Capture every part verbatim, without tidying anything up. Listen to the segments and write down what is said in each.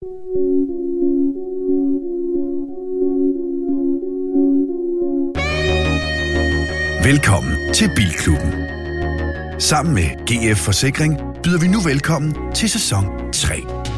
Velkommen til Bilklubben. Sammen med G F Forsikring byder vi nu velkommen til sæson tre.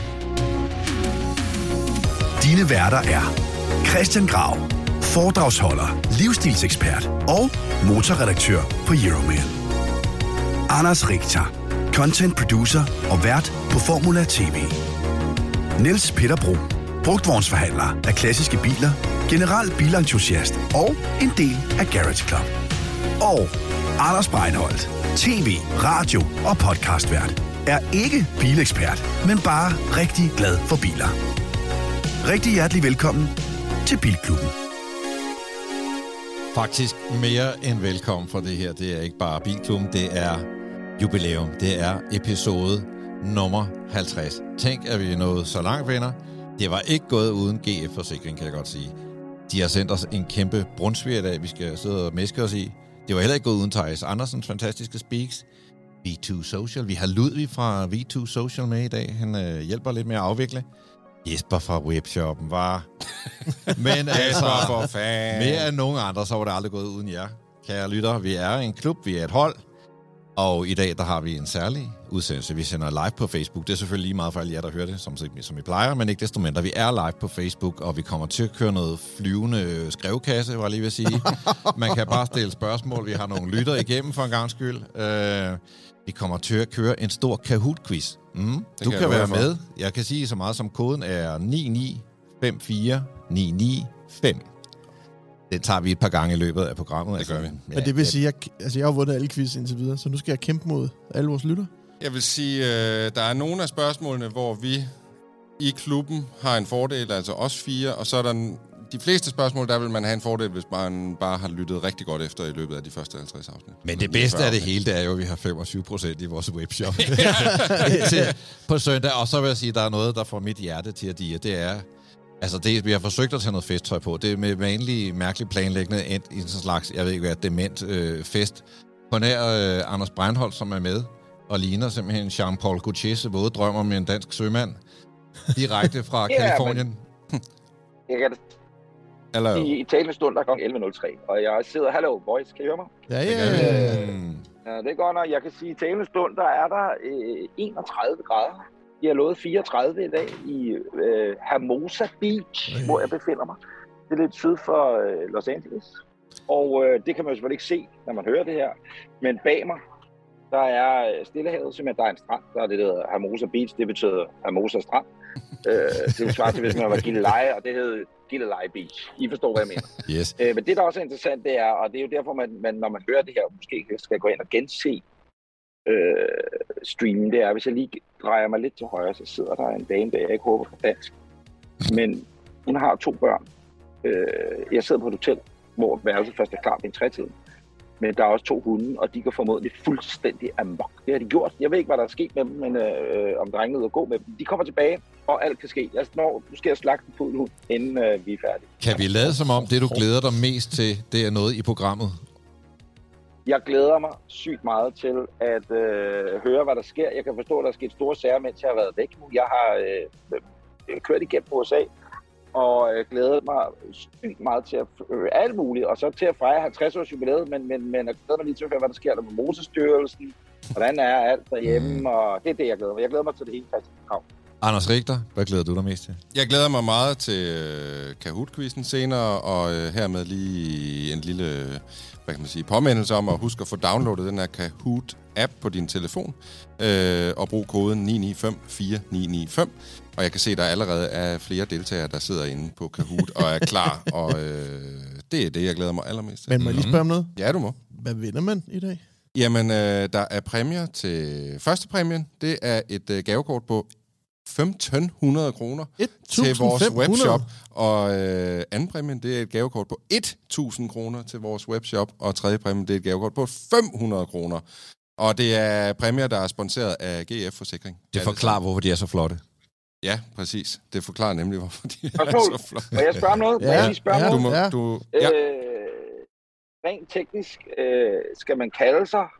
Dine værter er Christian Grav, foredragsholder, livsstilsekspert og motorredaktør på Euroman. Anders Richter, content producer og vært på Formula T V. Niels Peter Bro, brugtvognsforhandler af klassiske biler, general bilentusiast og en del af Garage Club. Og Anders Breinholt, tv, radio og podcastvært, er ikke bilekspert, men bare rigtig glad for biler. Rigtig hjertelig velkommen til Bilklubben. Faktisk mere end velkommen for det her. Det er ikke bare Bilklubben, det er jubilæum. Det er episode nummer halvtreds. Tænk, at vi er nået så langt, venner. Det var ikke gået uden G F Forsikring, kan jeg godt sige. De har sendt os en kæmpe brunsviger i dag, vi skal sidde og mæske os i. Det var heller ikke gået uden Thijs Andersens fantastiske speaks. V to Social. Vi har Ludvig fra V to Social med i dag. Han øh, hjælper lidt med at afvikle. Jesper fra webshoppen var... Men altså, for fan. Mere end nogen andre, så var det aldrig gået uden jer. Kære lytter, vi er en klub, vi er et hold. Og i dag, der har vi en særlig udsendelse. Vi sender live på Facebook. Det er selvfølgelig lige meget for alle jer, der hører det, som, som I plejer, men ikke desto mindre. Vi er live på Facebook, og vi kommer til at køre noget flyvende skrevkasse, var jeg lige ved at sige. Man kan bare stille spørgsmål. Vi har nogle lytter igennem for en gang skyld. Uh, vi kommer til at køre en stor Kahoot-quiz. Mm. Du kan, kan være med. Jeg kan sige så meget som koden er ni ni fem fire ni ni fem. Den tager vi et par gange i løbet af programmet. Det gør vi. Ja, Men det vil sige, at jeg, altså jeg har vundet alle quiz indtil videre, så nu skal jeg kæmpe mod alle vores lytter. Jeg vil sige, øh, der er nogle af spørgsmålene, hvor vi i klubben har en fordel, altså os fire, og så er der en, de fleste spørgsmål, der vil man have en fordel, hvis man bare har lyttet rigtig godt efter i løbet af de første halvtreds afsnit. Men det bedste af det hele, det er jo, at vi har femogtyve procent i vores webshop på søndag. Og så vil jeg sige, at der er noget, der får mit hjerte til at dige. Det er... Altså, det, vi har forsøgt at tage noget festtøj på. Det er med vanlig, mærkelig planlæggende endt i en slags, jeg ved ikke hvad, dement øh, fest. På nær øh, Anders Breinholt, som er med, og ligner simpelthen Jean-Paul Gaultiers våde drømmer med en dansk sømand. Direkte fra ja, Kalifornien. Men... jeg kan det. I, i talende stund, der er klokken elleve nul tre, og jeg sidder, hallo boys, kan I høre mig? Ja, ja, ja. Øh, ja det er godt nok. Jeg kan sige, i talende stund, der er der øh, enogtredive grader. Jeg har lovet fireogtredive i dag i øh, Hermosa Beach, Ej. hvor jeg befinder mig. Det er lidt syd for øh, Los Angeles. Og øh, det kan man jo selvfølgelig ikke se, når man hører det her. Men bag mig, der er Stillehavet, simpelthen der er en strand. Der er det, der hedder Hermosa Beach. Det betyder Hermosa Strand. øh, det er svaret til, hvis man var Gilleleje, og det hedder Gilleleje Beach. I forstår, hvad jeg mener. Yes. Øh, men det, der også er interessant, det er, og det er jo derfor, man, man når man hører det her, måske skal gå ind og gense Øh, streamen, det er, hvis jeg lige drejer mig lidt til højre, så sidder der en dame, der jeg ikke håber på dansk. Men hun har to børn. Øh, jeg sidder på et hotel, hvor værelset først er klar ved en trætid. Men der er også to hunde, og de går formodentlig fuldstændig amok. Det har de gjort. Jeg ved ikke, hvad der er sket med dem, men øh, om drengene er at gå med dem. De kommer tilbage, og alt kan ske. Jeg når, nu skal jeg slagte en pudelhund, inden øh, vi er færdige. Kan vi lade som om, det du glæder dig mest til, det er noget i programmet? Jeg glæder mig sygt meget til at øh, høre, hvad der sker. Jeg kan forstå, at der er sket store sager, mens jeg har været væk nu. Jeg har øh, kørt igennem U S A, og øh, glædet mig sygt meget til at øh, alt muligt, og så til at fejre halvtreds års jubilæet, men, men, men jeg glæder mig lige til at høre, hvad der sker der med Motorstyrelsen, hvordan er alt derhjemme, mm. og det er det, jeg glæder mig. Jeg glæder mig til det hele faktisk. Anders Richter, hvad glæder du dig mest til? Jeg glæder mig meget til øh, Kahoot-quizzen senere, og øh, hermed lige en lille... hvad kan man sige, påmindelse om at huske at få downloadet den her Kahoot-app på din telefon, øh, og brug koden ni ni fem fire ni ni fem. Og jeg kan se, at der allerede er flere deltagere, der sidder inde på Kahoot og er klar, og øh, det er det, jeg glæder mig allermest til. Men må jeg lige spørge om noget? Ja, du må. Hvad vinder man i dag? Jamen, øh, der er præmier til første præmien. Det er et øh, gavekort på femten hundrede kroner til vores webshop, og øh, anden præmien, det er et gavekort på tusind kroner til vores webshop, og tredje præmien, det er et gavekort på fem hundrede kroner. Og det er præmier, der er sponsoreret af G F Forsikring. Det forklarer, hvorfor de er så flotte. Ja, præcis. Det forklarer nemlig, hvorfor de er Forstål. så flotte. Må jeg spørge om noget? Må ja, jeg lige spørge ja, noget? Du må, ja. du, ja. Øh, rent teknisk, øh, skal man kalde sig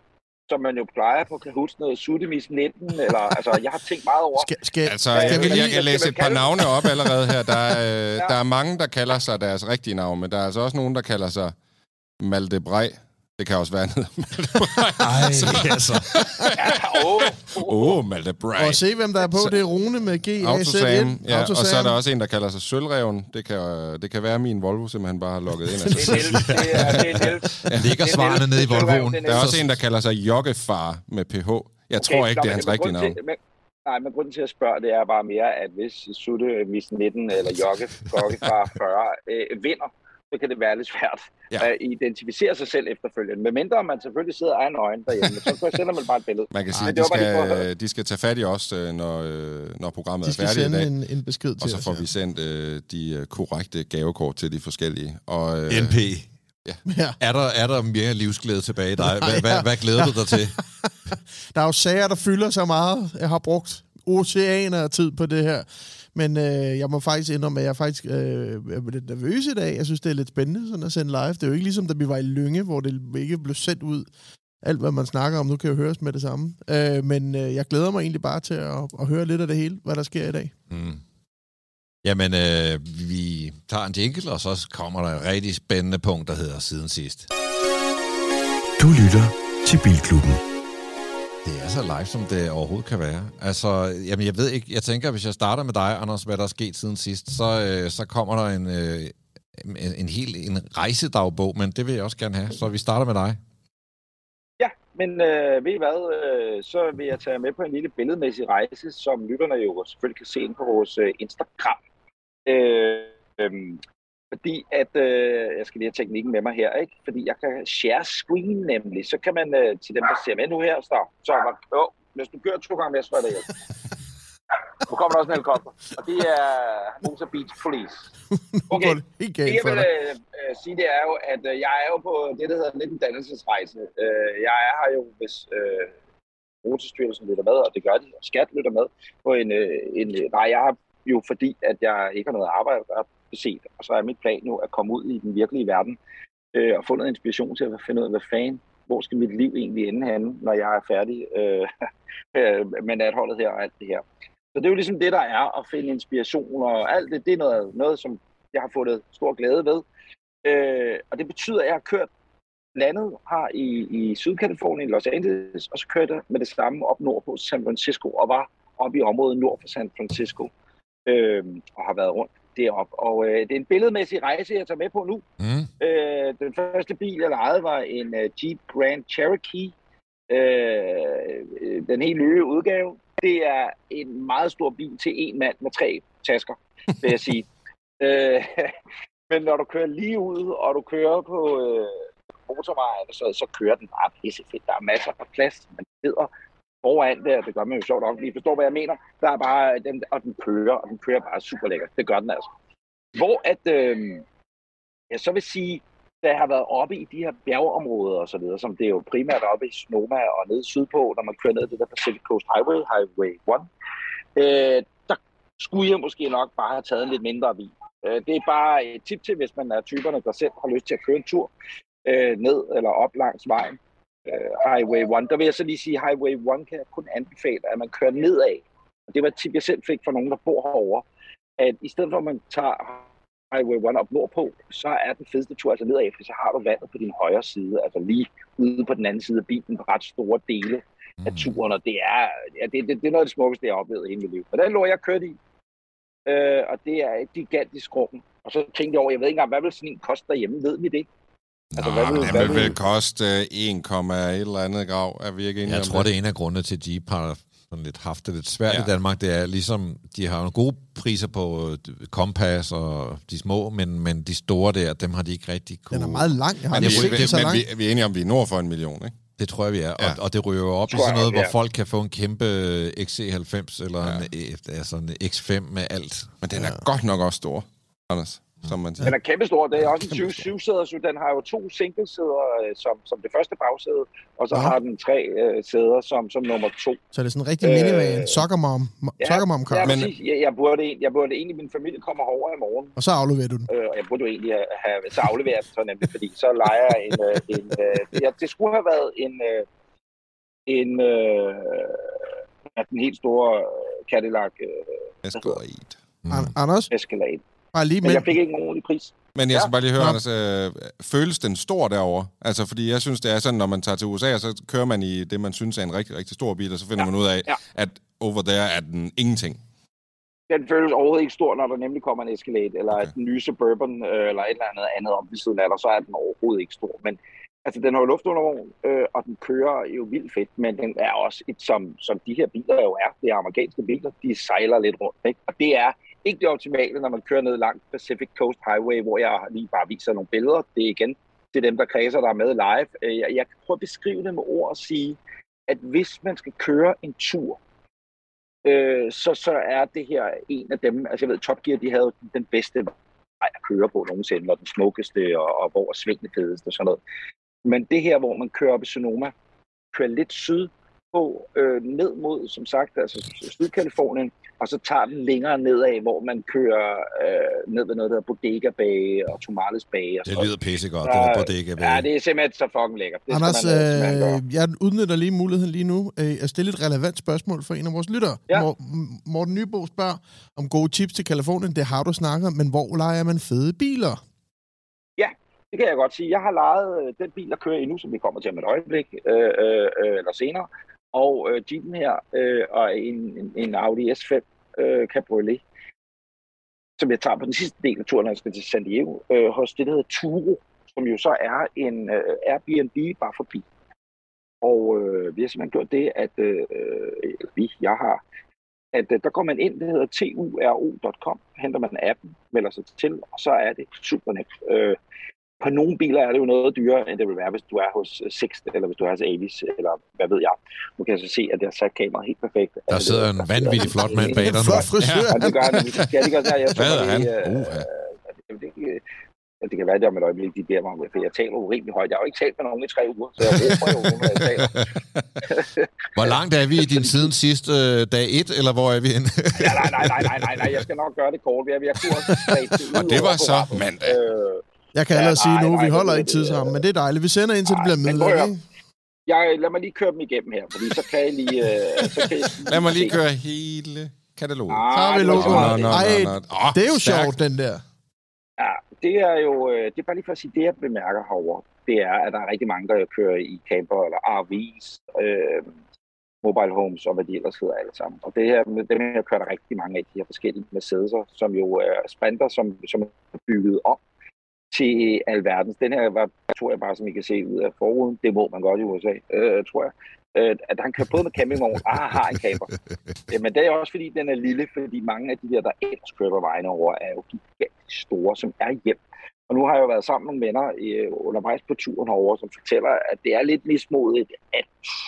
som man jo plejer på Kahoot, noget Sudemis nitten, eller, altså, jeg har tænkt meget over. Skal, skal, Altså, jeg, skal jeg, vi jeg kan læse et par navne op allerede her. Der er, øh, Ja. der er mange, der kalder sig deres rigtige navn, men der er altså også nogen, der kalder sig Maldebrej. Det kan også være noget Maldebrej. Ej, altså. Ja, åh, Åh, oh, Maldebrej. Og se, hvem der er på. Det er Rune med G A Z Autosam, N. ja, og så er der også en, der kalder sig Sølvreven. Det kan, det kan være, at min Volvo simpelthen bare har logget ind. det er Niels, det er, det er Niels. Ja, ligger Det er svarene Niels. nede i Det er Volvoen. Niels. Der er også en, der kalder sig Joggefar med P H. Jeg tror Okay, ikke, nå, det er men- hans men rigtige grunden navn. til- men- Nej, men grunden til at spørge, det er bare mere, at hvis Sutte Mis nitten eller Jokke Gokke fra fyrre øh, vinder, så kan det være lidt svært Ja. at identificere sig selv efterfølgende. Men mindre man selvfølgelig sidder egen øjne derhjemme, så sender man bare et billede. Man kan sige, Ej, at det de var bare lige for at skal, høre. de skal tage fat i os, øh, når, øh, når programmet De er skal færdigt i sende dag. en, en besked til Og så os. får ja. vi sendt øh, de øh, korrekte gavekort til de forskellige. Og, øh, N P. Ja. Er der, er der mere livsglæde tilbage i dig? Hvad, hvad, hvad glæder du dig til? Der er jo sager, der fylder så meget. Jeg har brugt oceaner af tid på det her. Men øh, jeg må faktisk indrømme, at jeg er faktisk øh, er lidt nervøs i dag. Jeg synes, det er lidt spændende sådan at sende live. Det er jo ikke ligesom, da vi var i Lynge, hvor det ikke blev sendt ud. Alt, hvad man snakker om, nu kan jo høres med det samme. Øh, men øh, jeg glæder mig egentlig bare til at, at høre lidt af det hele, hvad der sker i dag. Mm. Jamen, øh, vi tager en jingle, og så kommer der et rigtig spændende punkt, der hedder Siden Sidst. Du lytter til Bilklubben. Det er så live, som det overhovedet kan være. Altså, jamen, jeg ved ikke, jeg tænker, hvis jeg starter med dig, Anders, hvad der er sket siden sidst, så, øh, så kommer der en, øh, en, en hel en rejsedagbog, men det vil jeg også gerne have, så vi starter med dig. Ja, men øh, ved I hvad, øh, så vil jeg tage med på en lille billedmæssig rejse, som lytterne jo selvfølgelig kan se ind på vores øh, Instagram. Øh, øh, fordi at, øh, jeg skal lige have teknikken med mig her, ikke? Fordi jeg kan share screen nemlig, så kan man øh, til dem, der ser med nu her, så, så oh, hvis du kører to gange mere, så er det hjælp. Nu kommer der også en helikopter, og det er Motor Beach Police. Okay, Nu går det helt det galt jeg for vil dig. øh, øh, sige, det er jo, at øh, jeg er jo på det, der hedder lidt en dannelsesrejse. Øh, jeg er her jo, hvis øh, Motorstyrelsen lytter med, og det gør de, og Skat lytter med, på en, øh, en nej, jeg har jo fordi, at jeg ikke har noget arbejde, der er beset, og så er mit plan jo at komme ud i den virkelige verden øh, og få noget inspiration til at finde ud af, hvad fanden, hvor skal mit liv egentlig ende henne, når jeg er færdig øh, med natholdet her og alt det her. Så det er jo ligesom det, der er at finde inspiration, og alt det, det er noget, noget som jeg har fået stor glæde ved. Øh, og det betyder, at jeg har kørt landet her i, i Sydkalifornien, Los Angeles, og så kørte jeg med det samme op nordpå til San Francisco, og var oppe i området nord for San Francisco, øh, og har været rundt deroppe. Og øh, det er en billedmæssig rejse, jeg tager med på nu. Mm. Øh, den første bil, jeg lejede, var en uh, Jeep Grand Cherokee. Øh, den helt nye udgave. Det er en meget stor bil til en mand med tre tasker, vil jeg sige. øh, men når du kører lige ud, og du kører på øh, motorvejen, så, så kører den bare pissefedt. Der er masser af plads, man sidder foran det, det gør man jo sjovt nok. I forstår, hvad jeg mener. Der er bare den, og den kører, og den kører bare super lækkert. Det gør den altså. Hvor at, øh, jeg så vil sige, da jeg har været oppe i de her bjergeområder og så videre, som det er jo primært oppe i Sonoma og nede sydpå, når man kører ned det der Pacific Coast Highway, Highway et, øh, der skulle jeg måske nok bare have taget en lidt mindre bil. Øh, det er bare et tip til, hvis man er typerne, der selv har lyst til at køre en tur øh, ned eller op langs vejen. Øh, Highway et, der vil jeg så lige sige, Highway et kan jeg kun anbefale, at man kører nedad. Og det var et tip, jeg selv fik fra nogen, der bor herovre, at i stedet for at man tager Highway et op nordpå, så er den fedeste tur altså nedad, for så har du vandet på din højre side, altså lige ude på den anden side af bilen på ret store dele af turen, og det er, ja, det, det, det er noget af det smukkeste, jeg har oplevet i hele mit liv. Og den lå jeg kørt i, øh, og det er et gigantisk rum. Og så tænkte jeg over, jeg ved ikke engang, hvad vil sådan en koste derhjemme, ved vi det? Altså, Nå, hvad vil, den vil vel koste en komma et eller andet grav, er vi ikke enige Jeg om tror, det? det er en af grundene til, at Jeep har sådan lidt haft det lidt svært Ja. i Danmark. Det er ligesom, de har nogle gode priser på Compass og de små, men, men de store der, dem har de ikke rigtig kunne... Den er meget lang. Jeg har Men, aldrig vi, set det så men lang. vi, vi er enige om, vi er nord for en million, ikke? Det tror jeg, vi er. Ja. Og, og det ryger jo op i Tror sådan noget, jeg, hvor ja. folk kan få en kæmpe X C halvfems eller Ja. en, e- altså en X fem med alt. Men den er godt nok også stor, Anders, som man siger. Den er kæmpestor. Det er også en syv-sæder, så den har jo to single-sæder som, som det første bagsæde, og så Ja. har den tre øh, sæder som, som nummer to. Så det er sådan en rigtig Øh, minivan. Soccer mom. Ja, Soccer mom car. ja, Men- præcis. Jeg, jeg, burde, jeg burde egentlig, min familie kommer herover i morgen, Og så afleverer du den. øh, og jeg burde jo egentlig have, have så afleveret den så nemlig, fordi så leger jeg en... Øh, en øh, ja, det skulle have været en... Øh, en, øh, den helt store Cadillac øh, Escalade. Mm. Anders? Escalade. Bare lige Men med. jeg fik ikke en ordentlig pris. Men jeg skal Ja. bare lige høre, Nå. Anders, øh, føles den stor derovre? Altså, fordi jeg synes, det er sådan, når man tager til U S A, så kører man i det, man synes er en rigtig, rigtig stor bil, og så finder Ja. man ud af, Ja. at over there er den ingenting. Den føles overhovedet ikke stor, når der nemlig kommer en Escalade, eller Okay. okay. en ny Suburban, øh, eller et eller andet andet om ved siden af dig, så er den overhovedet ikke stor. Men altså, den har jo luftundervogn, øh, og den kører jo vildt fedt, men den er også et, som, som de her biler jo er. Det er amerikanske biler, de sejler lidt rundt, ikke? Og det er ikke det optimale, når man kører ned langt Pacific Coast Highway, hvor jeg lige bare viser nogle billeder. Det er igen til dem, der kredser, der er med live. Jeg, jeg kan prøve at beskrive det med ord og sige, at hvis man skal køre en tur, øh, så, så er det her en af dem. Altså jeg ved, Top Gear, de havde den bedste vej at køre på nogensinde, og den smukkeste, og, og hvor er svingende fedeste og sådan noget. Men det her, hvor man kører op i Sonoma, kører lidt syd på, øh, ned mod, som sagt, altså Sydkalifornien, og så tager den længere nedad, hvor man kører øh, ned ved noget, der hedder Bodega Bay og Tomales Bay. Og Det sådan. lyder pissegodt, Ja, det der Bodega Bay. Ja, det er simpelthen så fucking lækkert. Det Anders, skal man, øh, man øh, jeg udnytter lige muligheden lige nu øh, at stille et relevant spørgsmål for en af vores lyttere. Ja. Mor- Morten Nybo spørger om gode tips til Kalifornien. Det har du snakket om, men hvor leger man fede biler? Det kan jeg godt sige. Jeg har lejet øh, den bil, der kører endnu, som vi kommer til om et øjeblik, øh, øh, eller senere. Og øh, Jeepen her, øh, og en, en, en Audi S fem øh, Cabriolet, som jeg tager på den sidste del af turen, når jeg skal til San Diego, øh, hos det, der hedder Turo, som jo så er en øh, Airbnb bare for bil. Og øh, vi har simpelthen gjort det, at øh, vi, jeg har, at øh, der går man ind, det hedder turo punktum com, henter man appen, melder sig til, og så er det super nemt. Øh, På nogle biler er det jo noget dyrere, end det vil være, hvis du er hos Sixt, eller hvis du er hos Avis, eller hvad ved jeg. Nu kan jeg så se, at jeg har sat kameraet helt perfekt. Der sidder en vanvittig flot mand bag dig nu. Flot frisør. Ja, det gør han. Skal jeg ikke også jeg Hvad er han? øh, Uha. det, det, det, det kan være, det om et øjeblik, de beder mig om det, for jeg taler jo rimelig højt. Jeg har jo ikke talt med nogen i tre uger, så jeg håber jo, når jeg taler. Hvor langt er vi i din siden sidste øh, dag et, eller hvor er vi henne? Ja, nej, nej, nej, nej, nej, nej, jeg skal nok gøre det kort. Jeg, jeg kunne også træne det ud Og det var over så programmet. mandag. Øh, Jeg kan Ja, allerede sige nej, nu, nej, vi holder det- ikke tidsrammen, men det er dejligt. Vi sender ind, til det bliver men prøv at middag, høre. ikke? jeg, lad mig lige køre dem igennem her, fordi så kan jeg lige... Øh, så kan jeg Lad mig lige se. køre hele kataloget. Ah, Så har vi det var så logoet. meget. Ej, Åh, det er jo stærkt. sjovt, den der. Ja, det er jo... øh, Det er bare lige for at sige, det jeg bemærker herovre, det er, at der er rigtig mange, der kører i camper eller R V's, øh, mobile homes og hvad de ellers hedder alle sammen. Og det her, med dem her kører der rigtig mange af de her forskellige Mercedes'er, som jo er sprinter, som, som er bygget om til alverdens. Den her var, tror jeg bare, som I kan se ud af forruden. Det må man godt i U S A, øh, tror jeg. Øh, at han kører både med campingvogn og har en camper. Øh, men det er også fordi, den er lille, fordi mange af de der, der ellers kører på vejene over, er jo gigantisk store, som er hjem. Og nu har jeg jo været sammen med nogle venner øh, undervejs på turen herovre, som fortæller, at det er lidt mismodigt, at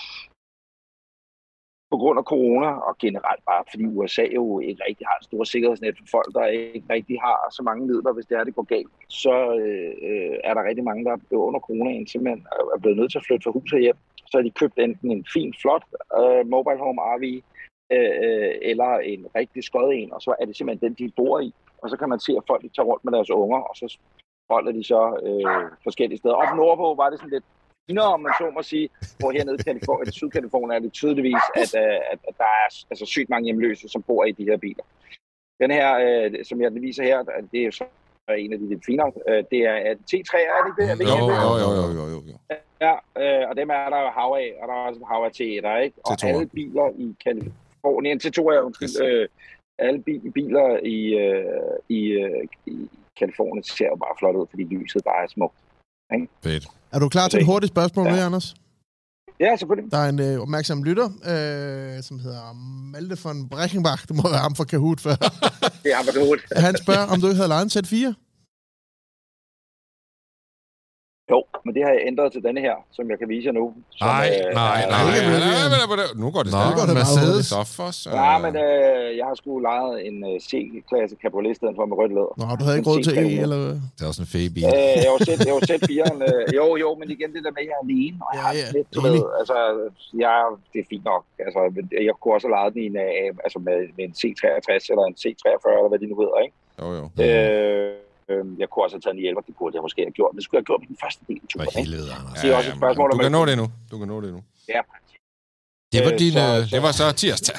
på grund af corona, og generelt bare fordi U S A jo ikke rigtig har en stor sikkerhedsnet for folk, der ikke rigtig har så mange midler, hvis det er, det går galt, så øh, er der rigtig mange, der under coronaen simpelthen er blevet nødt til at flytte fra hus og hjem. Så har de købt enten en fin, flot øh, mobile home R V, øh, eller en rigtig skød en, og så er det simpelthen den, de bor i. Og så kan man se, at folk de tager rundt med deres unger, og så holder de så øh, forskellige steder. Op nordpå var det sådan lidt Nå, om man så må sige, hvor hernede i Kalifornien, Sydkalifornien er det tydeligvis, at, at, at der er altså sygt mange hjemløse, som bor i de her biler. Den her, øh, som jeg viser her, det er så en af de lidt finere, øh, det er T tre, er det ikke det? Jo, jo, jo, jo, jo, jo, jo. Ja, øh, og dem er der jo hav af, og der er også hav af T etter, ikke? Og T to'er. alle biler i Kalifornien, T to er undskyld, Yes. øh, alle bi- biler i, øh, i, øh, i Kalifornien ser jo bare flot ud, fordi lyset bare er smukt. Fedt. Er du klar til et hurtigt spørgsmål, Ja. med, Anders? Ja, selvfølgelig. Der er en øh, opmærksom lytter, øh, som hedder Malte von Brechenbach. Det må være ham fra Kahoot før. Det er for hovedet. Han spørger, om du ikke havde lejet en Z fire? Jo, men det har jeg ændret til denne her, som jeg kan vise jer nu. Som, Nej, øh, nej, er- nej. Nej, nej, nej, nej, nej, nu går det Nå, stærkt. går det meget Mercedes. Så for så... Ja, men øh, jeg har sgu lejet en uh, C-klasse Cabriolet i stedet for med rødt læder. Nå, du havde ikke råd til E, eller hvad? Det er også en fed bil. Øh, jeg har jo set, jeg har jo set firen. Øh, jo, jo, men igen det der med, at jeg er alene, og jeg Ja, har ja, lidt, du enig. ved, altså, jeg, det er fint nok. Altså, men jeg kunne også have lejet den i en, øh, altså med, med en C treogtres eller en C treogfyrre, eller hvad de nu hedder, ikke? Jo, jo. Øh, øh, jeg kunne også have taget en hjælper, det burde jeg måske have gjort. Det skulle jeg have gjort på den første del af For turen, ikke? helvede, Anders. Det er også et spørgsmål, du om kan man- nå det nu. Du kan nå det nu. Ja, Det var Øh, din... så- øh, Det var så tirsdag.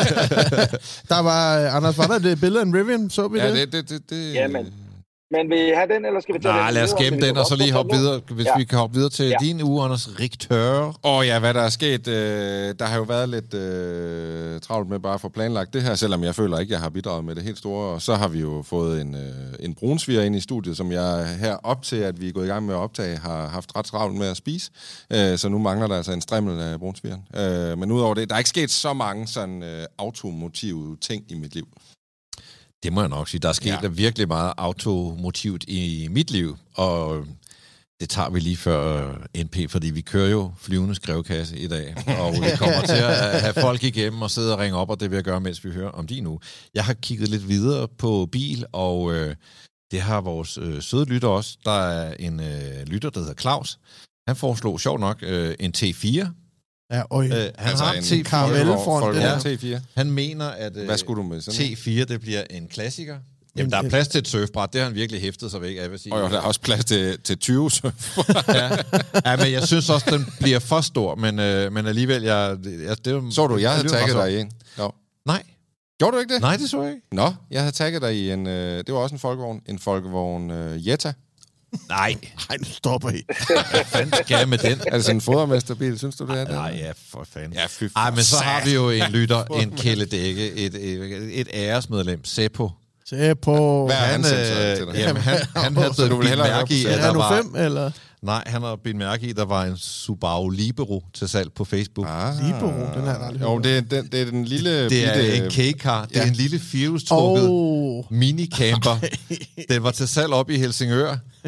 Der var, øh, Anders, var der det billede af en Rivian? Så vi Ja, det? det, det, det, det... Jamen. Men vil I have den, eller skal vi tage Nej, den? lad os videre, gemme så vi den, kan og så godt lige få hoppe den videre, hvis Ja. vi kan hoppe videre til Ja. din uge, Anders Richter. Åh oh, ja, hvad der er sket. Øh, der har jo været lidt øh, travlt med bare at få planlagt det her, selvom jeg føler ikke, jeg har bidraget med det helt store. Og så har vi jo fået en, øh, en brunsviger ind i studiet, som jeg her op til, at vi er gået i gang med at optage, har haft ret travlt med at spise. Øh, så nu mangler der altså en strimmel af brunsvigeren. Øh, men udover det, der er ikke sket så mange sådan øh, automotive ting i mit liv. Det må jeg nok sige. Der er sket Ja. ja. virkelig meget automotivt i mit liv, og det tager vi lige før N P, fordi vi kører jo flyvende skrevkasse i dag, og vi kommer til at have folk igennem og sidde og ringe op, og det vil jeg gøre, mens vi hører om din uge. Jeg har kigget lidt videre på bil, og øh, det har vores øh, søde lytter også. Der er en øh, lytter, der hedder Claus. Han foreslog sjovt nok øh, en T fire. Ja, øj. Øh, han Altså har en en T fire. karamellfront, Folk det ja. der. T fire. Han mener, at øh, Hvad skulle du med sådan en? T fire, det bliver en klassiker. Jamen, En- der er en- plads til et surfbræt. Det har han virkelig hæftet sig væk af, vil sige. Og jo, der er også plads til, til tyve. Så. ja. ja, men jeg synes også, den bliver for stor, men, øh, men alligevel, jeg... jeg det, Så du, jeg havde lyder tagget meget dig i en. Jo. Nej. Gjorde du ikke det? Nej, det så jeg ikke. Nå, jeg havde tagget dig i en... Øh, det var også en folkevogn. En folkevogn øh, Jetta. Nej. Nej, nu stopper I. Hvad fanden skal jeg med den? Er det sådan en fodermesterbil, synes du det er? Nej, ja, for fanden. Ja, fy Ej, men så for har vi jo en lytter, en kæledække, et, et, et æresmedlem, Seppo. Se på... Hvad er han Han, sendt til øh, dig? jamen, han, han havde Så du vil bidt hellere mærke i, høre på at Er der du var... fem, eller? Nej, han har bidt mærke i, at der var en Subaru Libero til salg på Facebook. Ah. Libero, den har jeg aldrig Jo, hørt. det er, den, det er den lille... Det er bitte- en K-car. Det er Ja. en lille firehjulstrukket Åh, minicamper. Den var til salg op i Helsingør.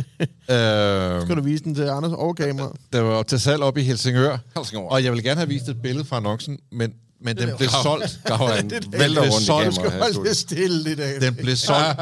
øh, skal du vise den til Anders over kamera? den var til salg op i Helsingør. Helsingør. Og jeg vil gerne have vist et billede fra annoncen, men, men den blev solgt. Grav han Det er- vælter det er rundt i solgt. kameraet Du skal her i holde studiet. det stille i dag. Den blev solgt.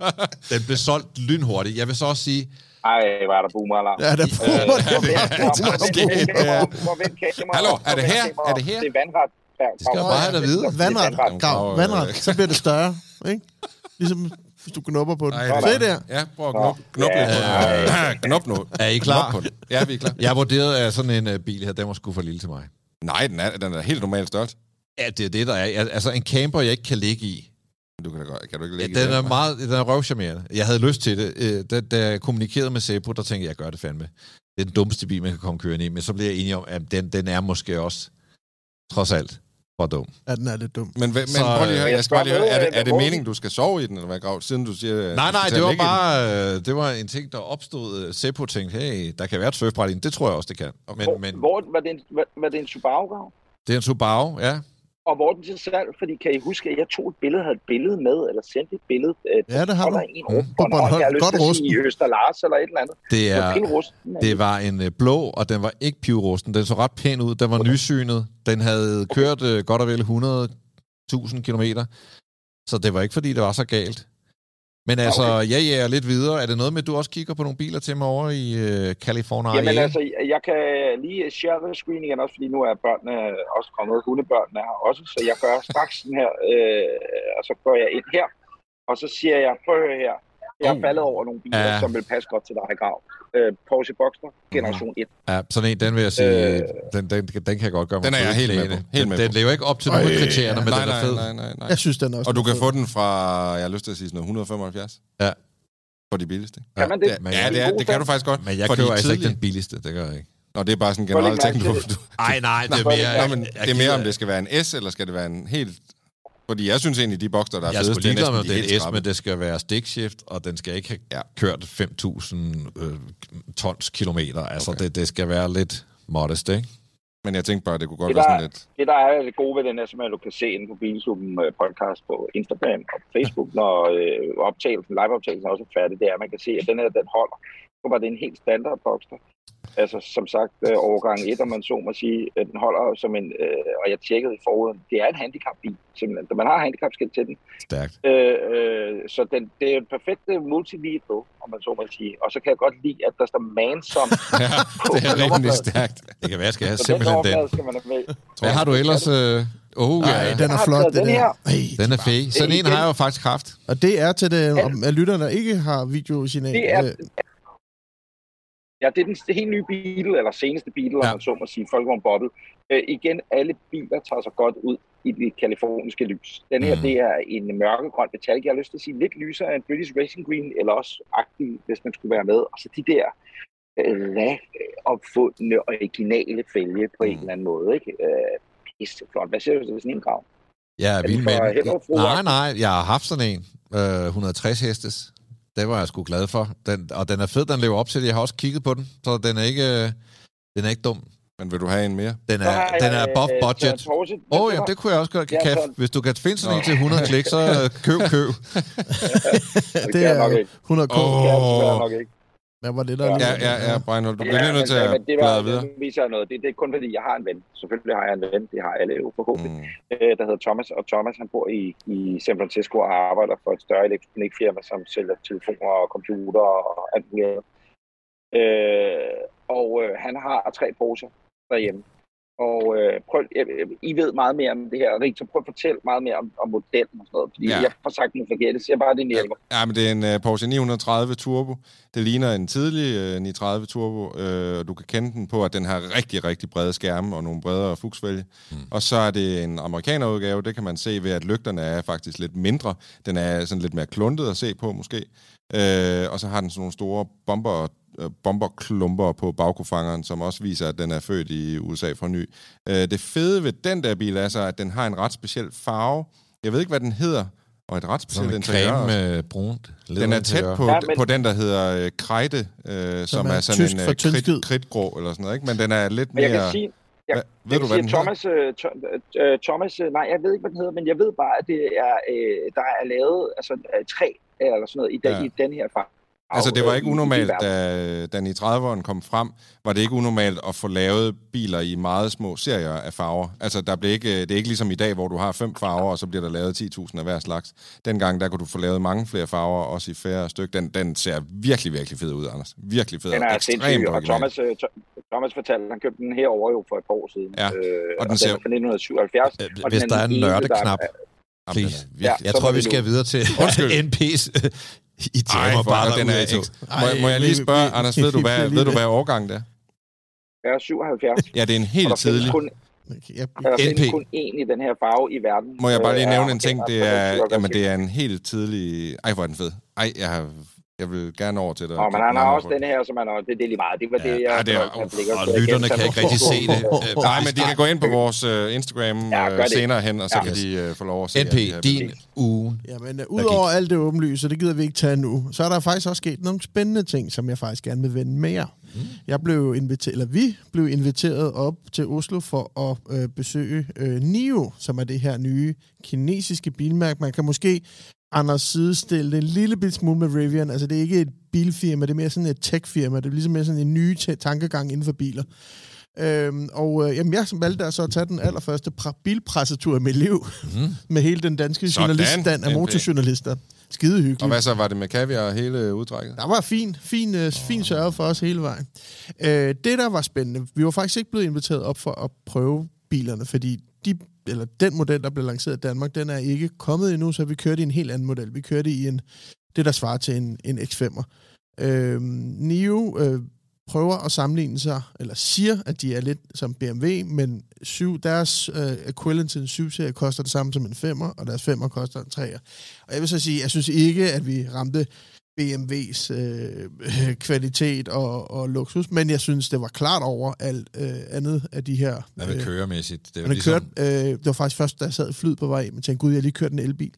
Den blev solgt lynhurtigt. Jeg vil så også sige, Ej, hvor er der boomer-alarm. Ja, der Øh, hvor vent- hvor- hvor- sket. hvor- hvor- hvor vent kameraet Hallo, op, er det hvor her? vent kameraet Er op. det her? Det er vandret. Ja, det skal jeg Grav. bare have dig at vide. Det er Vandret, vandret. grav, øh, vandret. Så bliver det større, ikke? Ligesom hvis du knupper på den. Nej, Se der. Ja, prøv at knuppe knop Ja, lidt på den. Knop nu. er I klar? Knop på den. Ja, vi er klar. Jeg vurderede, at sådan en uh, bil her, den var sgu for lille til mig. Nej, den er, den er helt normalt størrelse. Ja, det er det, der er. Jeg- Altså, en camper, jeg ikke kan ligge i. Du kan da godt, kan du ikke Ja, lægge den i er den? meget, den er røvcharmerende. Jeg havde lyst til det. Øh, Da, da jeg kommunikerede med Seppo, der tænkte jeg, jeg gør det fandme. Det er den dummeste bil, man kan komme kørende i. Men så bliver jeg enig om, at den, den er måske også, trods alt, for dum. Ja, den er lidt dum. Men, men Så, prøv lige at høre, øh, jeg skal bare lige høre, er det, er det hvor- meningen, du skal sove i den, eller hvad, Grav? Siden du siger... at Nej, du nej, skal det var ligge i den. bare øh, det var en ting, der opstod. Seppo tænkte, hey, der kan være et surfbræt i den. Det tror jeg også, det kan. Men, Hvor, men hvor, var, det en, var, var det en Subaru-grav? det er en Subaru, ja. Og hvor er den til salg? Fordi kan I huske, at jeg tog et billede, havde et billede med, eller sendte et billede. Øh, Ja, det har holder du. en Mm. over På på en hånd. Bornholm. Jeg har lyst Godt til at rusten. sige Øster Lars eller et eller andet. Det Det var er, pilrusten. det var en øh, blå, og den var ikke pivrusten. Den så ret pæn ud. Den var nysynet. Den havde kørt øh, godt og vel hundrede tusind kilometer. Så det var ikke, fordi det var så galt. Men altså, Okay. ja, ja, lidt videre. Er det noget med, at du også kigger på nogle biler til mig over i øh, California? Jamen altså, jeg kan lige share the screen igen også, fordi nu er børnene også kommet. Hundebørnene er her også, så jeg gør straks den her, øh, og så går jeg ind her, og så siger jeg, prøv at høre her, jeg er Oh. faldet over nogle biler, Ja. som vil passe godt til dig, Grav. Øh, Porsche Boxster, generation et. Ja, sådan en, den vil jeg sige, Øh. den, den, den kan jeg godt gøre mig Den er jeg helt med flæne. på. Helt Den, med den på. lever ikke op til nogle af Øj, kriterierne, men Nej, den er nej, fed. nej, nej, nej. Jeg synes, den er også Og du kan fed. få den fra, jeg har lyst til at sige sådan noget, et hundrede og femoghalvfjerds. Ja. For de billigste. Kan man det? Ja, Men ja jeg- det, er, det kan du faktisk godt. Men jeg For de køber altså ikke tidlige- den billigste, det gør jeg ikke. Nå, det er bare sådan en Prøv generel lige ting, mærke du... til du Ej, nej, det er Nej, mere... nej, men jeg det er mere, om gider- det skal være en S, eller skal det være en helt... Fordi jeg synes egentlig, de bokser, der er Jeg fedest, skulle ligeglad med, næsten om de det er helt en S, skrappe. men det skal være stickshift, og den skal ikke have Ja. kørt fem tusind øh, tons kilometer. Altså, Okay. det, det skal være lidt modest, ikke? Men jeg tænkte bare, at det kunne godt Det være der- sådan lidt... Det, der er det gode ved den er, som du kan se inde på Bilklubben øh, podcast på Instagram og Facebook, når øh, optagelsen, liveoptagelsen også er færdig, det er, at man kan se, at den her, den holder. Så var det en helt standard Boxster. Altså, som sagt, øh, overgang et, om man så må sige, at den holder som en, øh, og jeg tjekkede i foruden, det er en handicapbil, simpelthen. Man har handicapskilt til den. Stærkt. Øh, øh, så den, det er et perfekt multi-vehicle, om man så må sige. Og så kan jeg godt lide, at der står Mansom. Ja, det er rimelig stærkt. Det kan være, jeg skal have Så den simpelthen den. overflade skal man have med. Hvad har du ellers? Øh... Oh, Nej, ja. den er Jeg har flot, taget det den der. her. Ej, Den er fed. Sådan en Igen. har jeg jo faktisk haft. Og det er til det, om, at lytterne, der ikke har videosignal. Det er, Øh, ja, det er den helt nye bil, eller seneste bil, Ja. ja. om man så må sige, Folkevogn Bobble. Øh, igen, alle biler tager sig godt ud i det kaliforniske lys. Den her, mm. det er en mørkegrøn metallic. Jeg har lyst til at sige lidt lysere end British Racing Green, eller også agtig, hvis man skulle være med. Og så de der re-opfundne, originale fælge på mm. en eller anden måde, ikke? Øh, pisse flot. Hvad siger du til sådan en Grav? Ja, vild med den. Nej, nej, jeg har haft sådan en. Øh, et hundrede og tres hestes. Det var jeg sgu glad for. Den, og den er fed, den lever op til det. Jeg har også kigget på den, så den er ikke, den er ikke dum. Men vil du have en mere? Den er, jeg, den er above budget. Åh, oh, jamen det kunne jeg også godt. Ja, kan, hvis du kan finde sådan en til hundrede klik, så køb, køb. Det er hundrede kroner. Oh. Hvad var det der? Ja, ja, ja, Brian, du bliver ja, nødt til at bladre videre. Det viser noget. Det, det er kun fordi, jeg har en ven. Selvfølgelig har jeg en ven. Det har alle jo forhåbentlig. Mm. Øh, der hedder Thomas. Og Thomas, han bor i, i San Francisco og arbejder for et større elektronikfirma, som sælger telefoner og computer og alt muligt. Øh, og øh, han har tre poser derhjemme. Og øh, prøv, øh, I ved meget mere om det her, Rik, så prøv at fortælle meget mere om, om modellen og sådan noget, fordi ja. Jeg har sagt noget forkert, det siger bare, det er en hjælper. Ja, men det er en uh, Porsche ni hundrede og tredive Turbo. Det ligner en tidlig uh, ni tredive Turbo, uh, og du kan kende den på, at den har rigtig, rigtig brede skærme og nogle bredere fugsvælge. Mm. Og så er det en amerikanerudgave, det kan man se ved, at lygterne er faktisk lidt mindre. Den er sådan lidt mere kluntet at se på, måske. Uh, og så har den sådan nogle store bomber bomberklumper på bagkofangeren, som også viser, at den er født i U S A fra ny. Det fede ved den der bil er så, at den har en ret speciel farve. Jeg ved ikke, hvad den hedder, og et ret specielt interiør. Creme med brunt. Den er tæt på, ja, men... på den, der hedder uh, Krejde, uh, som, som er, er sådan en uh, krit, kridtgrå, eller sådan noget, ikke? Men den er lidt mere... Jeg kan sige, jeg, Hva, ved jeg du, hvad den Thomas, hedder? Uh, Thomas, uh, nej, jeg ved ikke, hvad den hedder, men jeg ved bare, at det er, uh, der er lavet altså, uh, træ, eller sådan noget, i den, ja. i den her farve. Altså, det var ikke unormalt, da, da i trediverne kom frem, var det ikke unormalt at få lavet biler i meget små serier af farver. Altså, der blev ikke, det er ikke ligesom i dag, hvor du har fem farver, og så bliver der lavet ti tusind af hver slags. Dengang, der kunne du få lavet mange flere farver, også i færre stykker. Den, den ser virkelig, virkelig fed ud, Anders. Virkelig fed. Den er sindssyg, og Thomas, Thomas fortalte, han købte den herovre jo for et par år siden. Ja, og den, og den ser... er fra nitten syvoghalvfjerds. Øh, hvis der er en nørdeknap, please. Ja, jeg tror, vi skal videre til N P's... I tager bare den er ekstra. Må, må jeg lige spørge, Anders, ved du, hvad, ved du, hvad årgang det er? Jeg er syvoghalvfjerds. Ja, det er en helt tidlig. Kun, der findes kun én i den her farve i verden. Må jeg bare lige nævne en ting? Det er, jamen, det er en helt tidlig... Ej, hvor er den fed. Ej, jeg har... Jeg vil gerne over til det. Åh, men han har også den her, som han har... Det, det er lige meget. Det var ja, det, jeg... Ja, det er, og, og lytterne kan ikke rigtig se det. Nej, men de kan gå ind på vores uh, Instagram ja, uh, senere hen, og så ja. kan de uh, få lov at se... N P, din ugen. Jamen, uh, udover alt det åbenlyse, så det gider vi ikke tage nu, så er der faktisk også sket nogle spændende ting, som jeg faktisk gerne vil vende med jer. Mm. Jeg blev inviteret, eller vi blev inviteret op til Oslo for at øh, besøge øh, NIO, som er det her nye kinesiske bilmærke. Man kan måske... Anders sidestille det en lille bit smule med Rivian. Altså, det er ikke et bilfirma, det er mere sådan et tech-firma. Det er ligesom mere sådan en ny t- tankegang inden for biler. Øhm, og øh, jamen, jeg valgte altså at tage den allerførste pra- bilpressetur i mit liv. Mm. Med hele den danske journaliststand af motorjournalister. Skide hyggeligt. Og hvad så, var det med kaviar og hele udtrækket? Der var fin, fin, øh, fin sørget for os hele vejen. Øh, det, der var spændende, vi var faktisk ikke blevet inviteret op for at prøve bilerne, fordi de eller den model, der blev lanceret i Danmark, den er ikke kommet endnu, så vi kørte i en helt anden model. Vi kørte i en, det, der svarer til en, en X fem'er. Øh, NIO øh, prøver at sammenligne sig, eller siger, at de er lidt som B M W, men syv, deres øh, equivalent til en syv-serie koster det samme som en femmer, og deres femmer koster en treer. Og jeg vil så sige, jeg synes ikke, at vi ramte B M W's øh, kvalitet og, og luksus, men jeg synes, det var klart over alt øh, andet af de her... Hvad vil køremæssigt? Det var, ligesom... kørt, øh, det var faktisk først, da jeg sad i flyet på vej hjem, og tænkte, gud, jeg har lige kørt en elbil.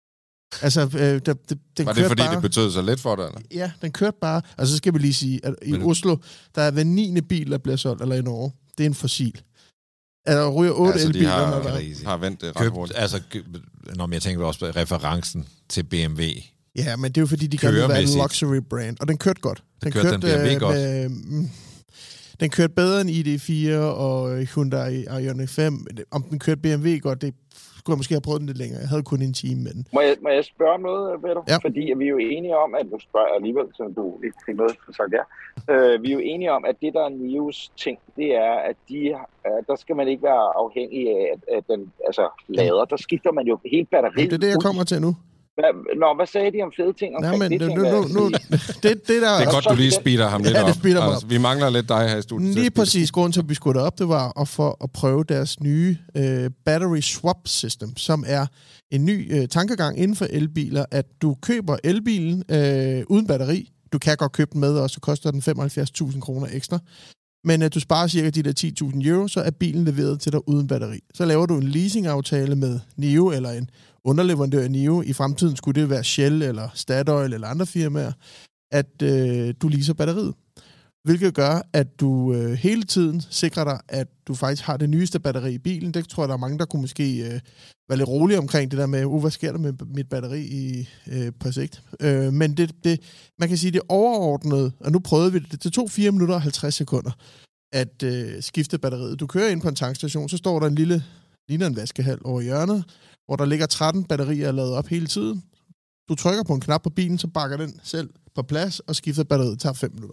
Altså, øh, der, der, den var det fordi, bare... det betød så lidt for dig, eller? Ja, den kørte bare... Altså, så skal vi lige sige, at i men... Oslo, der er hver niende bil, der bliver solgt, eller i Norge, det er en fossil. Altså, der ryger otte altså, elbiler, de har, når der har vendt det ret hurtigt. Altså, når jeg tænker også på referencen til B M W... Ja, men det er jo fordi, de gerne vil være en luxury brand, og den kørte godt. Den kørte, kørte den B M W øh, godt. Med, den kørte bedre end I D fire og Hyundai Ioniq fem. Om den kørte B M W godt, det skulle jeg måske have prøvet den lidt længere. Jeg havde kun en time med den. Må jeg, må jeg spørge om noget, Peter? Ja. Fordi vi er jo enige om, at du spørger alligevel, så du ikke fik noget sagt der. Uh, vi er jo enige om, at det, der er NIOs ting, det er, at de, uh, der skal man ikke være afhængig af, at, at den altså, lader. Der skifter man jo helt batteriet. Det er det, jeg kommer til nu. Hvad, nå, hvad sagde de om fede ting omkring Nej, men det? nu, nu, nu, det, det, der, Det er godt, du lige speeder ham lidt Ja, det op. speeder mig Altså, vi mangler lidt dig her i studiet. Lige præcis. Grunden til, at vi skulle op, det var at, for at prøve deres nye øh, Battery Swap System, som er en ny øh, tankegang inden for elbiler, at du køber elbilen øh, uden batteri. Du kan godt købe den med, og så koster den femoghalvfjerds tusind kroner ekstra. Men at du sparer cirka de der ti tusind euro, så er bilen leveret til dig uden batteri. Så laver du en leasingaftale med NIO eller en underleverandør af NIO. I fremtiden skulle det være Shell eller Statoil eller andre firmaer, at øh, du leaser batteriet. Hvilket gør, at du øh, hele tiden sikrer dig, at du faktisk har det nyeste batteri i bilen. Det tror jeg, der er mange, der kunne måske øh, være lidt rolige omkring det der med, uh, hvad sker der med mit batteri i, øh, på sigt? Øh, men det, det, man kan sige, det overordnede, og nu prøvede vi det, det tog fire minutter og halvtreds sekunder at øh, skifte batteriet. Du kører ind på en tankstation, så står der en lille, ligner en vaskehal over hjørnet, hvor der ligger tretten batterier lavet op hele tiden. Du trykker på en knap på bilen, så bakker den selv på plads, og skifter batteriet. Det tager fem minutter.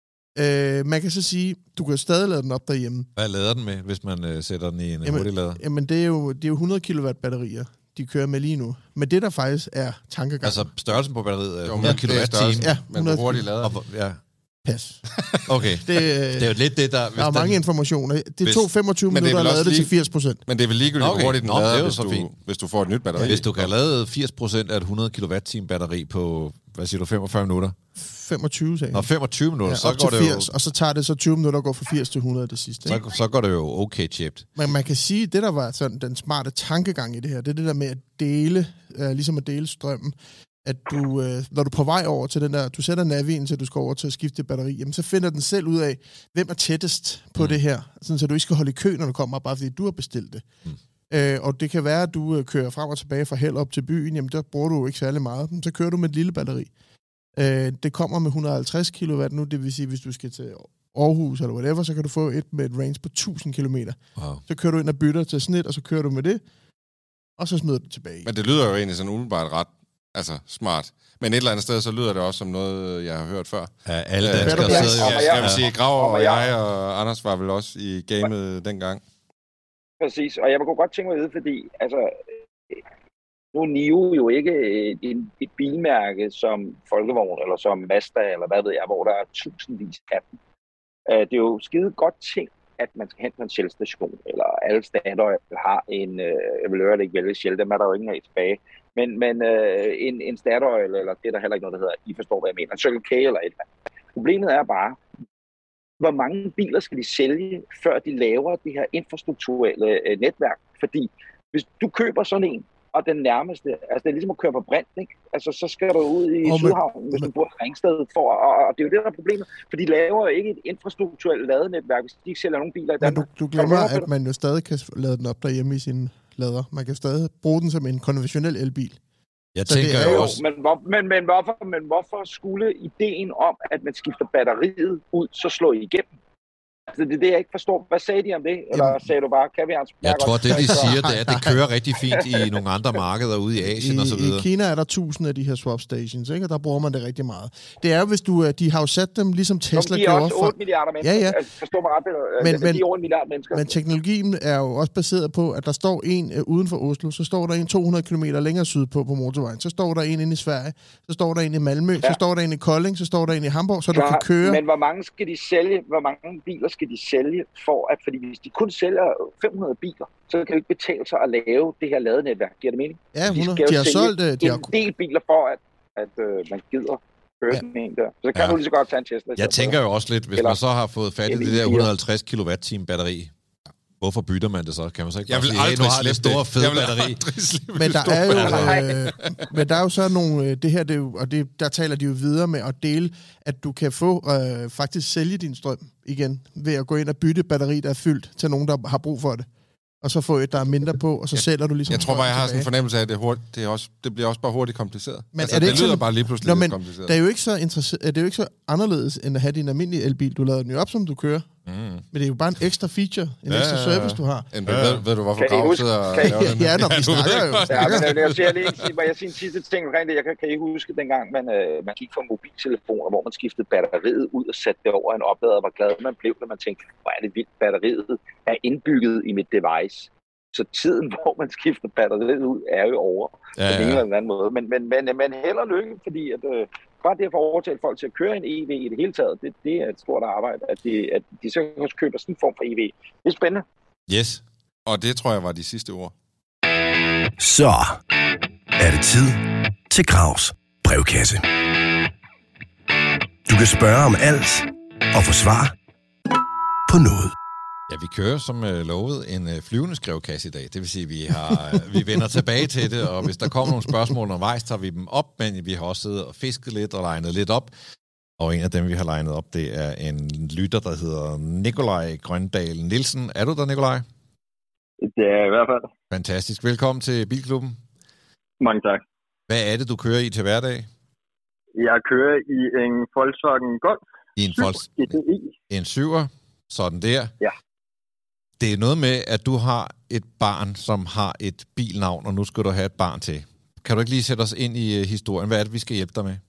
Øh, man kan så sige, du kan stadig lade den op derhjemme. Hvad lader den med, hvis man øh, sætter den i en Jamen, hurtiglader? Jamen, det er, jo, det er jo hundrede kilowatt batterier, de kører med lige nu. Men det, der faktisk er tankegang... Altså, størrelsen på batteriet er Jo, hundrede men kilowatt-time. Ja, Men hundrede hvor hurtigt lader Og, den? hvor- ja, Pas. okay. Det, Det er jo lidt det, der... der er mange informationer. Det Hvis- tog femogtyve Men det er minutter at vel lade også det til lige- firs procent. Men det er vel ligegyldigt, Okay. hvor hurtigt den Nå, det er lader, jo hvis så du, fint. hvis du får et nyt batteri. Hvis du kan lade firs procent af et hundrede kilowatt-time batteri på, hvad siger du, femogfyrre minutter? femogtyve, sagde Nå, jeg. femogtyve minutter, Ja, så op går til det firs, jo... og så tager det så tyve minutter at gå fra firs til hundrede det sidste. Ikke? Så, så går det jo okay chipped. Men man kan sige, at det, der var sådan den smarte tankegang i det her, det er det der med at dele, øh, ligesom at dele strømmen. At du, øh, når du er på vej over til den der, du sætter navien, så du skal over til at skifte batteri, jamen så finder den selv ud af, hvem er tættest på mm. det her, sådan, så du ikke skal holde i kø, når du kommer, bare fordi du har bestilt det. Mm. Øh, og det kan være, at du øh, kører frem og tilbage fra Held op til byen, jamen der bruger du jo ikke særlig meget, så kører du med et lille batteri. Øh, det kommer med et hundrede og halvtreds kilowatt nu, det vil sige, hvis du skal til Aarhus eller whatever, så kan du få et med et range på tusind kilometer. Wow. Så kører du ind og bytter til snit, og så kører du med det, og så smider du tilbage. Men det lyder jo egentlig sådan umiddelbart ret altså, smart. Men et eller andet sted, så lyder det også som noget, jeg har hørt før. Ja, alle Øh, danskere ja, sidder jo... ja, Jeg vil sige, Graver og ja. jeg og Anders var vel også i gamet dengang. Præcis, og jeg kunne godt tænke mig at vide, fordi altså, nu er NIO jo ikke et, et, et bilmærke som Folkevogn, eller som Mazda, eller hvad ved jeg, hvor der er tusindvis af dem. Uh, det er jo skide godt ting, at man skal hen på en Shell-station, eller alle Statoil har en, uh, jeg vil høre det ikke vælge Shell, dem er der jo ingen af tilbage, men, men uh, en, en Statoil, eller det er der heller ikke noget, der hedder, I forstår, hvad jeg mener, en Circle K eller et eller andet. Problemet er bare, hvor mange biler skal de sælge, før de laver det her infrastrukturelle uh, netværk? Fordi hvis du køber sådan en, og den nærmeste, altså det er ligesom at køre på brint, ikke? Altså så skal du ud i oh, Sydhavnen, hvis men, du bor i Ringsted, for, og, og det er jo det, der er problemet, for de laver jo ikke et infrastrukturelt ladenetværk, hvis de ikke sælger nogen biler i men Danmark. du, du glemmer, at man jo stadig kan lade den op derhjemme i sine lader. Man kan stadig bruge den som en konventionel elbil. Jeg Så det tænker er jo Jo, også... men, hvor, men, men, hvorfor, men hvorfor skulle ideen om, at man skifter batteriet ud, så slå igennem? Altså, det er det, jeg ikke forstår. Hvad sagde de om det? Eller Jamen, sagde du bare, kan vi hans... Jeg tror, det de siger, det er, at det kører rigtig fint i nogle andre markeder ude i Asien I, og så I videre. Kina er der tusind af de her swap stations, ikke? Og der bruger man det rigtig meget. Det er jo, hvis du... De har jo sat dem, ligesom Tesla de er gjorde. også otte milliarder mennesker. Ja, ja. Altså, forstår mig ret, Men- men, men- de er over en milliard mennesker. Men teknologien er jo også baseret på, at der står en øh, uden for Oslo, så står der en to hundrede kilometer længere sydpå på motorvejen, så står der en inde i Sverige, så står der en i Malmø, ja. så står der en i Kolding, så står der en i Hamburg, så Klar, du kan køre... Men hvor mange skal de sælge? Hvor mange biler skal de sælge for at... Fordi hvis de kun sælger fem hundrede biler, så kan det ikke betale sig at lave det her ladenetværk. Giver det mening? Ja, de, hundrede. skal jo De har sælge solgt... øh, De har... en del biler for, at, at øh, man gider køre Ja. sådan en der. Så kan Ja. du lige så godt tage en Tesla. Jeg tænker jo også lidt, hvis Eller- man så har fået fat i det der et hundrede og halvtreds kilowatt-time batteri, hvorfor bytter man det så? Kan man så ikke Jeg bare vil sige, hey, nu aldrig har jeg det slippe store, det. fede Jeg vil batteri? aldrig slippe Men det der store er jo, batteri. øh, men der er jo så nogle, øh, det her, det er jo, og det, der taler de jo videre med at dele, at du kan få, øh, faktisk sælge din strøm igen, ved at gå ind og bytte et batteri, der er fyldt, til nogen, der har brug for det. Og så få et, der er mindre på, og så sælger du ligesom... Jeg tror bare, jeg har sådan en tilbage. fornemmelse af, at det, er hurtigt, det, er også, det bliver også bare hurtigt kompliceret. Men altså, er det det, ikke lyder sådan- bare lige pludselig Nå, lidt men kompliceret. Det er jo ikke så interessant, det er jo ikke så anderledes, end at have din almindelige elbil. Du lader den jo op, som du kører. Mm. Men det er jo bare en ekstra feature, en Ja, ekstra ja, ja. service, du har. En, ved, ved, ved du, hvorfor Kan I Grav huske- sidder og kan I- laver den? Ja, når vi du snakker ved jo. godt. Ja, men jeg, jeg, siger lige, sige, må jeg sige en sidste ting omkring det. Jeg kan, kan I huske dengang, man, øh, man gik fra mobiltelefoner, hvor man skiftede batteriet ud og satte det over en oplader, hvor glad man blev, da man tænkte, hvor er det vildt, batteriet er indbygget i mit device. Så tiden, hvor man skifter batteriet ud, er jo over ja, ja. på den ene eller den anden måde. Men, men, men, men held og lykke, fordi at, øh, bare det at få overtalt folk til at køre en E V i det hele taget, det, det er et stort arbejde, at de, at de så også køber sådan en form for E V. Det er spændende. Yes, og det tror jeg var de sidste ord. Så er det tid til Gravs brevkasse. Du kan spørge om alt og få svar på noget. Ja, vi kører som uh, lovet en uh, flyvende skrevkasse i dag. Det vil sige, at vi, har, vi vender tilbage til det, og hvis der kommer nogle spørgsmål undervejs, tager vi dem op, men vi har også siddet og fisket lidt og legnet lidt op. Og en af dem, vi har legnet op, det er en lytter, der hedder Nikolaj Grøndal Nielsen. Er du der, Nikolaj? Det er i hvert fald. Fantastisk. Velkommen til Bilklubben. Mange tak. Hvad er det, du kører i til hverdag? Jeg kører i en Volkswagen Golf. I en Volkswagen En syver? Sådan der. Ja. Det er noget med, at du har et barn, som har et bilnavn, og nu skal du have et barn til. Kan du ikke lige sætte os ind i uh, historien? Hvad er det, vi skal hjælpe dig med?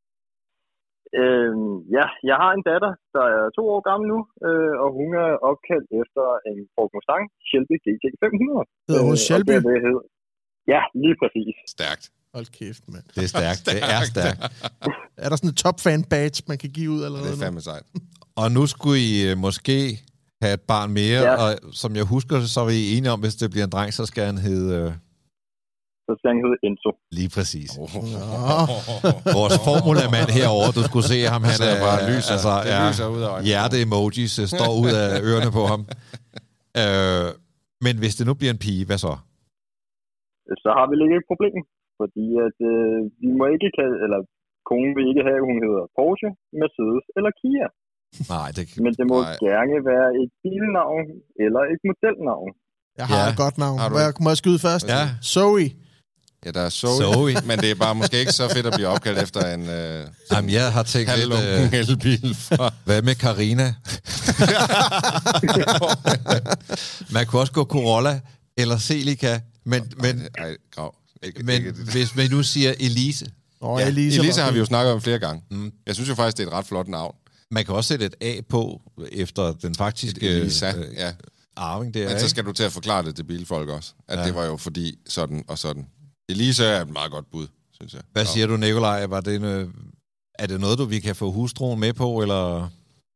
Øhm, ja, jeg har en datter, der er to år gammel nu, øh, og hun er opkaldt efter en Ford Mustang Shelby G T fem hundrede. Hedder hun øh, Shelby? Det, det hedder. Ja, lige præcis. Stærkt. Hold kæft, mand. Det er stærkt. Det er stærkt. Er der sådan et top-fan badge, man kan give ud allerede? Det er fandme sejt. Og nu skulle I uh, måske have et barn mere, ja. Og som jeg husker, så er vi enige om, hvis det bliver en dreng, så skal han hedde... Uh... Så skal han hedde Enzo. Lige præcis. Oh. Oh. Vores formulemand herovre, du skulle se ham, han er bare lyser, altså, det lyser ud af øjnene. Hjerte-emojis står ud af ørerne på ham. Uh, men hvis det nu bliver en pige, hvad så? Så har vi ikke et problem, fordi at øh, vi må ikke kalde, eller konen vil ikke have, hun hedder Porsche, Mercedes eller Kia. Nej, det Men det må Nej. gerne være et bilnavn eller et modelnavn. Jeg har Ja. et godt navn. Har du- Må jeg, må jeg skyde først? Ja. Zoe. Ja, der er Zoe, Zoe. men det er bare måske ikke så fedt at blive opkaldt efter en øh, Jamen, jeg har tænkt lidt... halvunken Uh, elbil. Fra. hvad med Carina? Man kunne også gå Corolla eller Celica, men, men, Ej, grav. Ikke, men ikke det. hvis man nu siger Elise, Og Ja, Elisa, Elisa var- har vi jo snakket om flere gange. Mm. Jeg synes jo faktisk, det er et ret flot navn. man kan også sætte et A på, efter den faktiske Elisa, øh, ja. arving der. Men så ikke? skal du til at forklare det til bilfolk også. At Ja. det var jo fordi sådan og sådan. Elisa er et meget godt bud, synes jeg. Hvad siger du, Nikolaj? Var det en, øh, er det noget, du vi kan få hustruen med på, eller...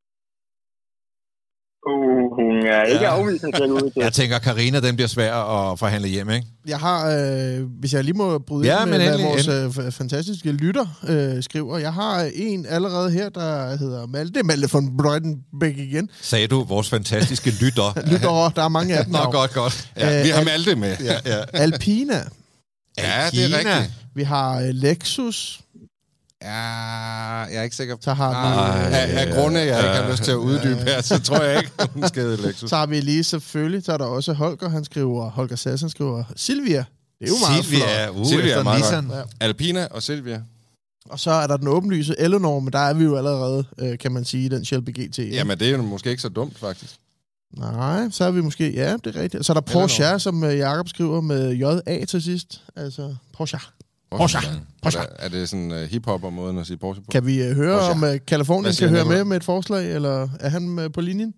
Uh, hun er ikke Ja. afvisende til at gå ud til. Jeg tænker, Carina, den bliver svær at forhandle hjem, ikke? Jeg har, øh, hvis jeg lige må bryde Ja, ind men med, hvad endelig, vores øh, f- fantastiske lytter øh, skriver. Jeg har en allerede her, der hedder Malte. Det er Malte von Breudenbeck igen. Sagde du, vores fantastiske lytter. Lytter, der er mange af dem. Nå, godt, godt. Ja, Øh, vi har Al- Malte med. Ja, ja. Alpina. Ja, det er Kina. rigtigt. Vi har øh, Lexus. Ja, jeg er ikke sikker på. Så har Ah, vi, af, af grunde, jeg ikke har lyst til at uddybe her, så tror jeg ikke, hun skal hedde Lexus. så har vi lige selvfølgelig, så er der også Holger, han skriver, Holger Sass, han skriver Silvia. Det er jo meget Silvia, flot. uh, Silvia er efter meget Nissan. godt. Alpina og Silvia. Og så er der den åbenlyse Eleanor, men der er vi jo allerede, øh, kan man sige, den Shelby G T. ikke? Jamen, det er jo måske ikke så dumt, faktisk. Nej, så er vi måske, ja, det er rigtigt. Så er der Porsche, som øh, Jakob skriver med J A til sidst. Altså, Porsche. Porsche. Porsche. Er, er det sådan uh, hiphopper-måden at sige Porsche på? Kan vi øh, høre, Porsche. om øh, Kalifornien Hvad skal siger høre med Nicolai? med et forslag, eller er han øh, på linjen?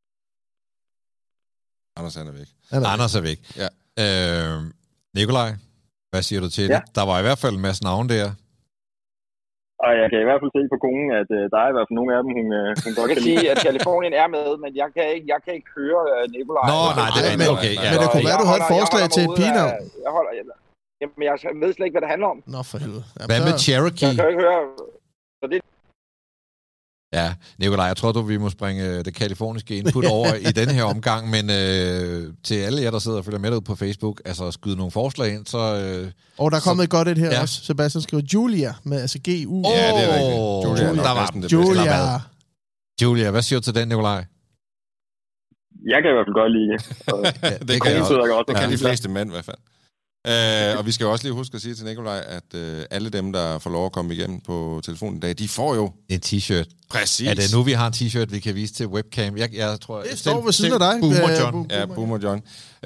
Anders han er væk. Han er- Anders er væk. Ja. Øh, Nikolaj, hvad siger du til Ja. det? Der var i hvert fald en masse navne der. Og jeg kan i hvert fald se på konen, at øh, der er i hvert fald nogle af dem, hun, øh, hun Jeg godt kan kan sige, lide. at Kalifornien er med, men jeg kan ikke, jeg kan ikke høre uh, Nikolaj. Nå, nej, det er men- rigtigt. Okay, ja. men det kunne Så være, jeg du havde et holder- jeg forslag holder til mig et ude af- pigenavn. Jeg holder, jeg, jamen, jeg ved slet ikke, hvad det handler om. Nå, for helvede. Jamen, Hvad så- med Cherokee? Jeg kan jo ikke høre... Så det Ja, Nikolaj, jeg tror, du vi må springe øh, det kaliforniske input over i denne her omgang, men øh, til alle jer, der sidder og følger med ud på Facebook, altså skyde nogle forslag ind, så... Øh, Og der er kommet et godt et her Ja. også. Sebastian skriver Julia med altså G U. Ja, det er rigtigt. Åh, Julia er nok der var- næsten det bedste. Julia. Eller Julia, hvad siger du til den, Nikolaj? Jeg kan i hvert fald godt lide det. Og det, det kan kan de, det sidder godt. det kan Ja. de fleste mænd i hvert fald. Uh, og vi skal jo også lige huske at sige til Nikolaj, at uh, alle dem, der får lov at komme igennem på telefonen i dag, de får jo... En t-shirt. Præcis. Er det nu, vi har en t-shirt, vi kan vise til webcam? Jeg, jeg tror... Det står ved siden af dig. Boomer John. Ja, Boomer John.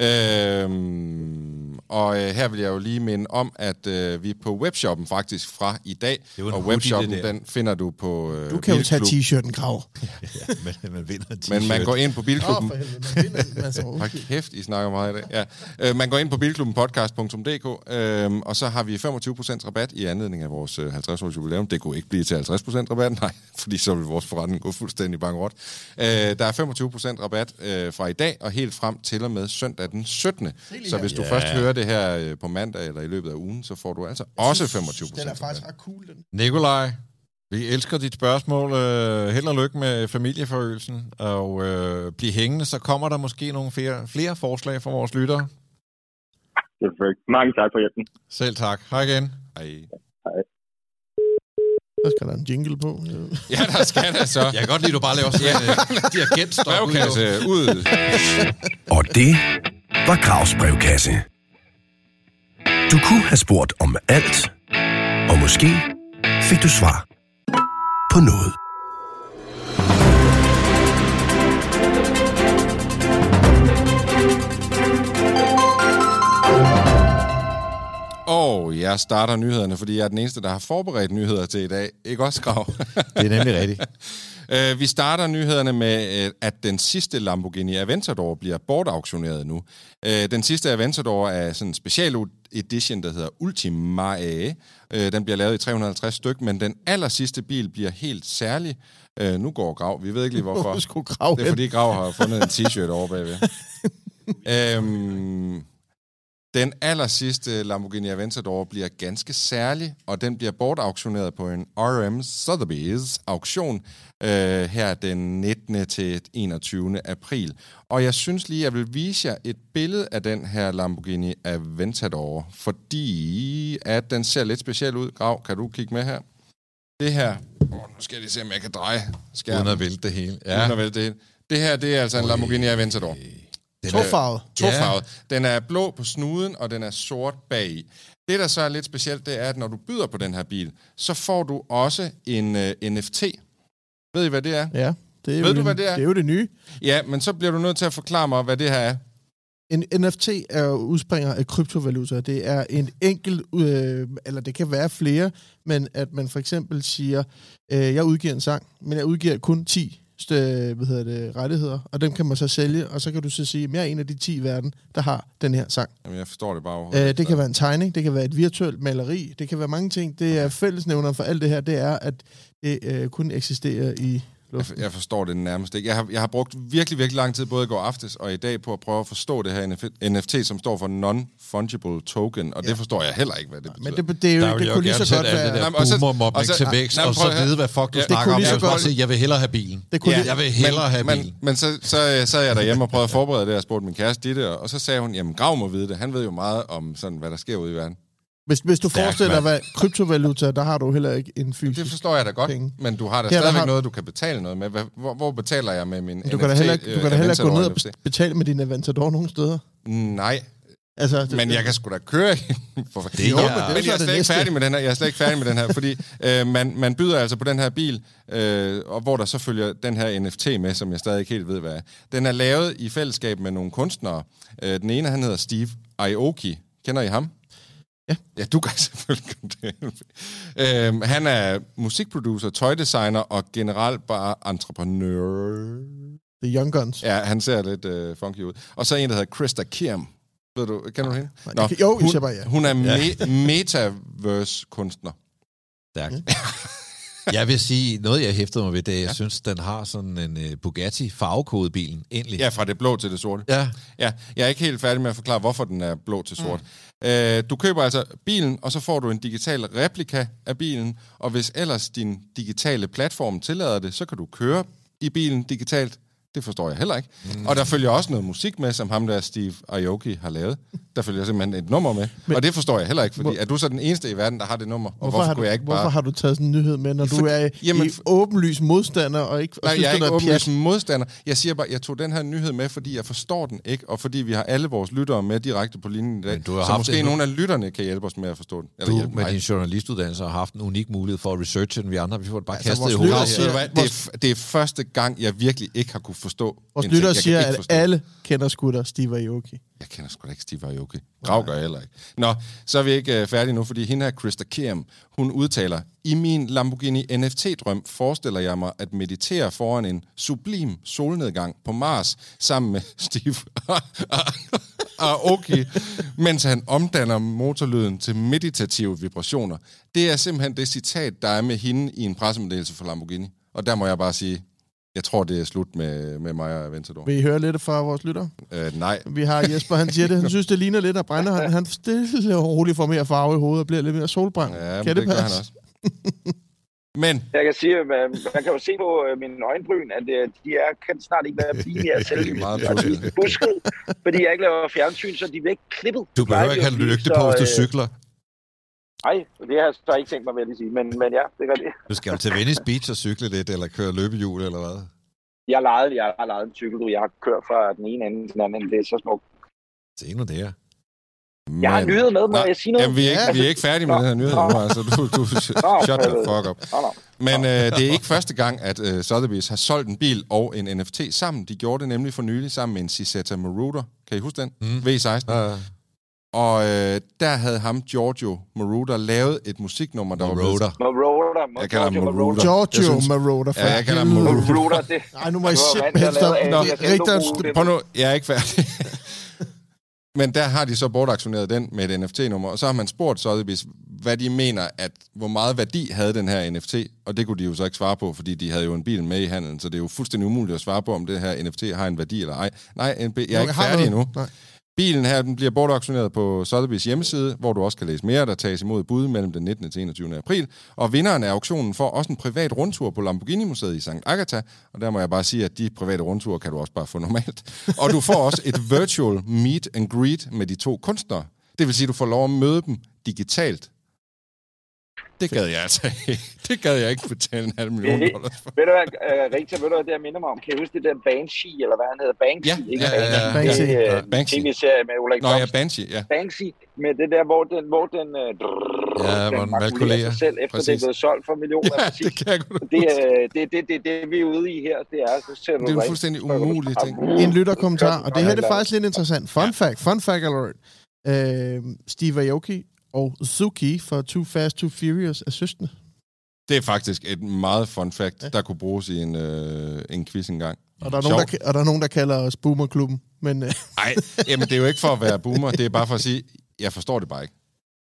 Øhm, og øh, her vil jeg jo lige minde om, at øh, vi er på webshoppen faktisk fra i dag. Og webshoppen, den finder du på øh, Du kan jo Bilklub. tage t-shirten, Grav. ja, men man vinder en t-shirt. Men man går ind på Bilklubben. Åh, for helvede, man vinder en masse. Hold kæft, I snakker meget i dag. Ja. Øh, man går ind på bilklubbenpodcast punktum d k, øh, og så har vi femogtyve procent rabat i anledning af vores øh, halvtreds års jubilæum. Det kunne ikke blive til halvtreds procent rabat, nej, fordi så vil vores forretning gå fuldstændig bankerot. Øh, der er femogtyve procent rabat øh, fra i dag og helt frem til og med søndag den syttende. Så hvis du Ja. først hører det her øh, på mandag eller i løbet af ugen, så får du altså også femogtyve procent Den er rabat. faktisk ret cool, den. Nikolaj, vi elsker dit spørgsmål. Øh, held og lykke med familieforøgelsen. Og øh, bliv hængende, så kommer der måske nogle flere, flere forslag fra vores lyttere. Perfekt. Mange tak for hjælpen. Selv tak. Hej igen. Ej. Der skal der en jingle på. Ja, der skal det så. Jeg kan godt lide, at du bare laver sådan en uh, dirigentstop. Brevkasse ud. Og det var Gravs brevkasse. Du kunne have spurgt om alt, og måske fik du svar på noget. Og jeg starter nyhederne, fordi jeg er den eneste, der har forberedt nyheder til i dag. Ikke også, Grav? Det er nemlig rigtigt. Uh, vi starter nyhederne med, at den sidste Lamborghini Aventador bliver bortauktioneret nu. Uh, den sidste Aventador er sådan en special edition, der hedder Ultimae. Uh, den bliver lavet i tre hundrede og halvtreds styk, men den aller sidste bil bliver helt særlig. Uh, nu går Grav. Vi ved ikke lige, hvorfor. Hvor skulle Grav Det er, fordi Grav har fundet en t-shirt over bagved. um, Den aller sidste Lamborghini Aventador bliver ganske særlig, og den bliver bortauktioneret på en R M Sotheby's auktion øh, her den nittende til enogtyvende april. Og jeg synes lige, jeg vil vise jer et billede af den her Lamborghini Aventador, fordi at den ser lidt speciel ud. Grav, kan du kigge med her? Det her... Oh, nu skal jeg lige se, om jeg kan dreje skærmen. Uden at vælte det hele. Ja. Uden at vælte det hele. Det her, det er altså en Lamborghini Aventador. Tofarvet. Tofarvet. Den er blå på snuden, og den er sort bagi. Det, der så er lidt specielt, det er, at når du byder på den her bil, så får du også en uh, N F T. Ved I, hvad det er? Ja, det er, Ved jo du, det, hvad det er? det er jo det nye. Ja, men så bliver du nødt til at forklare mig, hvad det her er. En N F T er jo udspringer af kryptovaluta. Det er en enkelt, øh, eller det kan være flere, men at man for eksempel siger, øh, jeg udgiver en sang, men jeg udgiver kun ti hvad hedder det, rettigheder, og dem kan man så sælge, og så kan du så sige, at jeg er en af de ti i verden, der har den her sang. Jamen, jeg forstår det bare. Øh, det kan være en tegning, det kan være et virtuelt maleri, det kan være mange ting. Det er fællesnævner for alt det her, det er, at det øh, kun eksisterer i luften. Jeg, jeg forstår det nærmest ikke. Jeg har, jeg har brugt virkelig, virkelig lang tid, både i går aftes og i dag, på at prøve at forstå det her N F T, som står for Non-Fungible Token, og ja. Det forstår jeg heller ikke, hvad det betyder. Men det, det, er jo, der det kunne lige så godt være... det der boomer-mobbing til vækst, og så vide, hvad fuck du ja, snakker om. Jeg vil bare sige, jeg vil hellere have bilen. Det kunne ja, jeg vil hellere men, have men, bilen. Men så, så sad jeg derhjemme og prøvede at forberede det, og spurgte min kæreste Ditte, og så sagde hun, jamen Grav må vide det. Han ved jo meget om, sådan, hvad der sker ude i verden. Hvis, hvis du Stærk, forestiller dig, man. hvad kryptovaluta, der har du heller ikke en fysisk. Det forstår jeg da godt, penge. men du har da Her, stadigvæk har... noget, du kan betale noget med. Hvor, hvor betaler jeg med min du N F T? Kan da heller, du kan da heller gå ned og N F T? betale med din Aventador nogle steder. Nej, altså, det, men jeg kan sgu da køre i for Det jo, er- men, det er men så jeg er det slet ikke næste. færdig med den her. Jeg er slet ikke færdig med den her, fordi øh, man, man byder altså på den her bil, øh, og hvor der så følger den her N F T med, som jeg stadig ikke helt ved, hvad er. Den er lavet i fællesskab med nogle kunstnere. Øh, den ene, han hedder Steve Aoki. Kender I ham? Ja. Ja, du kan selvfølgelig det. øhm, han er musikproducer, tøjdesigner og generelt bare entreprenør. The Young Guns. Ja, han ser lidt øh, funky ud. Og så en, der hedder Krista Kim. Ved du, kender du hende? Nej, jo, hun, jeg bare ja. hun er me- metaverse-kunstner. Stærkt. Jeg vil sige, noget jeg hæftede mig ved, det er, jeg Ja. synes, den har sådan en uh, Bugatti farvekodebilen, endelig. Ja, fra det blå til det sorte. Ja. Ja, jeg er ikke helt færdig med at forklare, hvorfor den er blå til sort. Mm. Øh, du køber altså bilen, og så får du en digital replika af bilen, og hvis ellers din digitale platform tillader det, så kan du køre i bilen digitalt. Det forstår jeg heller ikke. Mm. Og der følger også noget musik med, som ham der Steve Aoki har lavet. der følger simpelthen et nummer med. Men, og det forstår jeg heller ikke, fordi hvor, er du så den eneste i verden, der har det nummer? Og hvorfor, hvorfor, kunne du, jeg ikke hvorfor bare... har du taget sådan en nyhed med, når for, du er jamen, i åbenlys modstander og ikke... Nej, jeg er ikke åbenlys modstander. Jeg siger bare, jeg tog den her nyhed med, fordi jeg forstår den ikke, og fordi vi har alle vores lyttere med direkte på linjen i dag. Så måske nogle af lytterne kan hjælpe os med at forstå den. Eller du med din journalistuddannelse har haft en unik mulighed for at researche den, vi andre. Vi får det bare altså, kastet i hovedet. Siger, det, er, det er første gang, jeg virkelig ikke har kunne forstå. Vores lyttere siger, at forstå. Alle kender sgu da Steve Aoki. Jeg kender sgu da ikke Steve Aoki. Grav gør jeg heller ikke. Nå, så er vi ikke uh, færdige nu, fordi hende her, Krista Kerm, hun udtaler, i min Lamborghini N F T-drøm forestiller jeg mig at meditere foran en sublim solnedgang på Mars sammen med Steve Aoki, mens han omdanner motorlyden til meditative vibrationer. Det er simpelthen det citat, der er med hende i en pressemeddelelse for Lamborghini. Og der må jeg bare sige, jeg tror, det er slut med, med mig og Aventador. Vil I høre lidt fra vores lytter? Øh, nej. Vi har Jesper, han siger det. Han synes, det ligner lidt at brænde. Han, han stille og roligt får mere farve i hovedet og bliver lidt mere solbrændt. Ja, kan det, det gør han også. Men... Jeg kan sige, at man, man kan jo se på mine øjenbryn, at de er, kan snart ikke være blive mere selvlysende. Og de er busket, fordi jeg ikke laver fjernsyn, så de er væk klippet. Du behøver ikke have lygte på, hvis du cykler. Nej, det har jeg så ikke tænkt mig, vil jeg sige. Men, men ja, det gør det. Du skal jo til Venice Beach og cykle lidt, eller køre løbehjul, eller hvad? Jeg har lejet, jeg har lejet en cykel, jeg har kørt fra den ene ende til den anden. Det er så smukt. Se nu det her. Men... Jeg har en nyhed med, må jeg sige noget? Jamen, vi er ikke, ja. vi er ikke færdige med den her nyhed nu, altså. Du, du shut the fuck up. Men øh, det er ikke første gang, at øh, Sotheby's har solgt en bil og en N F T sammen. De gjorde det nemlig for nylig sammen med en Sisetta Marauder. Kan I huske den? Mm. V seksten. Uh. Og øh, der havde ham, Giorgio Moroder, lavet et musiknummer, der Marauder. var blevet... Marauder. Jeg kalder ham Marauder. Giorgio Marauder. Ja, jeg kalder ham Marauder. Nej, nu må I simpelthen stoppe. Prøv nu, jeg er ikke færdig. Men der har de så bortaktioneret den med et N F T-nummer, og så har man spurgt Sotheby's, hvad de mener, at hvor meget værdi havde den her N F T, og det kunne de jo så ikke svare på, fordi de havde jo en bil med i handelen, så det er jo fuldstændig umuligt at svare på, om det her N F T har en værdi eller ej. Nej, jeg er ikke færdig endnu. Nej. Bilen her, den bliver bortauktioneret på Sotheby's hjemmeside, hvor du også kan læse mere, der tages imod bud mellem den nittende til enogtyvende april. Og vinderen af auktionen får også en privat rundtur på Lamborghini-museet i Sankt Agatha. Og der må jeg bare sige, at de private rundture kan du også bare få normalt. Og du får også et virtual meet and greet med de to kunstnere. Det vil sige, at du får lov at møde dem digitalt. Det gad jeg altså ikke. Det gad jeg ikke betale en halv million dollars for. Ved du hvad, uh, Rita, ved du hvad det jeg minder mig om? Kan I huske det der Banshee, eller hvad han hedder? Banksy, ja, ikke? Ja, ja, ja. Banksy. Ja, ja. Uh, Banksy. T V-serie med Ulrik Nå ja, Banksy, ja. Banksy, med det der, hvor den, hvor den, uh, drrr, ja, den hvor den makulerer sig selv, efter præcis. Det er blevet solgt for millioner. Ja, det kan jeg godt det, uh, det, det, det, det, vi er ude i her, det er... Så ser det er jo fuldstændig umuligt ting. En lytterkommentar, og det her er faktisk lidt interessant. Fun fact, fun fact alert. Uh, Steve Aoki og Suki fra Too Fast, Too Furious er søskende. Det er faktisk et meget fun fact, ja. Der kunne bruges i en, øh, en quiz engang. Og der, er nogen, der, og der er nogen, der kalder os Boomer-klubben. Men, øh. Nej, jamen det er jo ikke for at være boomer, det er bare for at sige, jeg forstår det bare ikke.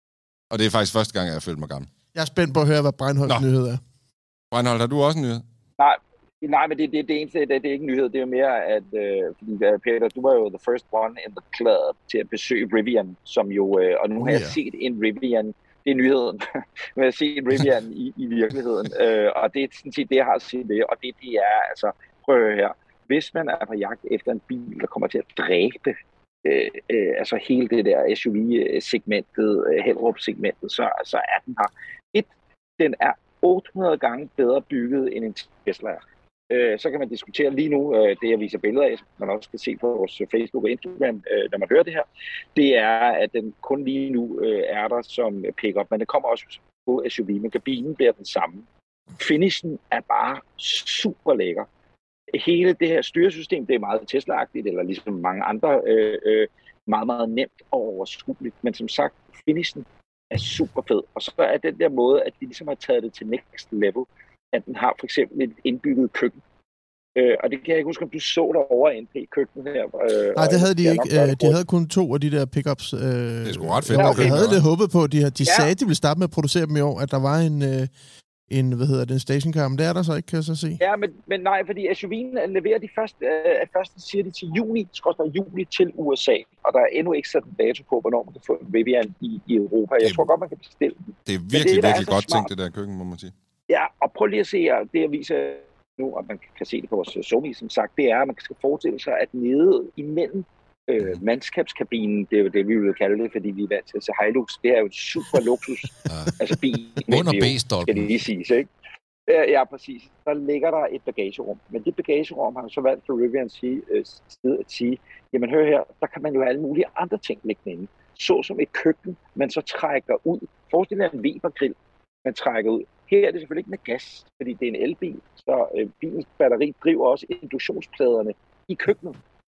Og det er faktisk første gang, jeg har følt mig gammel. Jeg er spændt på at høre, hvad Breinholds nyhed er. Breinholt, har du også en nyhed? Nej, nej men det, det, det eneste, det, det er ikke en nyhed, det er jo mere, at øh, fordi, Peter, du var jo the first one in the club til at besøge Rivian, som jo, øh, og nu oh, har jeg yeah. set en Rivian. Det er nyheden, med at se en Rivian i, i virkeligheden. Øh, og det er sådan set det, jeg har at sige det. Og det, det er, altså, prøv at høre her. Hvis man er på jagt efter en bil, der kommer til at dræbe øh, øh, altså hele det der S U V-segmentet, øh, Hellerup-segmentet, så, så er den her. Et, den er otte hundrede gange bedre bygget end en Tesla er. Øh, så kan man diskutere lige nu, øh, det jeg viser billeder af, som man også kan se på vores Facebook og Instagram, øh, når man hører det her, det er, at den kun lige nu øh, er der som pick-up, men det kommer også på S U V, men kabinen bliver den samme. Finishen er bare super lækker. Hele det her styresystem, det er meget Tesla-agtigt, eller ligesom mange andre, øh, øh, meget, meget nemt og overskueligt, men som sagt, finishen er super fed. Og så er den der måde, at de ligesom har taget det til next level, at den har for eksempel et indbygget køkken. Øh, og det kan jeg ikke huske, om du så der over N P-køkkenet her. Øh, Nej, det havde de ikke. Øh, de havde kun to af de der pickups. Øh, det er sgu ret fedt. Ja, okay. Jeg havde lidt håbet på, de, her, de ja. sagde, at de ville starte med at producere dem i år, at der var en, øh, en hvad hedder det, en stationcar, men det er der så ikke, kan jeg så se. Ja, men, men nej, fordi S U V'en leverer de først, øh, først siger de til juni, skorstræk juli til U S A, og der er endnu ikke sat en dato på, hvornår man kan få en Rivian i, i Europa. Jeg det, tror godt, man kan bestille den. Det er virkelig, det er virkelig godt tænkt, det der køkken, må man sige. Ja, og prøv lige at se her, det jeg viser nu, og man kan se det på vores SoMe, som sagt, det er, at man skal forestille sig, at nede imellem Øh, mandskabskabinen, det er jo det, vi vil kalde det, fordi vi er vant til at se Hilux. Det er jo en super luksus, Ja. altså bil. Under jo, B-stolpen. skal det lige siges, ikke? Ja, ja, præcis. Der ligger der et bagagerum. Men det bagagerum har så valgt for Rivian sige, øh, side at sige, jamen hør her, der kan man jo alle mulige andre ting liggende inde. Så som et køkken, man så trækker ud. Forestil dig en Weber-grill, man trækker ud. Her er det selvfølgelig ikke med gas, fordi det er en elbil, så øh, bilens batteri driver også induktionspladerne i køkkenet.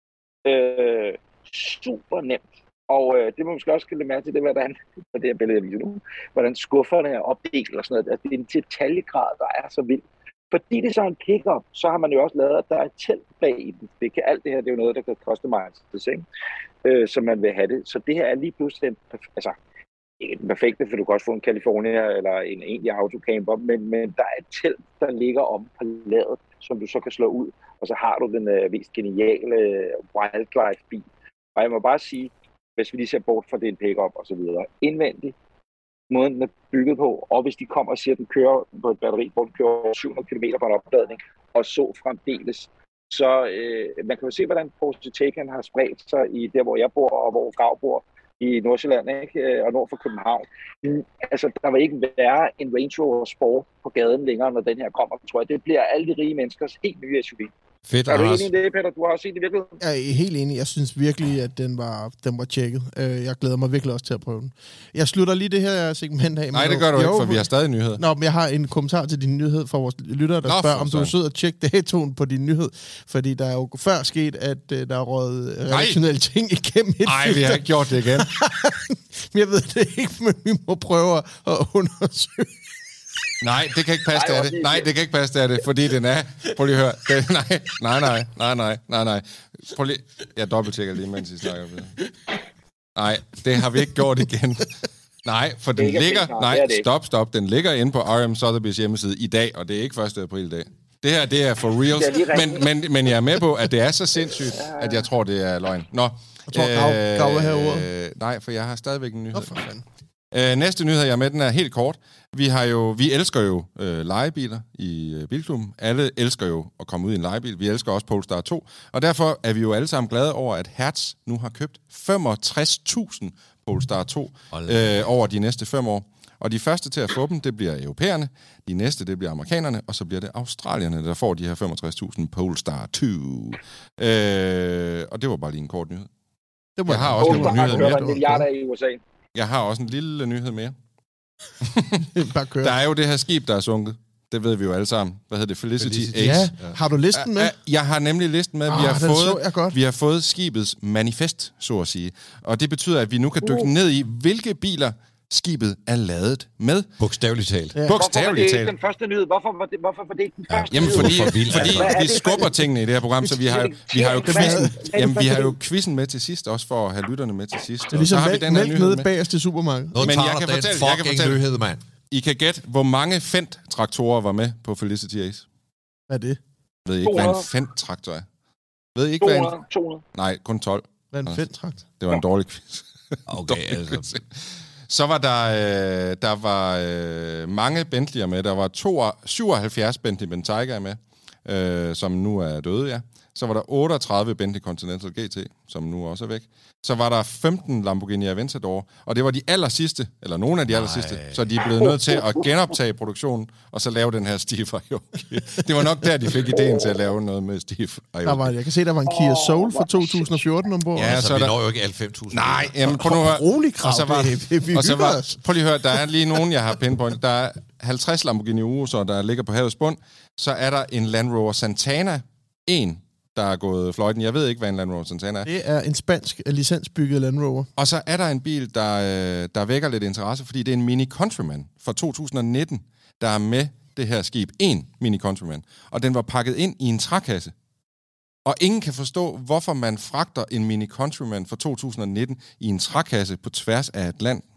Øh, super nemt. Og øh, det må man måske også lægge mærke til, det er, hvordan, på det her billede, jeg viser nu, hvordan skufferne er opdelt og sådan noget. Altså, det er en detaljegrad, der er så vild. Fordi det så er en pick-up, så har man jo også lavet, at der er et telt bag i den. Det kan, alt det her, det er jo noget, der kan koste mig ikke? Øh, så man vil have det. Så det her er lige pludselig en, altså, ikke den perfekte, for du kan også få en California eller en egentlig autocamper, men, men der er et telt, der ligger om på ladet, som du så kan slå ud, og så har du den øh, mest geniale wildlife-bil. Og jeg må bare sige, hvis vi lige ser bort fra det en pick-up og så videre, indvendigt, måden den er bygget på, og hvis de kommer og siger, at den kører på et batteri, hvor den kører syv hundrede kilometer på en opladning, og så fremdeles, så øh, man kan jo se, hvordan Porsche Taycan har spredt sig i der, hvor jeg bor, og hvor Grav bor, i Nordsjælland, ikke? Og nord for København. Altså, der vil ikke være en Range Rover Sport på gaden længere, når den her kommer, tror jeg. Det bliver alle de rige menneskers helt nye S U V. Fedt, er du Anders. enig i det, Peter? Du har også set det i virkeligheden? Jeg er helt enig. Jeg synes virkelig, at den var, den var tjekket. Jeg glæder mig virkelig også til at prøve den. Jeg slutter lige det her segment af. Nej, det gør du jo, ikke, for vi har stadig nyheder. Nå, men jeg har en kommentar til din nyhed for vores lyttere, der Nå, spørger, om du er sød at tjekke datoen på din nyhed. Fordi der er jo før sket, at uh, der er røget redaktionelle ting igennem et Nej, vi har ikke gjort det igen. Men jeg ved det ikke, men vi må prøve at undersøge. Nej, det kan ikke passe, det er det. Nej, det kan ikke passe, det er det, fordi den er... Prøv lige at høre. Det, nej, nej, nej, nej, nej, nej, nej. Prøv lige... Jeg dobbelttjekker lige, mens I snakker. Nej, det har vi ikke gjort igen. Nej, for den ligger... Nej, stop, stop. Den ligger inde på R M Sotheby's hjemmeside i dag, og det er ikke første april i dag. Det her, det er for reals. Men, men, men jeg er med på, at det er så sindssygt, at jeg tror, det er løgn. Nå. Jeg tror, øh, Grav her ordet. Nej, for jeg har stadigvæk en nyhed. Nå, for fanden. Øh, næste nyhed, jeg er med, den er helt kort. Vi har jo, vi elsker jo øh, lejebiler i øh, Bilklubben. Alle elsker jo at komme ud i en lejebil. Vi elsker også Polestar to. Og derfor er vi jo alle sammen glade over, at Hertz nu har købt femogtres tusind Polestar to øh, over de næste fem år. Og de første til at få dem, det bliver europæerne. De næste, det bliver amerikanerne. Og så bliver det australierne, der får de her femogtres tusind Polestar to. Øh, og det var bare lige en kort nyhed. Det var jeg har også en nyhed mere. Milliarder i U S A. Jeg har også en lille nyhed mere. Bare kør. Der er jo det her skib, der er sunket. Det ved vi jo alle sammen. Hvad hedder det? Felicity, Felicity Ace. Ja. Har du listen med? Jeg har nemlig listen med. Oh, vi, har fået, vi har fået skibets manifest, så at sige. Og det betyder, at vi nu kan dykke uh. ned i, hvilke biler skibet er ladet med. Bogstaveligt talt. Ja. Bogstaveligt talt. Hvorfor var det ikke den første nyhed? Hvorfor var det, hvorfor var det ikke den første ja, jamen, fordi, fordi, fordi vi skubber tingene i det her program, så vi har jo, vi har jo quizzen, jamen, vi har jo quizzen med til sidst, også for at have lytterne med til sidst. Det er ligesom så har vi den her nyhed med bagerst i supermarkedet. Men jeg kan fortælle, jeg kan fortælle nyhed, mand. I kan gætte, hvor mange Fendt-traktorer var med på Felicity Ace. Hvad er det? Ved I ikke, hvad en Fendt-traktor er? Ved I ikke, hvad en... to hundrede Nej, kun tolv. Hvad er en Fendt-traktor? Det var en dårlig quiz. Okay, altså... Så var der, øh, der var øh, mange Bentley'er med. Der var to, syvoghalvfjerds Bentley Bentayga med, øh, som nu er døde, ja. Så var der otteogtredive Bentley Continental G T, som nu også er væk. Så var der femten Lamborghini Aventador, og det var de aller sidste, eller nogle af de aller sidste, så de er blevet nødt til at genoptage produktionen, og så lave den her Steve Aoki. Det var nok der, de fik ideen til at lave noget med Steve Aoki. Der var, jeg kan se, der var en Kia Soul fra to tusind og fjorten ombord. Ja, altså, så vi der... når jo ikke alle fem tusind. Nej, jamen, prøv nu at høre. Rolig krav, og så var, det, vi og så var, os. prøv lige at høre, der er lige nogen, jeg har pinpoint. Der er halvtreds Lamborghini Urus'er, der ligger på havets bund. Så er der en Land Rover Santana en, der er gået fløjten. Jeg ved ikke, hvad en Land Rover Santana er. Det er en spansk licensbygget Land Rover. Og så er der en bil, der, der vækker lidt interesse, fordi det er en Mini Countryman fra to tusind og nitten, der er med det her skib. En Mini Countryman. Og den var pakket ind i en trækasse. Og ingen kan forstå, hvorfor man fragter en Mini Countryman fra to tusind og nitten i en trækasse på tværs af Atlanten.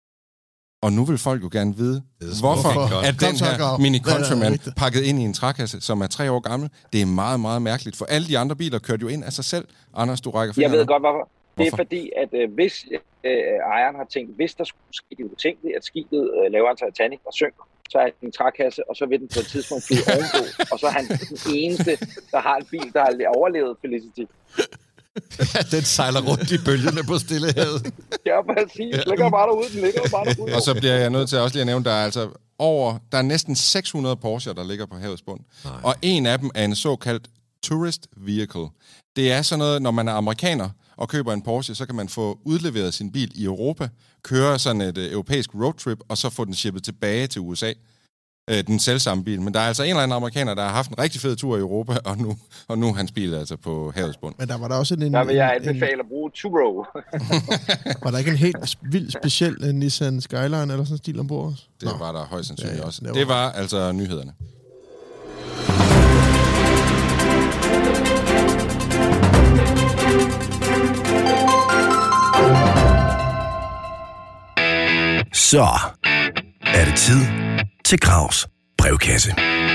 Og nu vil folk jo gerne vide, hvorfor at den her Mini Countryman pakket ind i en trækasse, som er tre år gammel. Det er meget, meget mærkeligt, for alle de andre biler kørte jo ind af sig selv. Anders, du rækker fingrene. Jeg ved godt, hvorfor. Det er fordi, at øh, hvis øh, ejeren har tænkt, hvis der skulle ske det utænkelige, at skibet øh, laver en Titanic og synker, så er det en trækasse, og så vil den på et tidspunkt flyve ovenpå, og så er han den eneste, der har en bil, der har overlevet Felicity. Den sejler rundt i bølgerne på Stillehavet. Ja, præcis. Den ligger bare derude. Den ligger bare derude. Og så bliver jeg nødt til også lige at nævne, der er altså over, der er næsten seks hundrede Porsche, der ligger på havets bund. Nej. Og en af dem er en såkaldt tourist vehicle. Det er sådan noget, når man er amerikaner og køber en Porsche, så kan man få udleveret sin bil i Europa, køre sådan et øh, europæisk roadtrip, og så få den shippet tilbage til U S A. Øh, den selvsamme bil. Men der er altså en eller anden amerikaner, der har haft en rigtig fed tur i Europa, og nu, og nu er hans bil altså på havets bund. Men der var der også en... Der vil jeg en, anbefale at bruge Turo. Var der ikke en helt vild speciel uh, Nissan Skyline eller sådan en stil ombord? Det Nå. var der højst sandsynligt ja, ja, også. Det var, det var altså nyhederne. Så er det tid til Gravs brevkasse.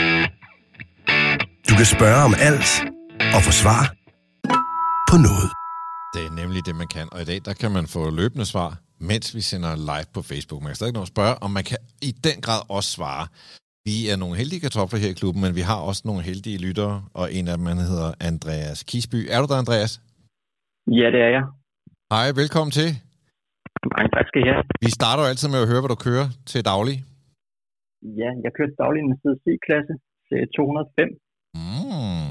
Du kan spørge om alt og få svar på noget. Det er nemlig det, man kan. Og i dag, der kan man få løbende svar, mens vi sender live på Facebook. Man kan stadig nå at spørge, og man kan i den grad også svare. Vi er nogle heldige kartofler her i klubben, men vi har også nogle heldige lyttere, og en af dem hedder Andreas Kisby. Er du der, Andreas? Ja, det er jeg. Hej, velkommen til. Mange tak skal I have. Vi starter jo altid med at høre, hvad du kører til daglig. Ja, jeg kører til daglig i en C-klasse, C to hundrede og fem. Mm.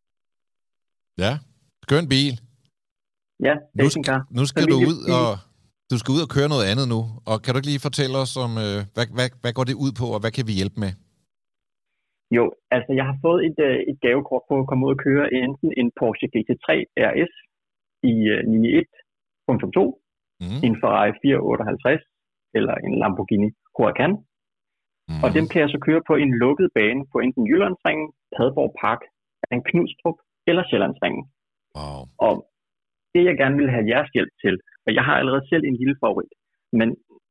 Ja, skøn bil. Ja, nu skal, nu skal du ud og du skal ud og køre noget andet nu. Og kan du ikke lige fortælle os om, øh, hvad, hvad, hvad går det ud på, og hvad kan vi hjælpe med? Jo, altså jeg har fået et, øh, et gavekort på at komme ud og køre enten en Porsche G T tre R S i øh, ni et punkt to, mm. en Ferrari fire otteoghalvtreds eller en Lamborghini Huracan. Mm. Og dem kan jeg så køre på en lukket bane på enten Jyllandsringen, Padborg Park, en Knudstrup eller Sjællandsringen. Wow. Og det jeg gerne vil have jeres hjælp til, og jeg har allerede selv en lille favorit, men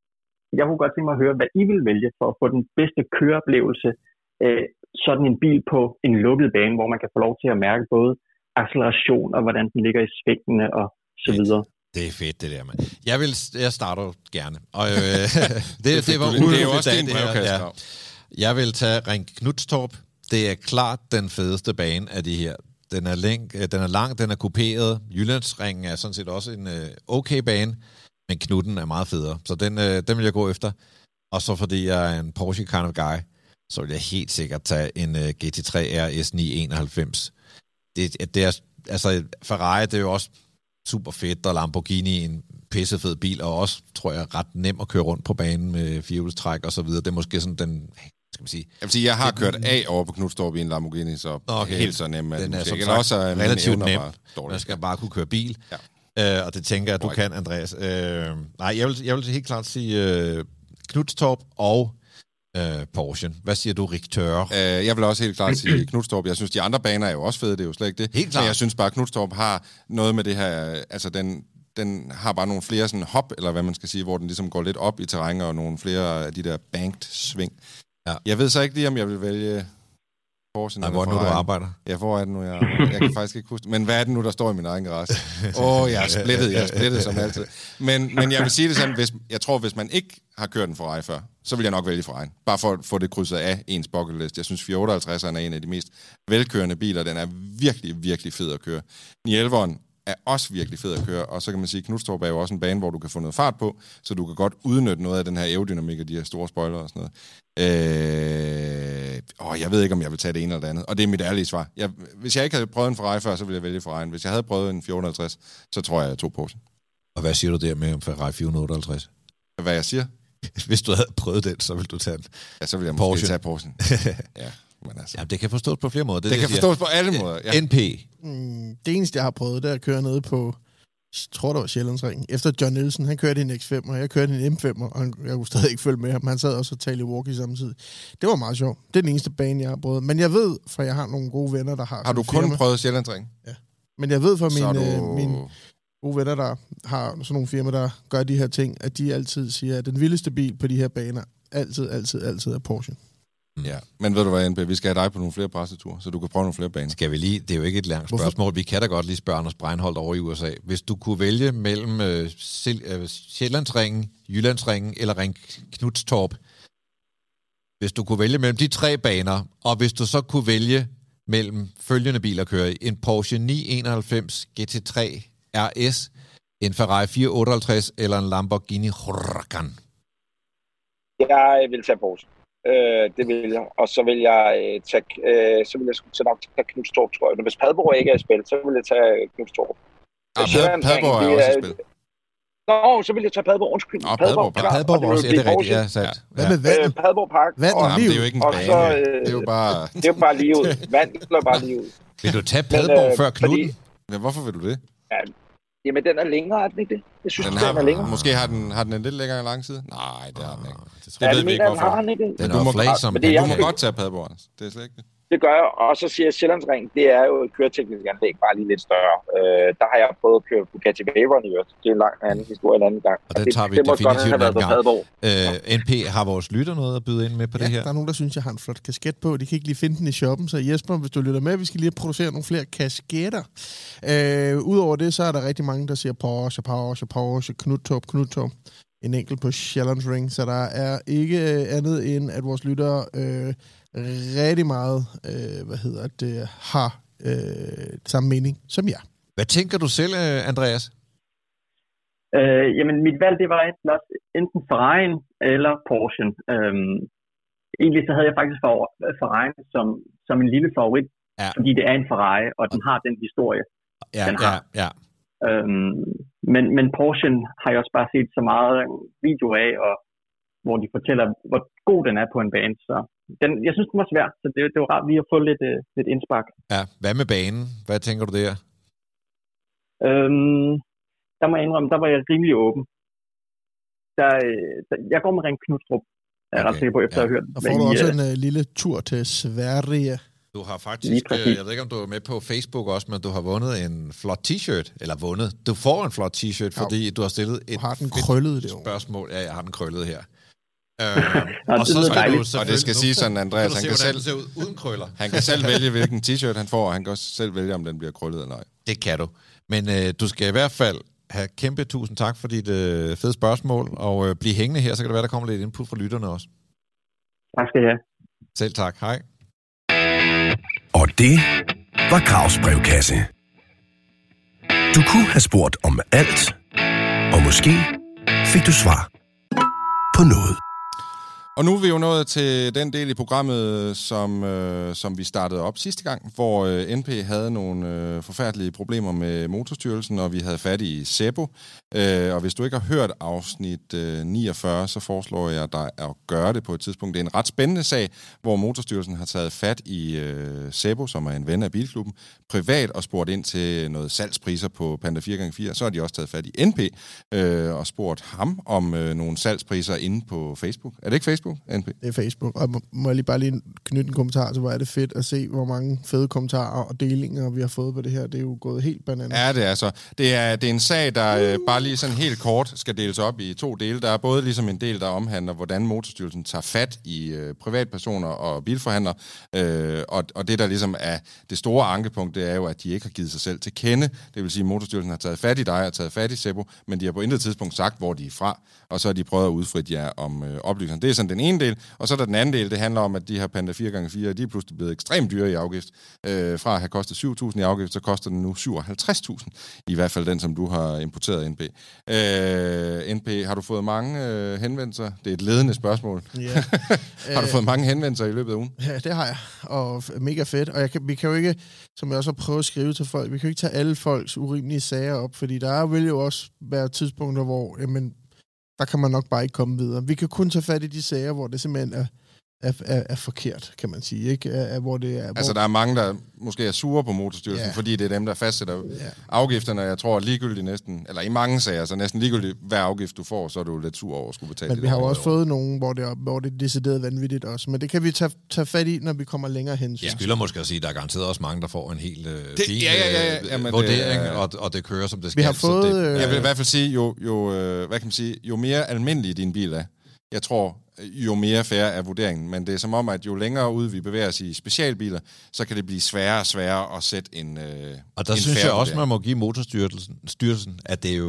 jeg kunne godt tænke mig at høre, hvad I vil vælge for at få den bedste køreoplevelse, øh, sådan en bil på en lukket bane, hvor man kan få lov til at mærke både acceleration og hvordan den ligger i svingene og så videre. Det er fedt, det der, mand. Jeg vil, jeg starter gerne. Og, øh, det, det, det, var det er jo også din brevkasse. Ja. Jeg vil tage Ring Knudstrup. Det er klart den fedeste bane af de her. Den er, læng, den er lang, den er kuperet. Jyllandsringen er sådan set også en øh, okay bane, men Knudden er meget federe. Så den, øh, den vil jeg gå efter. Og så fordi jeg er en Porsche kind of guy, så vil jeg helt sikkert tage en øh, G T tre R S ni enoghalvfems. Det, det er, altså, Ferrari, det er jo også super fedt, og Lamborghini en pissefed bil, og også, tror jeg, ret nem at køre rundt på banen med firehjulstræk og så videre. Det er måske sådan den, skal man sige... Jeg vil sige, jeg har det, kørt af over på Knudstrup i en Lamborghini, så okay, helt så nem. Den er, som sagt, også relativt nem. Man skal bare kunne køre bil. Ja. Øh, og det tænker jeg, at du kan, Andreas. Øh, nej, jeg vil, jeg vil helt klart sige øh, Knudstrup og øh, Porsche. Hvad siger du, Riktør? Øh, jeg vil også helt klart sige Knudstrup. Jeg synes, de andre baner er jo også fede, det er jo slet ikke det. Helt klart. Men jeg synes bare, at Knudstrup har noget med det her, altså den... den har bare nogle flere sådan hop, eller hvad man skal sige, hvor den ligesom går lidt op i terræn, og nogle flere af de der banked sving. Ja. Jeg ved så ikke lige, om jeg vil vælge Porsche. Nej, hvor er det nu, du arbejder? Ja, hvor er det nu, jeg... Jeg kan faktisk ikke huske. Men hvad er det nu, der står i min egen garage? Åh, oh, jeg er splittet, jeg er splittet som altid. Men, men jeg vil sige det sådan, hvis, jeg tror, hvis man ikke har kørt en Ferrari før, så vil jeg nok vælge Ferrari. Bare for at få det krydset af ens bucket list. Jeg synes, fire otteoghalvtredseren er en af de mest velkørende biler. Den er virkelig, virkelig fed at køre. ni elleveren er også virkelig fed at køre, og så kan man sige, at Knudstrup er jo også en bane, hvor du kan få noget fart på, så du kan godt udnytte noget af den her aerodynamik og de her store spoiler og sådan noget. Øh, åh, jeg ved ikke, om jeg vil tage det ene eller det andet, og det er mit ærlige svar. Jeg, hvis jeg ikke havde prøvet en Ferrari før, så ville jeg vælge Ferrari. Hvis jeg havde prøvet en fire otteoghalvtreds, så tror jeg, jeg tog Porsche. Og hvad siger du der med om Ferrari fire otteoghalvtreds? Hvad jeg siger? Hvis du havde prøvet den, så ville du tage den. Ja, så ville jeg Porsche. måske tage Porsche. Ja. Men altså. Ja, det kan forstås på flere måder. Det, det, det kan forstås på alle måder. Ja. N P. Mm, det eneste, jeg har prøvet, det er at køre ned på, jeg tror, det var Sjællandsringen. Efter John Nielsen, han kørte en X fem, og jeg kørte en M fem, og jeg kunne stadig ikke følge med ham. Han sad også og talte i walkie samtidig. Det var meget sjovt. Det er den eneste bane, jeg har prøvet. Men jeg ved, for jeg har nogle gode venner, der har... Har du kun firma. prøvet Sjællandsringen? Ja. Men jeg ved fra mine, du... mine gode venner, der har sådan nogle firmaer, der gør de her ting, at de altid siger, at den vildeste bil på de her baner altid, altid, altid er Porsche. Ja, men ved du hvad, N P, vi skal have dig på nogle flere presseture, så du kan prøve nogle flere baner. Skal vi lige, det er jo ikke et langt spørgsmål, Hvorfor? Vi kan da godt lige spørge Anders Breinholt over i U S A. Hvis du kunne vælge mellem øh, øh, Sjællandsringen, Jyllandsringen eller Ring Knudstrup, hvis du kunne vælge mellem de tre baner, og hvis du så kunne vælge mellem følgende biler kører i. En Porsche ni enoghalvfems G T tre R S, en Ferrari fire otteoghalvtreds eller en Lamborghini Huracan? Jeg vil tage Porsche. Øh, det vil jeg. Og så vil jeg øh, tage, øh, så vil jeg sgu nok tage Knudstorp, tror jeg. Hvis Padborg ikke er i spil, så vil jeg tage Knudstorp. Ah, Padborg er også i spil. Nå, så vil jeg tage Padborg. Undskyld. Nå, Padborg, Padborg, Padborg var også, ja, det er rigtigt, ja, sandt. Ja. Hvad med vandet? Øh, Padborg Park. Vand og, og liv. Det er jo ikke en bane. Så, øh, det er jo bare... det er jo bare livet. Vand er bare livet. Vil du tage Padborg Men, øh, før Knuden? Ja, hvorfor vil du det? Ja, jamen, den er længere, er den ikke det? Jeg synes, den, den har, er længere. Måske har den, har den en lidt længere lang tid? Nej, det har den ikke. Det, det ved vi ikke, hvorfor. Den, den er jo flag, som... Men det, du må godt tage Padborg, det er slet ikke det. Det gør jeg, og så siger jeg, Sjællandsring, det er jo et køreteknisk anlæg, bare lige lidt større. Øh, der har jeg prøvet at køre Bugatti Veyron i øvrigt. Det er en lang anden historie en anden gang. Og det tager vi det, definitivt en anden gang. Øh, N P, har vores lytter noget at byde ind med på ja, det her? Der er nogen, der synes, jeg har en flot kasket på. De kan ikke lige finde den i shoppen, så Jesper, hvis du lytter med, vi skal lige producere nogle flere kasketter. Øh, Udover det, så er der rigtig mange, der siger Porsche, Porsche, Porsche, Knudtorp, Knudtorp. En enkelt på Sjællandsring, så der er ikke andet end, at vores lyttere øh, rigtig meget, øh, hvad hedder det, har øh, samme mening som jeg. Hvad tænker du selv, Andreas? Øh, jamen, mit valg, det var enten, enten Ferrari eller Porsche. Øhm, egentlig så havde jeg faktisk Ferrari som, som en lille favorit, ja. Fordi det er en Ferrari, og den har den historie, ja, den har. Ja, ja. Øhm, men, men Porsche har jeg også bare set så meget video af, og hvor de fortæller, hvor god den er på en bane. Så den, jeg synes, den var svær, så det, det var rart lige at få lidt, uh, lidt indspark. Ja, hvad med banen? Hvad tænker du der? Øhm, der må jeg indrømme, der var jeg rimelig åben. Der, der, jeg går med Ring Knudstrup, jeg er okay. ret sikker på, efter ja. At have hørt. Og får du også en uh, lille tur til Sverige. Du har faktisk, jeg ved ikke, om du er med på Facebook også, men du har vundet en flot t-shirt, eller vundet. Du får en flot t-shirt, fordi ja. Du har stillet et har den krøllet, det spørgsmål. Ja, jeg har den krøllet her. Øh, og, og, så skal du og det skal sige sådan, Andreas, han kan selv se ud uden krøller. Han kan selv vælge, hvilken t-shirt han får, og han kan også selv vælge, om den bliver krøllet eller ej. Det kan du. Men øh, du skal i hvert fald have kæmpe tusind tak for dit øh, fede spørgsmål, og øh, blive hængende her, så kan det være, der kommer lidt input fra lytterne også. Tak skal jeg have. Selv tak. Hej. Og det var Gravs brevkasse. Du kunne have spurgt om alt, og måske fik du svar på noget. Og nu er vi jo nået til den del i programmet, som, øh, som vi startede op sidste gang, hvor øh, N P havde nogle øh, forfærdelige problemer med Motorstyrelsen, og vi havde fat i Sebo. Øh, og hvis du ikke har hørt afsnit øh, niogfyrre, så foreslår jeg dig at gøre det på et tidspunkt. Det er en ret spændende sag, hvor Motorstyrelsen har taget fat i øh, Sebo, som er en ven af Bilklubben, privat og spurgt ind til noget salgspriser på Panda fire gange fire. Så har de også taget fat i N P øh, og spurgt ham om øh, nogle salgspriser inde på Facebook. Er det ikke Facebook? N P. Det er Facebook, og må jeg lige bare lige knytte en kommentar til, hvor er det fedt at se, hvor mange fede kommentarer og delinger vi har fået på det her. Det er jo gået helt bananas. Ja, det er så. Det er, det er en sag, der øh, bare lige sådan helt kort skal deles op i to dele. Der er både ligesom en del, der omhandler, hvordan Motorstyrelsen tager fat i øh, privatpersoner og bilforhandlere, øh, og, og det, der ligesom er det store ankepunkt, det er jo, at de ikke har givet sig selv til kende. Det vil sige, at Motorstyrelsen har taget fat i dig og taget fat i Sebo, men de har på intet tidspunkt sagt, hvor de er fra, og så har de prøvet at udfritte jer om øh, oplysninger. Det er sådan den ene del, og så er der den anden del, det handler om, at de her Panda fire gange fire, de er pludselig blevet ekstremt dyre i afgift. Øh, fra at have kostet syv tusind i afgift, så koster den nu syvoghalvtreds tusind. I hvert fald den, som du har importeret, N P. Øh, N P, har du fået mange øh, henvendelser? Det er et ledende spørgsmål. Ja. Har du fået mange henvendelser i løbet af ugen? Ja, det har jeg, og mega fedt. Og jeg kan, vi kan jo ikke, som jeg også har prøvet at skrive til folk, vi kan jo ikke tage alle folks urimelige sager op, fordi der vil jo også være tidspunkter, hvor jamen, der kan man nok bare ikke komme videre. Vi kan kun tage fat i de sager, hvor det simpelthen er, er, er, er forkert, kan man sige. Ikke? Er, er, hvor det er, hvor... Altså, der er mange, der måske er sure på Motorstyrelsen, ja. Fordi det er dem, der fastsætter ja. afgifterne. Jeg tror, at ligegyldigt næsten, eller i mange sager, så næsten ligegyldigt hver afgift, du får, så er du lidt sur over at skulle betale. Men vi har jo også over. fået nogen, hvor det, er, hvor det er decideret vanvittigt også. Men det kan vi tage, tage fat i, når vi kommer længere hen. Jeg skylder måske at sige, at der er garanteret også mange, der får en helt øh, det, fin ja, ja, ja, ja. Jamen, vurdering, det, og, og det kører, som det skal. Vi har fået, det, jeg vil i hvert fald sige, jo, jo, øh, hvad kan man sige, jo mere almindelig din bil er, jeg tror, jo mere fair er vurderingen. Men det er som om, at jo længere ud vi bevæger os i specialbiler, så kan det blive sværere og sværere at sætte en øh, Og der en synes jeg også, vurdering. man må give Motorstyrelsen, styrelsen, at det er jo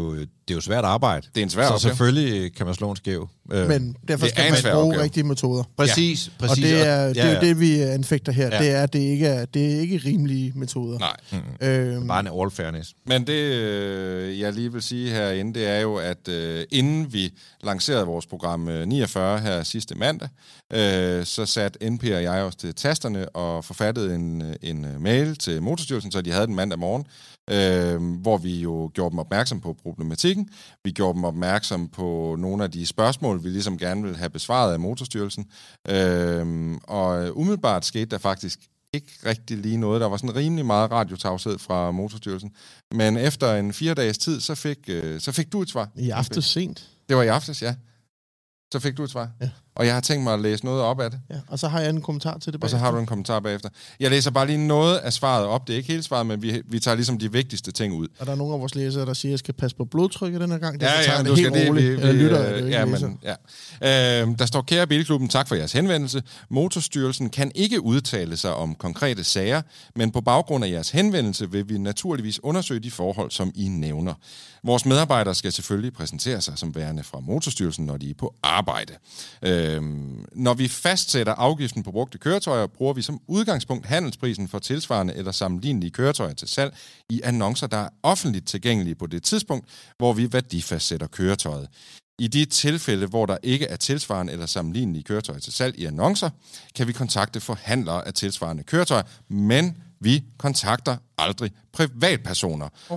det er jo svært arbejde. Det er en svær Så opgave. selvfølgelig kan man slå en skæv. Øh, Men derfor det er skal en man svær bruge opgave. rigtige metoder. præcis, Og præcis. det er, det, er ja, jo det, vi anfægter her. Ja. Det er, at det ikke er, det er ikke rimelige metoder. Nej. Mm. Øhm, Bare en all fairness. Men det, øh, jeg lige vil sige herinde, det er jo, at øh, inden vi lancerede vores program øh, niogfyrre her sidste mandag, øh, så satte N P og jeg os til tasterne og forfattede en, en mail til Motorstyrelsen, så de havde den mandag morgen, øh, hvor vi jo gjorde dem opmærksom på problematikken. Vi gjorde dem opmærksom på nogle af de spørgsmål, vi ligesom gerne ville have besvaret af Motorstyrelsen. Øh, og umiddelbart skete der faktisk ikke rigtig lige noget. Der var sådan rimelig meget radiotavshed fra Motorstyrelsen. Men efter en fire dages tid, så fik, øh, så fik du et svar. I aftes sent. Det var i aftes, ja. Så fik du et svar. Ja. Og jeg har tænkt mig at læse noget op af det. Ja, og så har jeg en kommentar til det Og så har du en kommentar bagefter. Jeg læser bare lige noget af svaret op. Det er ikke hele svaret, men vi, vi tager ligesom de vigtigste ting ud. Og der er nogle af vores læsere, der siger, at jeg skal passe på blodtrykket den her gang. Ja, Derfor tager ja, jeg du det skal helt lige... roligt. Vi, Eller vi, lytter jeg, det er jo ikke ja, læser. men, ja. Øh, der står, kære Bilklubben, tak for jeres henvendelse. Motorstyrelsen kan ikke udtale sig om konkrete sager, men på baggrund af jeres henvendelse vil vi naturligvis undersøge de forhold, som I nævner. Vores medarbejdere skal selvfølgelig præsentere sig som værende fra Motorstyrelsen, når de er på arbejde. Øh, når vi fastsætter afgiften på brugte køretøjer, bruger vi som udgangspunkt handelsprisen for tilsvarende eller sammenlignelige køretøjer til salg i annoncer, der er offentligt tilgængelige på det tidspunkt, hvor vi værdifastsætter køretøjet. I de tilfælde, hvor der ikke er tilsvarende eller sammenlignelige køretøjer til salg i annoncer, kan vi kontakte forhandlere af tilsvarende køretøjer, men vi kontakter aldrig privatpersoner. Oh,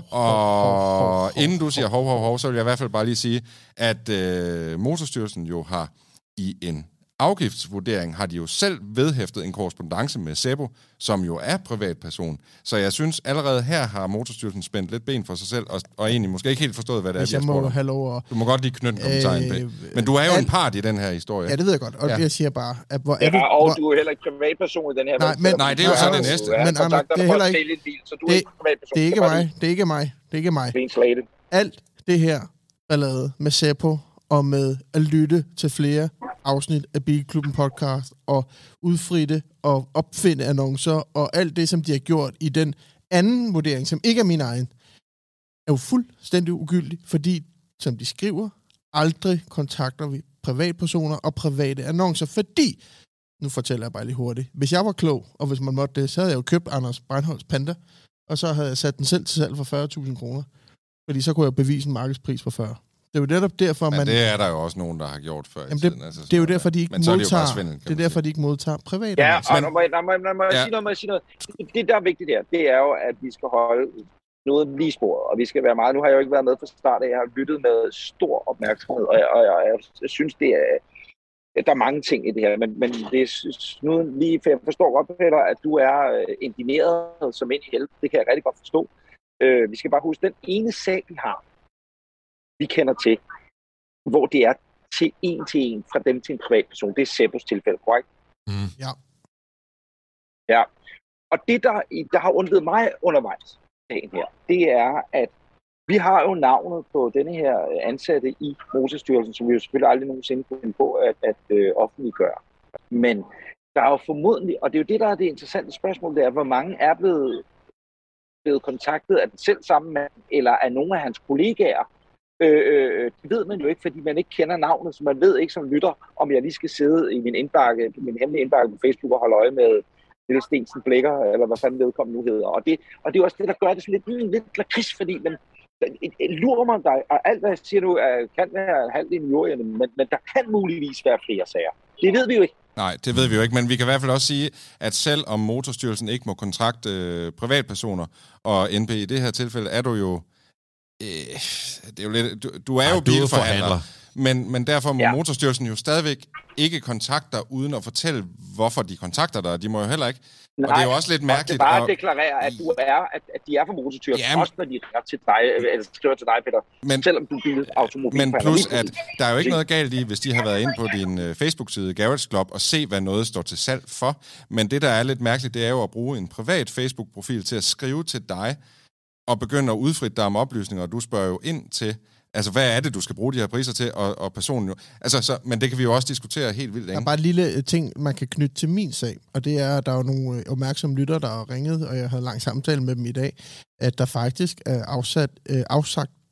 og oh, oh, oh, inden du siger hov, hov, hov, så vil jeg i hvert fald bare lige sige, at øh, Motorstyrelsen jo har i en afgiftsvurdering har de jo selv vedhæftet en korrespondance med Sebo, som jo er privatperson. Så jeg synes allerede her har Motorstyrelsen spændt lidt ben for sig selv, og, og egentlig måske ikke helt forstået, hvad det Hvis er, jeg vi har må spurgt om. have lov at... Du må godt lige knytte en kommentar ind Øh, på. Men du er jo alt- en part i den her historie. Ja, det ved jeg godt. Og Ja. jeg siger bare, at hvor er Ja, du... og Hvor, du er heller ikke privatperson i den her. Nej, vel? men- Nej, det er jo Nej, så Anders, det næste. Du er Men, Anders, kontakter det er for heller at ikke- sælge en bil, så du er det- ikke privatperson. det er ikke bare mig. Det er ikke mig. Det er ikke mig. lige Clean slate. Alt det her ballade med Seppo og med at lytte til flere afsnit af Bilklubben podcast og udfritte og opfinde annoncer og alt det, som de har gjort i den anden vurdering, som ikke er min egen, er jo fuldstændig ugyldigt, fordi, som de skriver, aldrig kontakter vi privatpersoner og private annoncer, fordi, nu fortæller jeg bare lige hurtigt, hvis jeg var klog, og hvis man måtte det, så havde jeg jo købt Anders Breinholds Panda, og så havde jeg sat den selv til salg for fyrre tusind kroner. Fordi så kunne jeg bevise en markedspris for fyrre. Det er jo netop derfor, Men man... det er der jo også nogen, der har gjort før i Jamen det, tiden. Altså, det er jo sådan derfor, de noget ikke der. Men så er det jo modtager... bare svindel, kan det er man derfor, sige. de ikke modtager private. Ja, annoncer. og når må, jeg- når må, jeg- når må jeg Ja. sige noget, må jeg sige noget. Det, der er vigtigt der, det er jo, at vi skal holde noget lige sporet, og vi skal være meget... Nu har jeg jo ikke været med fra start af. Jeg har lyttet med stor opmærksomhed, og jeg, og jeg, jeg, jeg synes, det er... Der er mange ting i det her, men, men det er nu lige... For jeg forstår godt, Peter, at du er øh, indigneret som ind i helvede. Det kan jeg rigtig godt forstå. Øh, vi skal bare huske, den ene sag, vi har, vi kender til, hvor det er til en til en fra dem til en privatperson. Det er Seppos tilfælde, korrekt? Mm. Ja. Ja. Og det, der, der har undret mig undervejs dagen her, det er, at vi har jo navnet på denne her ansatte i Motorstyrelsen, som vi jo selvfølgelig aldrig nogensinde kunne finde på at, at øh, offentliggøre. Men der er jo formodentlig, og det er jo det, der er det interessante spørgsmål, det er, hvor mange er blevet, blevet kontaktet af den selv samme mand, eller af nogle af hans kollegaer. Øh, øh, det ved man jo ikke, fordi man ikke kender navnet, så man ved ikke som lytter, om jeg lige skal sidde i min indbakke, min hemmelige indbakke på Facebook og holde øje med Niels Stensen Blikker, eller hvad fanden vedkommende nu hedder. Og det, og det er også det, der gør det sådan lidt, mm, lidt lakrids, fordi man, lurer man dig, og alt hvad jeg siger nu, er, kan være halvdelen i jorden, men, men der kan muligvis være flere sager. Det ved vi jo ikke. Nej, det ved vi jo ikke, men vi kan i hvert fald også sige, at selv om Motorstyrelsen ikke må kontrakte øh, privatpersoner, og N P i det her tilfælde er du jo... Øh, det er jo lidt, du, du er Ej, jo du er bilforhandler, forhandler. men, men derfor må Ja. ja. Motorstyrelsen jo stadigvæk ikke kontakte dig, uden at fortælle, hvorfor de kontakter dig. De må jo heller ikke. Nej, og det er jo også lidt det mærkeligt. er bare at- at deklarere, at du er, at, at de er fra Motorstyrelsen, Jamen. også når de er til dig, eller skriver til dig, Peter, Men- selvom du er bilautomobil. Men plus, at der er jo ikke noget galt i, hvis de har været inde på din uh, Facebook-side Garage Club og se, hvad noget står til salg for. Men det, der er lidt mærkeligt, det er jo at bruge en privat Facebook-profil til at skrive til dig og begynde at udfritte dig om oplysninger, og du spørger jo ind til, altså hvad er det, du skal bruge de her priser til, og, og personen jo... Altså, så, men det kan vi jo også diskutere helt vildt Der længe. er bare et lille ting, man kan knytte til min sag, og det er, at der er jo nogle øh, opmærksomme lytter, der har ringet, og jeg havde lang samtale med dem i dag, at der faktisk er afsat, øh, afsagt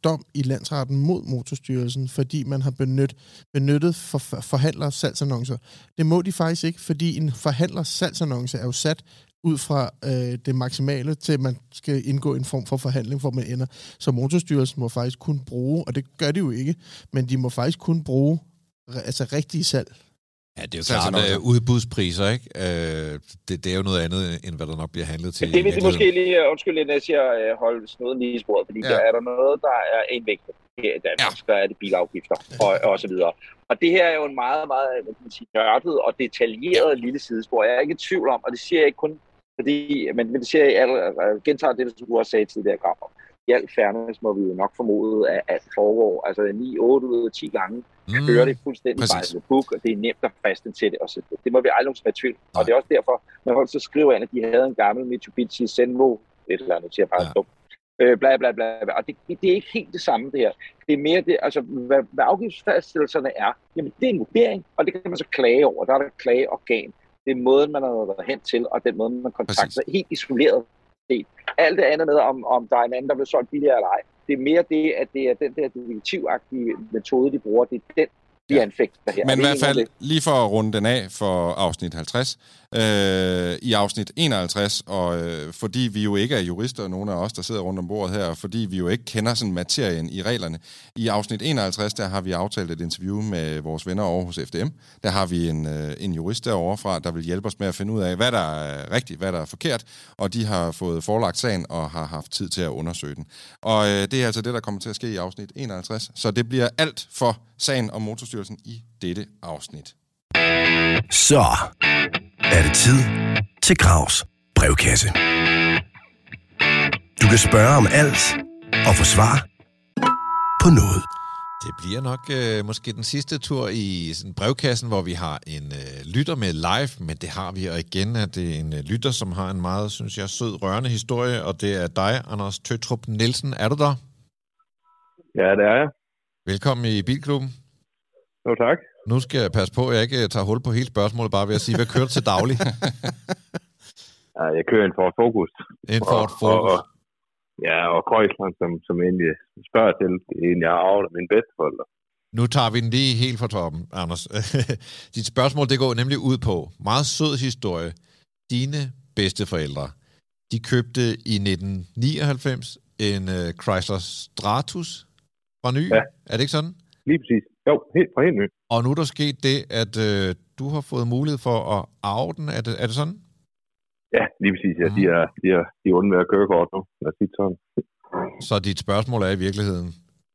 dom i landsretten mod Motorstyrelsen, fordi man har benyt, benyttet for, forhandlers salgsannoncer. Det må de faktisk ikke, fordi en forhandlers salgsannonce er jo sat ud fra øh, det maksimale til, at man skal indgå en form for forhandling, hvor man ender. Så Motorstyrelsen må faktisk kun bruge, og det gør de jo ikke, men de må faktisk kun bruge altså rigtige salg. Ja, det er jo klart uh, udbudspriser, ikke? Uh, det, det er jo noget andet, end hvad der nok bliver handlet til. Det vil det måske lige, undskyld, at jeg siger, holde noget lige i sporet, fordi ja. Der er der noget, der er indvægtet her i Danmark, ja. Der er det bilafgifter og, og så videre. Og det her er jo en meget, meget hvad kan man sige, nørdet og detaljeret ja. Lille sidespor. Jeg er ikke i tvivl om, og det siger jeg ikke kun fordi, men, men det siger jeg, jeg gentager det, som du har sagt tidligere, Grammer. I al fairness må vi jo nok formode, at, at det foregår, altså ni, otte ud af ti gange, mm. kører det fuldstændig by the book, og det er nemt at friste til det. Og så, det må vi aldrig nogensinde være i tvivl. Og det er også derfor, når folk så skriver ind, at de havde en gammel Mitsubishi Zenvo, et eller andet, siger bare ja. Dumt. Øh, bla, bla, bla, bla. Og det, det er ikke helt det samme, det her. Det er mere det, altså, hvad, hvad afgiftsfastsættelserne er, jamen det er en vurdering, og det kan man så klage over. Der er der et klageorgan. Det er måden, man har været hen til, og den måde, man kontakter helt isoleret. Alt det andet med, om, om der er en anden, der bliver solgt billigere eller ej. Det er mere det, at det er den der detektivagtige metode, de bruger. Det er den, de ja. Anfægter her. Men i hvert fald, lige for at runde den af for afsnit halvtreds, øh, i afsnit enoghalvtreds, og øh, fordi vi jo ikke er jurister, nogen af os, der sidder rundt om bordet her, og fordi vi jo ikke kender sådan materien i reglerne, i afsnit enoghalvtreds, der har vi aftalt et interview med vores venner over hos F D M. Der har vi en, øh, en jurist derovre fra, der vil hjælpe os med at finde ud af, hvad der er rigtigt, hvad der er forkert, og de har fået forelagt sagen og har haft tid til at undersøge den. Og øh, det er altså det, der kommer til at ske i afsnit enoghalvtreds, så det bliver alt for sagen om Motorstyrelsen i dette afsnit. Så er det tid til Gravs brevkasse. Du kan spørge om alt og få svar på noget. Det bliver nok øh, måske den sidste tur i sådan, brevkassen, hvor vi har en øh, lytter med live, men det har vi, og igen er det en øh, lytter, som har en meget, synes jeg, sød, rørende historie, og det er dig, Anders Tøtrup Nielsen. Er du der? Ja, det er jeg. Velkommen i Bilklubben. Jo, tak. Nu skal jeg passe på, at jeg ikke tager hul på hele spørgsmålet, bare ved at sige, hvad kører du til daglig? Ja, jeg kører en Ford Focus. En Ford Focus? Og, og, ja, og Chrysler, som, som egentlig spørger til, det er egentlig, jeg har arvet af mine bedsteforældre. Nu tager vi den lige helt fra toppen, Anders. Dit spørgsmål, det går nemlig ud på, meget sød historie. Dine bedsteforældre, de købte i nitten nioghalvfems en uh, Chrysler Stratus fra ny. Ja. Er det ikke sådan? Lige præcis. Jo, helt fra helt ny. Og nu er der sket det, at øh, du har fået mulighed for at arve den. Er det, er det sådan? Ja, lige præcis. Ja. Mm. De er, de er, de er undværet kørekort nu. Lad os sige sådan. Så dit spørgsmål er i virkeligheden?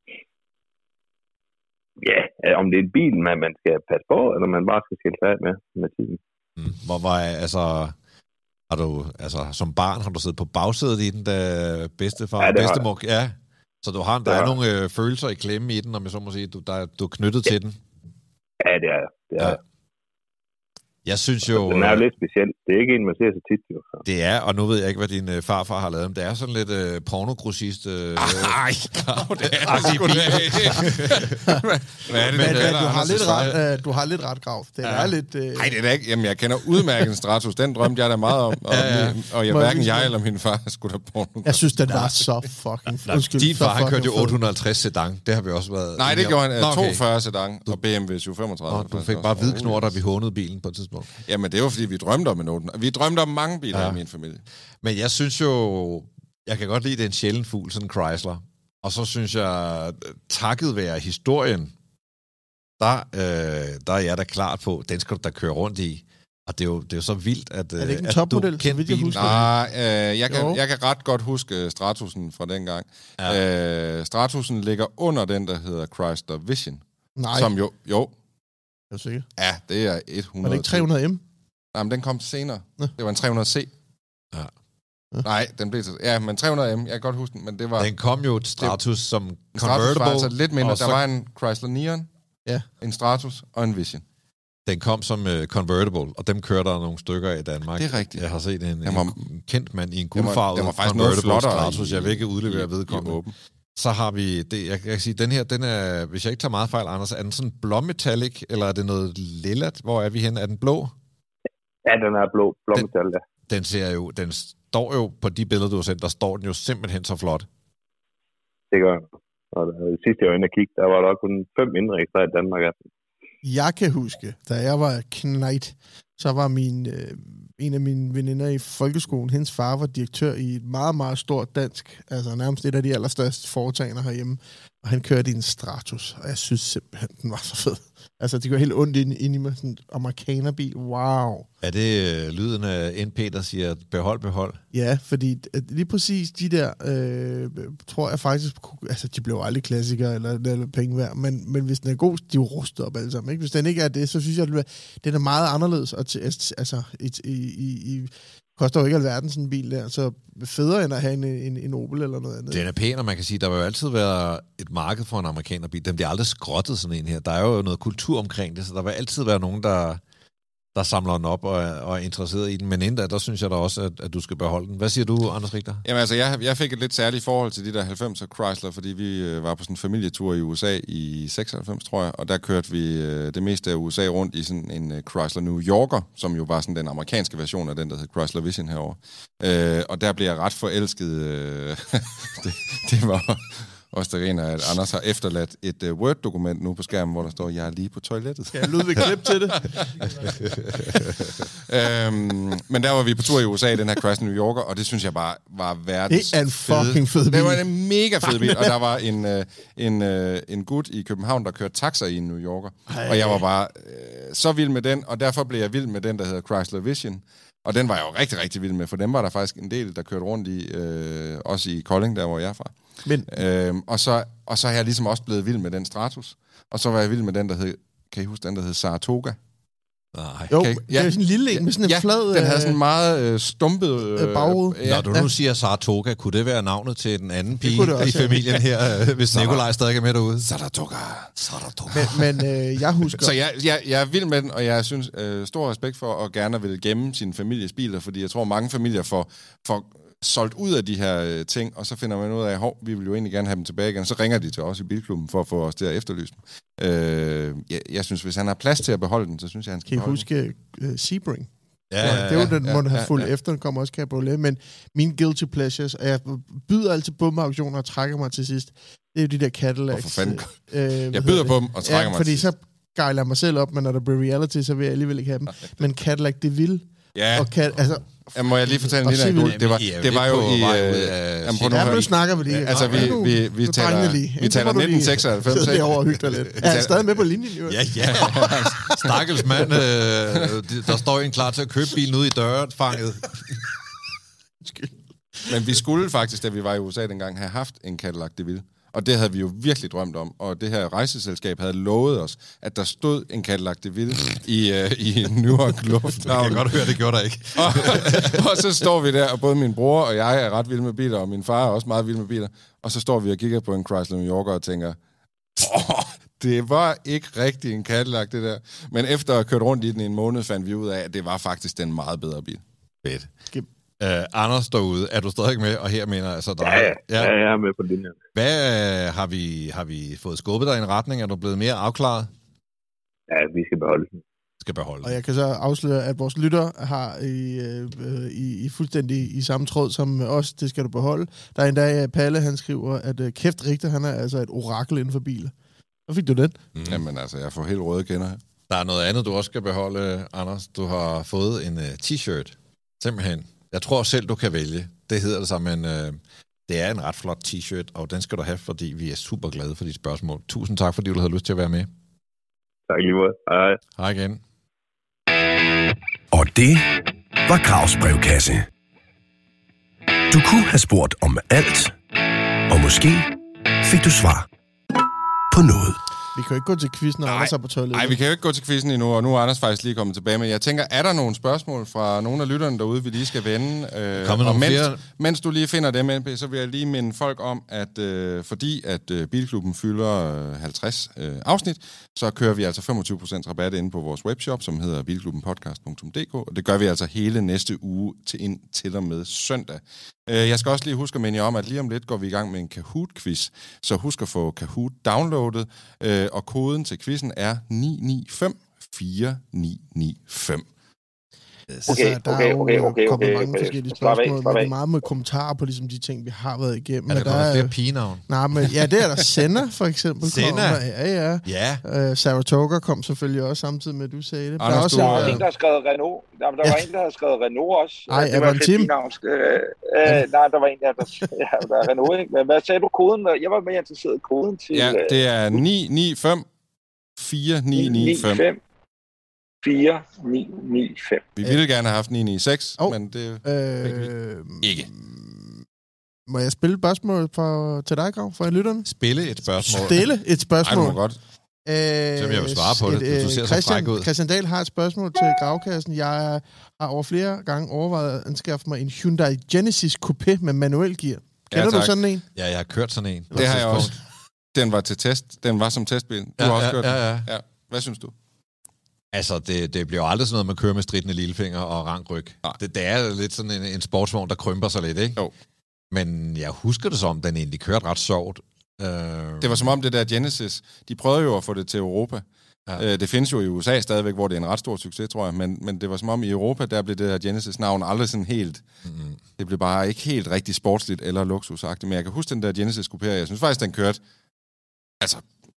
Ja, om det er en bil, man, man skal passe på, eller man bare skal skille sig af med, med tiden. Mm. Hvor var altså... Har du, altså, som barn har du siddet på bagsædet i den, da bedstefar ja, og bedstemor... Ja, så du har, der er ja. nogle øh, følelser i klemme i den, om jeg så må sige. Du, der, du er knyttet ja. til den. Ja, det er det. Er. Ja. Jeg synes jo... Den er jo lidt speciel. Det er ikke en, man ser så tit. Jo, så. Det er, og nu ved jeg ikke, hvad din øh, farfar har lavet, men det er sådan lidt øh, pornogrossist... Øh, Ej, Grav, det er altså, sgu da. Hvad er det, men, det men, du, har lidt ret, øh, du har lidt ret, Grav. Det ja. er lidt... Øh... Nej, det er da ikke... Jamen, jeg kender udmærket Stratus. Den drømte jeg da meget om. Og, ja, ja. og jeg, hverken jeg eller min far skulle da porno. Jeg synes, den var så fucking... Undskyld, din far, han kørte jo otte hundrede og halvtreds sedan. Det har vi også været... Nej, det gjorde han. Nå, okay. toogfyrre sedan og B M W syv femogtredive. Nå, du fik bare hvid knor, da vi hånede bilen på et tidspunkt. Jamen, det var fordi, vi drømte om en otte. Vi drømte om mange biler ja. i min familie. Men jeg synes jo, jeg kan godt lide, det er en sjælden fugl, sådan en Chrysler. Og så synes jeg, takket være historien, der, øh, der er jeg da klart på, den skal du da køre rundt i. Og det er jo, det er jo så vildt, at, er det ikke en at topmodel, du kendte bilen. Nej, øh, jeg, kan, jeg kan ret godt huske Stratusen fra dengang. Ja. Øh, Stratusen ligger under den, der hedder Chrysler Vision. Nej. Som jo, jo. Er du sikker? Ja, det er hundrede. Var det ikke tre hundrede M? Nej, men den kom senere. Ja. Det var en tre hundrede C. Ja. Ja. Nej, den blev til... Ja, men tre hundrede M, jeg kan godt huske den, men det var... Den kom jo et Stratus det, som convertible. Stratus var altså lidt mindre. Så, der var en Chrysler Neon, ja. en Stratus og en Vision. Den kom som uh, convertible, og dem kører der nogle stykker i Danmark. Det er rigtigt. Jeg har set en, var, en kendt mand i en guldfarvet convertible Stratus. I, jeg vil ikke udlevere vedkommende. Så har vi, det, jeg kan sige, den her, den er, hvis jeg ikke tager meget fejl, Anders, er den sådan blåmetallic, eller er det noget lilla? Hvor er vi henne? Er den blå? Ja, den er blå, blå den, metal, ja. Den ser jo, den står jo på de billeder, du har sendt, der står den jo simpelthen så flot. Det gør den. Og der, sidst jeg var inde og kigge, der var der kun fem indregistreret i Danmark. Jeg kan huske, da jeg var knægt, så var min, øh, en af mine veninder i folkeskolen, hendes far var direktør i et meget, meget stort dansk, altså nærmest et af de allerstørste foretagender herhjemme, og han kørte i en Stratus, og jeg synes simpelthen, den var så fed. Altså, det går helt ondt ind, ind i mig, sådan en amerikanerbil, wow. Er det øh, lyden af N P, der siger, behold, behold? Ja, fordi lige præcis de der, øh, tror jeg faktisk, altså de blev aldrig klassikere eller, eller penge værd, men, men hvis den er god, de er jo rustet op alle sammen, ikke? Hvis den ikke er det, så synes jeg, at den er meget anderledes, og til, altså, i, i, i koster jo ikke alverden sådan en bil der, så federe end at have en, en, en Opel eller noget andet. Den er pæn, og man kan sige, der vil jo altid være et marked for en amerikanerbil. Den bliver aldrig skrottet sådan en her. Der er jo noget kultur omkring det, så der vil altid være nogen, der, der samler den op og er, og er interesseret i den. Men inden da, der synes jeg da også, at, at du skal beholde den. Hvad siger du, Anders Richter? Jamen altså, jeg, jeg fik et lidt særligt forhold til de der halvfemser Chrysler, fordi vi øh, var på sådan en familietur i U S A i seksoghalvfems, tror jeg, og der kørte vi øh, det meste af U S A rundt i sådan en øh, Chrysler New Yorker, som jo var sådan den amerikanske version af den, der hed Chrysler Vision herovre. Øh, og der blev jeg ret forelsket. Øh, det, det var også der rent, at Anders har efterladt et uh, Word-dokument nu på skærmen, hvor der står, jeg er lige på toilettet. Skal jeg Ludvig klip til det? øhm, men der var vi på tur i U S A, den her Chrysler New Yorker, og det synes jeg bare var verdens Det er en fucking fed bil. Det var en mega fed bil, og der var en, uh, en, uh, en gut i København, der kørte taxa i en New Yorker. Ej. Og jeg var bare uh, så vild med den, og derfor blev jeg vild med den, der hedder Chrysler Vision. Og den var jeg jo rigtig, rigtig vild med, for dem var der faktisk en del, der kørte rundt i, øh, også i Kolding, der hvor jeg er fra. Men. Øhm, og, så, og så er jeg ligesom også blevet vild med den Stratus. Og så var jeg vild med den, der hed, kan I huske den, der hed Saratoga? Nej. Jo, okay. Det er sådan en lille en med sådan en ja, flad... den havde sådan meget øh, stumpet... Øh, bagrude. Ja, Når du nu siger Saratoga, kunne det være navnet til den anden pige i familien her, hvis Nikolaj stadig er med derude? Saratoga. Saratoga. Men, men øh, jeg husker... Så jeg, jeg, jeg er vild med den, og jeg synes øh, stor respekt for at gerne vil gemme sin families biler, fordi jeg tror, mange familier får... får solgt ud af de her øh, ting, og så finder man ud af, hov, vi vil jo egentlig gerne have dem tilbage igen. Så ringer de til os i Bilklubben for at få os til at efterlyse dem. Øh, jeg, jeg synes, hvis han har plads til at beholde den, så synes jeg, han skal kan beholde huske, den. Kan I huske uh, Sebring? Ja, ja, ja, det er jo den, ja, må have fulgt ja, ja. efter, den kommer også Cabriolet, men min guilty pleasures, og jeg byder altid på med auktioner og trækker mig til sidst, det er jo de der Cadillacs. Hvorfor fanden? Øh, jeg byder på dem og trækker ja, mig fordi til så gejler jeg mig selv op, men når der bliver reality, så vil jeg alligevel ikke have dem. Men Cadillac, det vil. Ja. Og Cad- altså, Ja, må jeg lige fortælle en lille anekdote? Det var, det var jo i... Ja, nu snakker vi det. Altså, vi, vi, vi taler, vi taler nitten seksoghalvfems. Det er over hyggeligt lidt. Jeg er stadig med på linjen, jo. Ja, ja. Stakkels mand, øh, der står en klar til at købe bilen ude i dørfanget. Men vi skulle faktisk, da vi var i U S A dengang, have haft en Cadillac DeVille. Og det havde vi jo virkelig drømt om. Og det her rejseselskab havde lovet os, at der stod en Cadillac DeVille i, uh, i Newark Lufthavn. Det kan jeg godt høre, det gjorde der ikke. og, og så står vi der, og både min bror og jeg er ret vilde med biler, og min far er også meget vild med biler. Og så står vi og kigger på en Chrysler New Yorker og tænker, åh, det var ikke rigtig en Cadillac, det der. Men efter at have kørt rundt i den i en måned, fandt vi ud af, at det var faktisk den meget bedre bil. Fedt. Uh, Anders derude, er du stadig med? Og her mener altså der. Ja, ja, ja. ja, jeg er med på linjen. Hvad uh, har vi har vi fået skubbet dig i en retning? Er du blevet mere afklaret? Ja, vi skal beholde den. Skal beholde. Og jeg kan så afsløre, at vores lytter har i, øh, i, i fuldstændig i samme tråd som os. Det skal du beholde. Der er endda Palle, han skriver, at øh, kæft Richter, han er altså et orakel inden for biler. Hvor fik du den? Mm. Jamen altså, jeg får helt røde kender her. Der er noget andet, du også skal beholde, Anders. Du har fået en uh, t-shirt. Simpelthen. Jeg tror selv, du kan vælge. Det hedder det så, men øh, det er en ret flot t-shirt, og den skal du have, fordi vi er super glade for dit spørgsmål. Tusind tak, fordi du havde lyst til at være med. Tak lige måde. Hej. Hej igen. Og det var Gravs brevkasse. Du kunne have spurgt om alt, og måske fik du svar på noget. Vi kan jo ikke gå til quizzen, når Ej. Anders er på toilettet. Nej, vi kan jo ikke gå til quizzen endnu, og nu er Anders faktisk lige kommet tilbage. Men jeg tænker, er der nogle spørgsmål fra nogle af lytterne derude, vi lige skal vende? Øh, og mens, mens du lige finder dem, N P, så vil jeg lige minde folk om, at øh, fordi at øh, Bilklubben fylder øh, halvtreds øh, afsnit, så kører vi altså femogtyve procent rabat inde på vores webshop, som hedder bilklubbenpodcast punktum d k, og det gør vi altså hele næste uge til, ind, til og med søndag. Jeg skal også lige huske at minde jer om, at lige om lidt går vi i gang med en Kahoot-quiz, så husk at få Kahoot downloadet, og koden til quizzen er ni ni fem fire ni ni fem. Altså, Okay, der okay, er jo okay, okay, kommet okay, mange okay. forskellige Slap af, spørgsmål, slap men det af. er meget med kommentarer på ligesom de ting, vi har været igennem. Er der Men kommet er- flere pigenavn? Nej, men ja, det er der. Senna, for eksempel. Senna? Kommer. Ja, ja. Ja. Uh, Saratoga kom selvfølgelig også samtidig med, at du sagde det. Anders, der er også du- Der en, var øh, en, der har skrevet Renault. Jamen, der Ja. var en, der havde skrevet Renault også. Ej, det var et Avantim? fedt navn. Øh, øh, nej, der var en, der, der, ja, der er Renault, ikke? Men hvad sagde du koden? Jeg var mere interesseret i koden til... Ja, øh, det er ni ni fem fire ni ni fem. fire ni ni fem. Vi ville gerne have haft ni ni seks, Hov. men det... øh, Ikke. Må jeg spille et spørgsmål for, til dig, Grav, for lytterne? Spille et spørgsmål. Stille et Ej, du spørgsmål. må godt. Øh, jeg vil svare på det. et, Du øh, ser så fræk Christian, ud. Christian Dahl har et spørgsmål til Gravkassen. Jeg har over flere gange overvejet at anskaffe mig en Hyundai Genesis Coupé med manuel gear. Kender Ja, du tak. sådan en? Ja, jeg har kørt sådan en. Det har jeg også. Den var til test. Den var som testbil. Du har også ja, kørt ja, den. ja. Ja. Hvad synes du? Altså, det, det bliver jo aldrig sådan noget, man kører med stridende lillefinger og rank ryg. Det, det er lidt sådan en, en sportsvogn, der krymper sig lidt, ikke? Jo. Men jeg husker det som, den egentlig kørte ret sjovt. Øh, Det var som om det der Genesis, de prøvede jo at få det til Europa. Ja. Det findes jo i U S A stadigvæk, hvor det er en ret stor succes, tror jeg. Men, men det var som om i Europa, der blev det her Genesis-navn aldrig sådan helt... Mm-hmm. Det blev bare ikke helt rigtig sportsligt eller luksusagtigt. Men jeg kan huske den der Genesis Coupé, jeg synes faktisk, den kørte... Altså,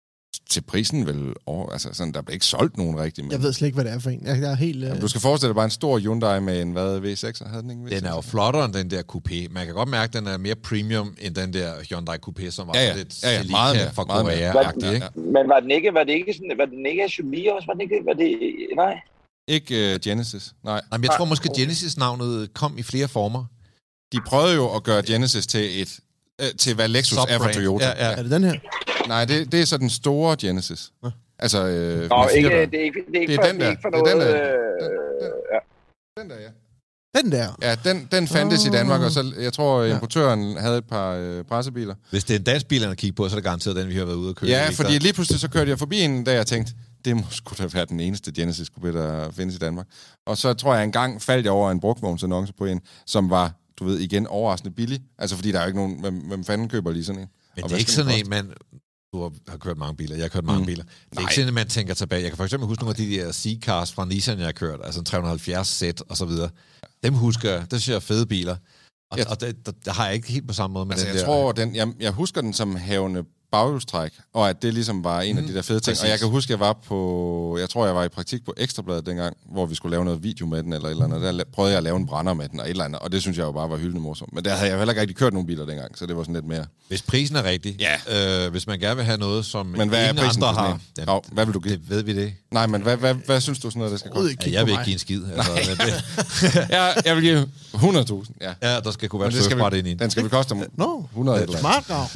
til prisen vel... Over, altså, sådan, der blev ikke solgt nogen rigtig. Men... Jeg ved slet ikke, hvad det er for en. Jeg, jeg er helt... Jamen, du skal forestille dig bare en stor Hyundai med en, hvad, V seks? Havde den ikke en V seks? Den er jo flottere end den der coupé. Man kan godt mærke, at den er mere premium end den der Hyundai Coupé, som var Ja, ja. lidt Ja, ja. Celica Meget mere, fra meget mere. Korea-agtig, Ja, ikke? ja. Men var den ikke, var det ikke sådan, var den ikke S U V også? Var den ikke, var det, nej? Ikke uh, Genesis, nej. Jamen, jeg tror måske, Genesis-navnet kom i flere former. De prøvede jo at gøre Genesis til et... Øh, til hvad Lexus er for Subbrand. Toyota. Ja, ja. Er det den her? Nej, det, det er så den store Genesis. Ja. Altså, øh, Nå, med ikke, fire det er ikke, det er ikke Det er for, den det er der. ikke for Det er noget... den der. Øh, ja. Den der, ja. Den der. Ja, den, den fandtes Oh. i Danmark, og så jeg tror, Ja. importøren havde et par øh, pressebiler. Hvis det er en dansk bil, han kigge på, så er det garanteret den, vi har været ude at køre. Ja, ikke? fordi Der- lige pludselig så kørte jeg forbi en, da jeg tænkte, det må sgu da være den eneste Genesis Coupé, der findes i Danmark. Og så tror jeg engang faldt jeg over en brugtvognsannonce på en, som var, du ved, igen overraskende billig. Altså fordi der er jo ikke nogen, hvem, hvem fanden køber lige sådan en? Men Og det er hvad ikke skal den sådan en, man... Du har- har kørt mange biler, jeg har kørt mange Mm. biler. Det er Nej. ikke sådan, at man tænker tilbage. Jeg kan for eksempel huske nogle af de der C-Cars fra Nissan, jeg har kørt, altså en tre hundrede og halvfjerds sæt og så videre. Dem husker jeg, det synes jeg er fede biler. Og, Jeg- og det, der, der har jeg ikke helt på samme måde med Altså, den jeg der... tror, den, jeg, jeg husker den som havende baghjulstræk, og at det ligesom var en af Mm, de der fede ting. præcis. Og jeg kan huske, jeg var på, jeg tror, jeg var i praktik på Ekstrabladet dengang, hvor vi skulle lave noget video med den, eller et eller andet. Der la- prøvede jeg at lave en brænder med den, og et eller andet, og det synes jeg jo bare var hyldende morsomt. Men der havde jeg heller ikke rigtig kørt nogen biler dengang, så det var sådan lidt mere. Hvis prisen er rigtig, Ja. øh, hvis man gerne vil have noget, som Men hvad er ingen prisen andre på sådan har, en? den, Grav, hvad vil du give? det ved vi det. Nej, men hvad, hvad, hvad synes du sådan noget, det skal Jeg ved koste? ikke, Ja, kig jeg på vil mig. ikke give en skid. Altså, men det, Ja, jeg vil give hundrede tusind. Ja. ja, der skal kunne være Men et det skal surfbræt vi, ind i. den skal vi koste om Nå, hundrede det eller er smart, Grav.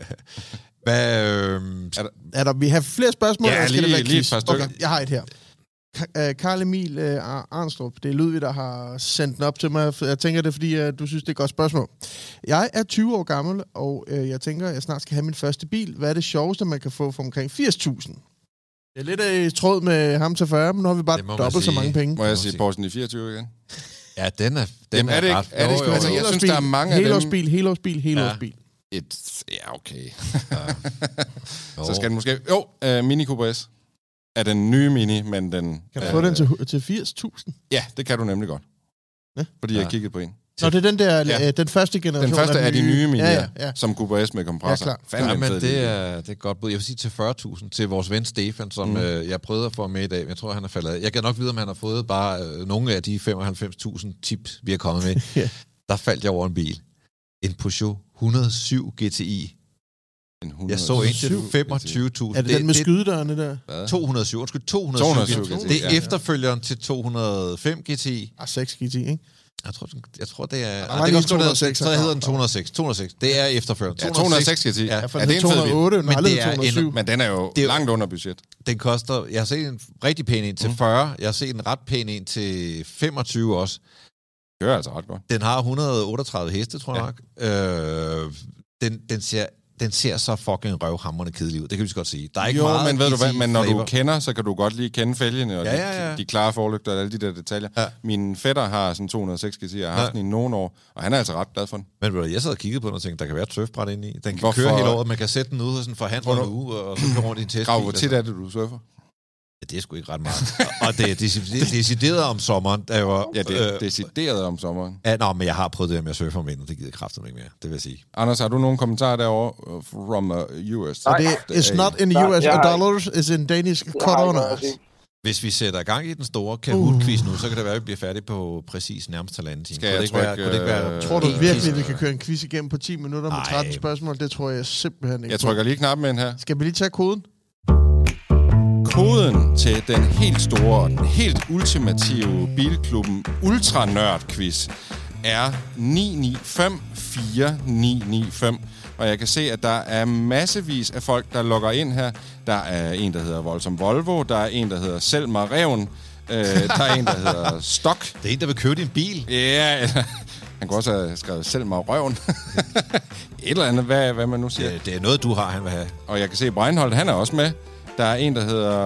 Hvad, øh, Er der, vi har flere spørgsmål, Ja, eller skal det lige- være lige et quiz? par stykker. Okay, jeg har et her. Ka- øh, Karl Emil øh, Ar- Arnstrup, det er Ludvig, der har sendt den op til mig. Jeg tænker det, er, fordi øh, du synes, det er et godt spørgsmål. Jeg er tyve år gammel, og øh, jeg tænker, at jeg snart skal have min første bil. Hvad er det sjoveste, man kan få for omkring firs tusind? Det er lidt øh, i tråd med ham til fyrre, men nu har vi bare Det må man dobbelt så sige. mange penge. Må jeg må sige sige. Porsche ni fireogtyve igen? ja, den er, den Jamen, er det ikke- ret... er det ikke- Jo, jo, altså, jo. jeg synes, der er mange af dem- helårsbil, helårsbil, helårsbil. Et, ja, okay. Jo. Så skal den måske... Jo, uh, Mini Cooper S er den nye Mini, men den... Kan du øh, få den til, til firs tusind? Ja, det kan du nemlig godt. Ja. Fordi Ja. jeg kiggede på en. Nå, det er den der, Ja. øh, den første generation. Den første er de nye Mini, Ja, ja, ja. som Cooper S med kompressor. Ja, klar. Fandme Ja, en men fed det bil. er, det er et godt bud. Jeg vil sige til fyrre tusind til vores ven Stefan, som Mm. mm. øh, jeg prøvede at få med i dag, men jeg tror, han er faldet af. Jeg kan nok vide, om han har fået bare øh, nogle af de femoghalvfems tusind tips, vi er kommet med. Ja. Der faldt jeg over en bil. En Peugeot et hundrede og syv G T I. En hundrede Jeg så og en syv. til femogtyve tusind. Er det, den med skydedørene der? Hvad? to hundrede og syv, undskyld, to hundrede to og hundrede syv og syv G T I. G T I, Det er ja. efterfølgeren til to hundrede og fem G T I. Ah, seks G T I, ikke? Jeg tror, den- jeg tror det er... var Ah, det lige kan en godt stå, to hundrede og seks, der- så hedder den der- to hundrede og seks. to hundrede og seks. Det er efterfølgeren. Ja, to hundrede og seks G T I. Ja, Ja, for er den det er en to fed hundrede og bil? otte, den Men har aldrig det er to hundrede og syv. Men den er jo Det er jo- langt under budget. Den koster... Jeg har set en rigtig pæn en til fyrre. Jeg har set en ret pæn en til femogtyve også. Det kører altså ret godt. Den har et hundrede og otteogtredive heste, tror jeg nok. Øh, den, den, ser, den ser så fucking røvhamrende kedelig ud. Det kan vi så godt sige. Der er ikke jo, meget men ved du hvad, G T I men når flavor. du kender, så kan du godt lige kende fælgene og Ja, de, ja, ja. de, de klare forlygter og alle de der detaljer. Ja. Min fætter har sådan to hundrede og seks G T I, jeg har haft Ja. den i nogle år, og han er altså ret glad for den. Men ved du, jeg sad og kiggede på den og tænkte, der kan være et surfbræt inde i. Den kan Hvorfor- køre hele året. Man kan sætte den ude hos en forhandler en Hvornår- uge, og så køre rundt i en testbil. Grav, hvor tit er det, du surfer? det er sgu ikke ret meget. Og det er decideret om sommeren. Der var, ja, det er øh, decideret om sommeren. Ja, nå, men jeg har prøvet det med at surfe om vinteren. Det gider kraftigt ikke mere, det vil jeg sige. Anders, har du nogle kommentarer derovre from uh, U S? Så det is not in U S dollars, it's in Danish kroner. Hvis vi sætter i gang i den store Kahoot-quiz nu, så kan det være, at vi bliver færdige på præcis nærmest halvanden time. Skal jeg ikke være, kunne det ikke være, tror du virkelig, at vi kan køre en quiz igennem på ti minutter med tretten spørgsmål? Det tror jeg simpelthen ikke. Jeg trykker lige knappen ind her. Skal vi lige tage koden? Koden til den helt store og den helt ultimative Bilklubben Ultra Nørd Quiz er ni ni fem fire ni ni fem. Og jeg kan se, at der er massevis af folk, der logger ind her. Der er en, der hedder Voldsom Volvo. Der er en, der hedder Selma Reven. Øh, der er en, der hedder Stok. Det er en, der vil købe din bil. Ja, eller, han kunne også have skrevet Selma Røven. Et eller andet, hvad, hvad man nu siger. Det, det er noget, du har, han vil have. Og jeg kan se, at Breinholt, han er også med. Der er en, der hedder...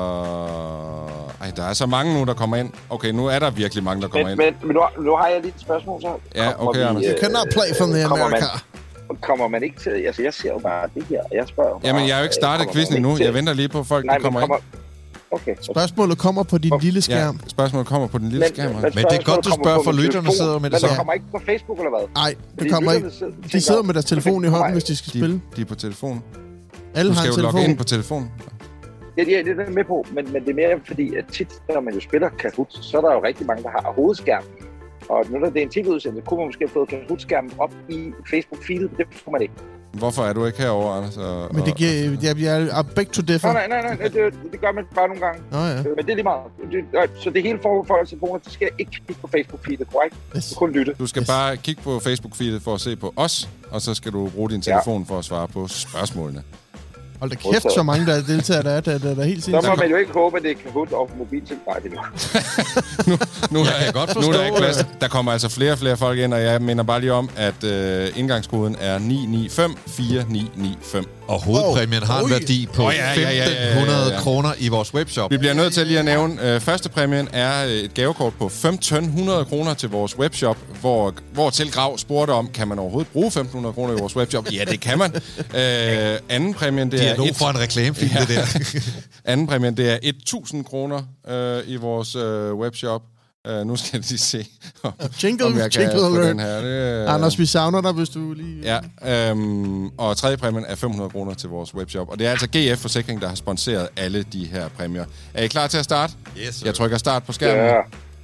Ej, der er så mange nu, der kommer ind. Okay, nu er der virkelig mange, der kommer men, ind. Men, men nu, nu har jeg lige et spørgsmål, så... Ja, okay, Anders. You cannot play from the America. Kommer man ikke til... Altså, jeg ser jo bare det her, jeg spørger bare... Jamen, jeg har jo ikke startet quizzen endnu. Jeg venter lige på, at folk Nej, der kommer, kommer ind. Okay. Spørgsmålet kommer på din lille skærm. Ja, spørgsmålet kommer på den lille men, skærm. Men, men det er godt, du spørger, for lytterne sidder med det samme. Men det kommer ikke på Facebook, eller hvad? Nej, det kommer ikke. De sidder med deres telefon i hånden, hvis de skal spille. De, de er på telefon. Alle har en telefon. Du skal jo logge ind på telefonen. Ja, det er det med på, men, men det er mere fordi, at tit, når man jo spiller Kahoot, så er der jo rigtig mange, der har hovedskærm. Og når det er en T V-udsendelse, kunne man måske have fået Kahoot-skærmen op i Facebook-feedet, det får man ikke. Hvorfor er du ikke herovre, Anders? Og, men det giver... Jeg, jeg er beg to differ. Nej, nej, nej, nej det, det gør man bare nogle gange. Nå, ja. Men det er lige meget. Det, så det hele forhold for telefoner, det skal ikke kigge på Facebook-feedet, korrekt? Yes. Du kun lytte. Du skal yes. bare kigge på Facebook-feedet for at se på os, og så skal du bruge din telefon ja. for at svare på spørgsmålene. Hold da kæft, så mange der deltager, der er, der, der, der er helt sindssygt. Så må man jo ikke håbe, at det er Kahoot og mobiltelefon endnu. nu, nu, jeg kan godt forstå, nu er der, ikke der kommer altså flere og flere folk ind, og jeg minder bare lige om, at øh, indgangskoden er ni ni fem fire ni ni fem. Og hovedpræmien oh, har en værdi på oh, ja, ja, ja, femten hundrede ja, ja, ja. kroner i vores webshop. Vi bliver nødt til lige at nævne, øh, første præmien er et gavekort på femten hundrede kroner til vores webshop, hvor, hvor til Grav spurgte om, kan man overhovedet bruge femten hundrede kroner i vores webshop? Ja, det kan man. Øh, anden præmien, det, det er... Det er for en reklamefilm, ja. Det der. Anden præmien, det er tusind kroner øh, i vores øh, webshop. Uh, nu skal jeg lige se, om, jingle, om jeg kan få den her. Det, uh... Anders, vi savner dig, hvis du lige... Ja, um, og tredje præmien er fem hundrede kroner til vores webshop. Og det er altså G F Forsikring, der har sponsoreret alle de her præmier. Er I klar til at starte? Yes, sir. Jeg trykker start på skærmen. Ja.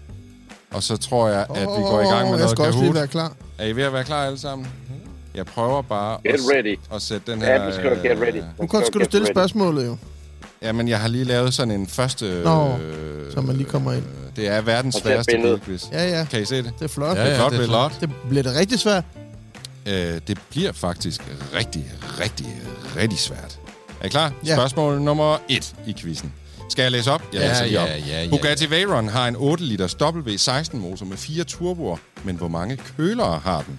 Og så tror jeg, at oh, vi går i gang med noget Kahoot. Jeg skal også lige være klar. Er I ved at være klar alle sammen? Jeg prøver bare get at, ready. at sætte den her... Ja, du skal uh, get ready. Nu skal, skal du stille spørgsmålet jo. Ja, men jeg har lige lavet sådan en første... Nå, øh, så man lige kommer ind. Det er verdens sværeste bilquiz. Ja, ja. Kan I se det? Det er flot. Ja, ja, det er flot. Det, er flot. det bliver det rigtig svært. Øh, det bliver faktisk rigtig, rigtig, rigtig svært. Er I klar? Ja. Spørgsmål nummer et i quizzen. Skal jeg læse op? Jeg ja, læser lige ja, op. ja, ja. Bugatti Veyron har en otte liters W seksten motor med fire turboer, men hvor mange kølere har den?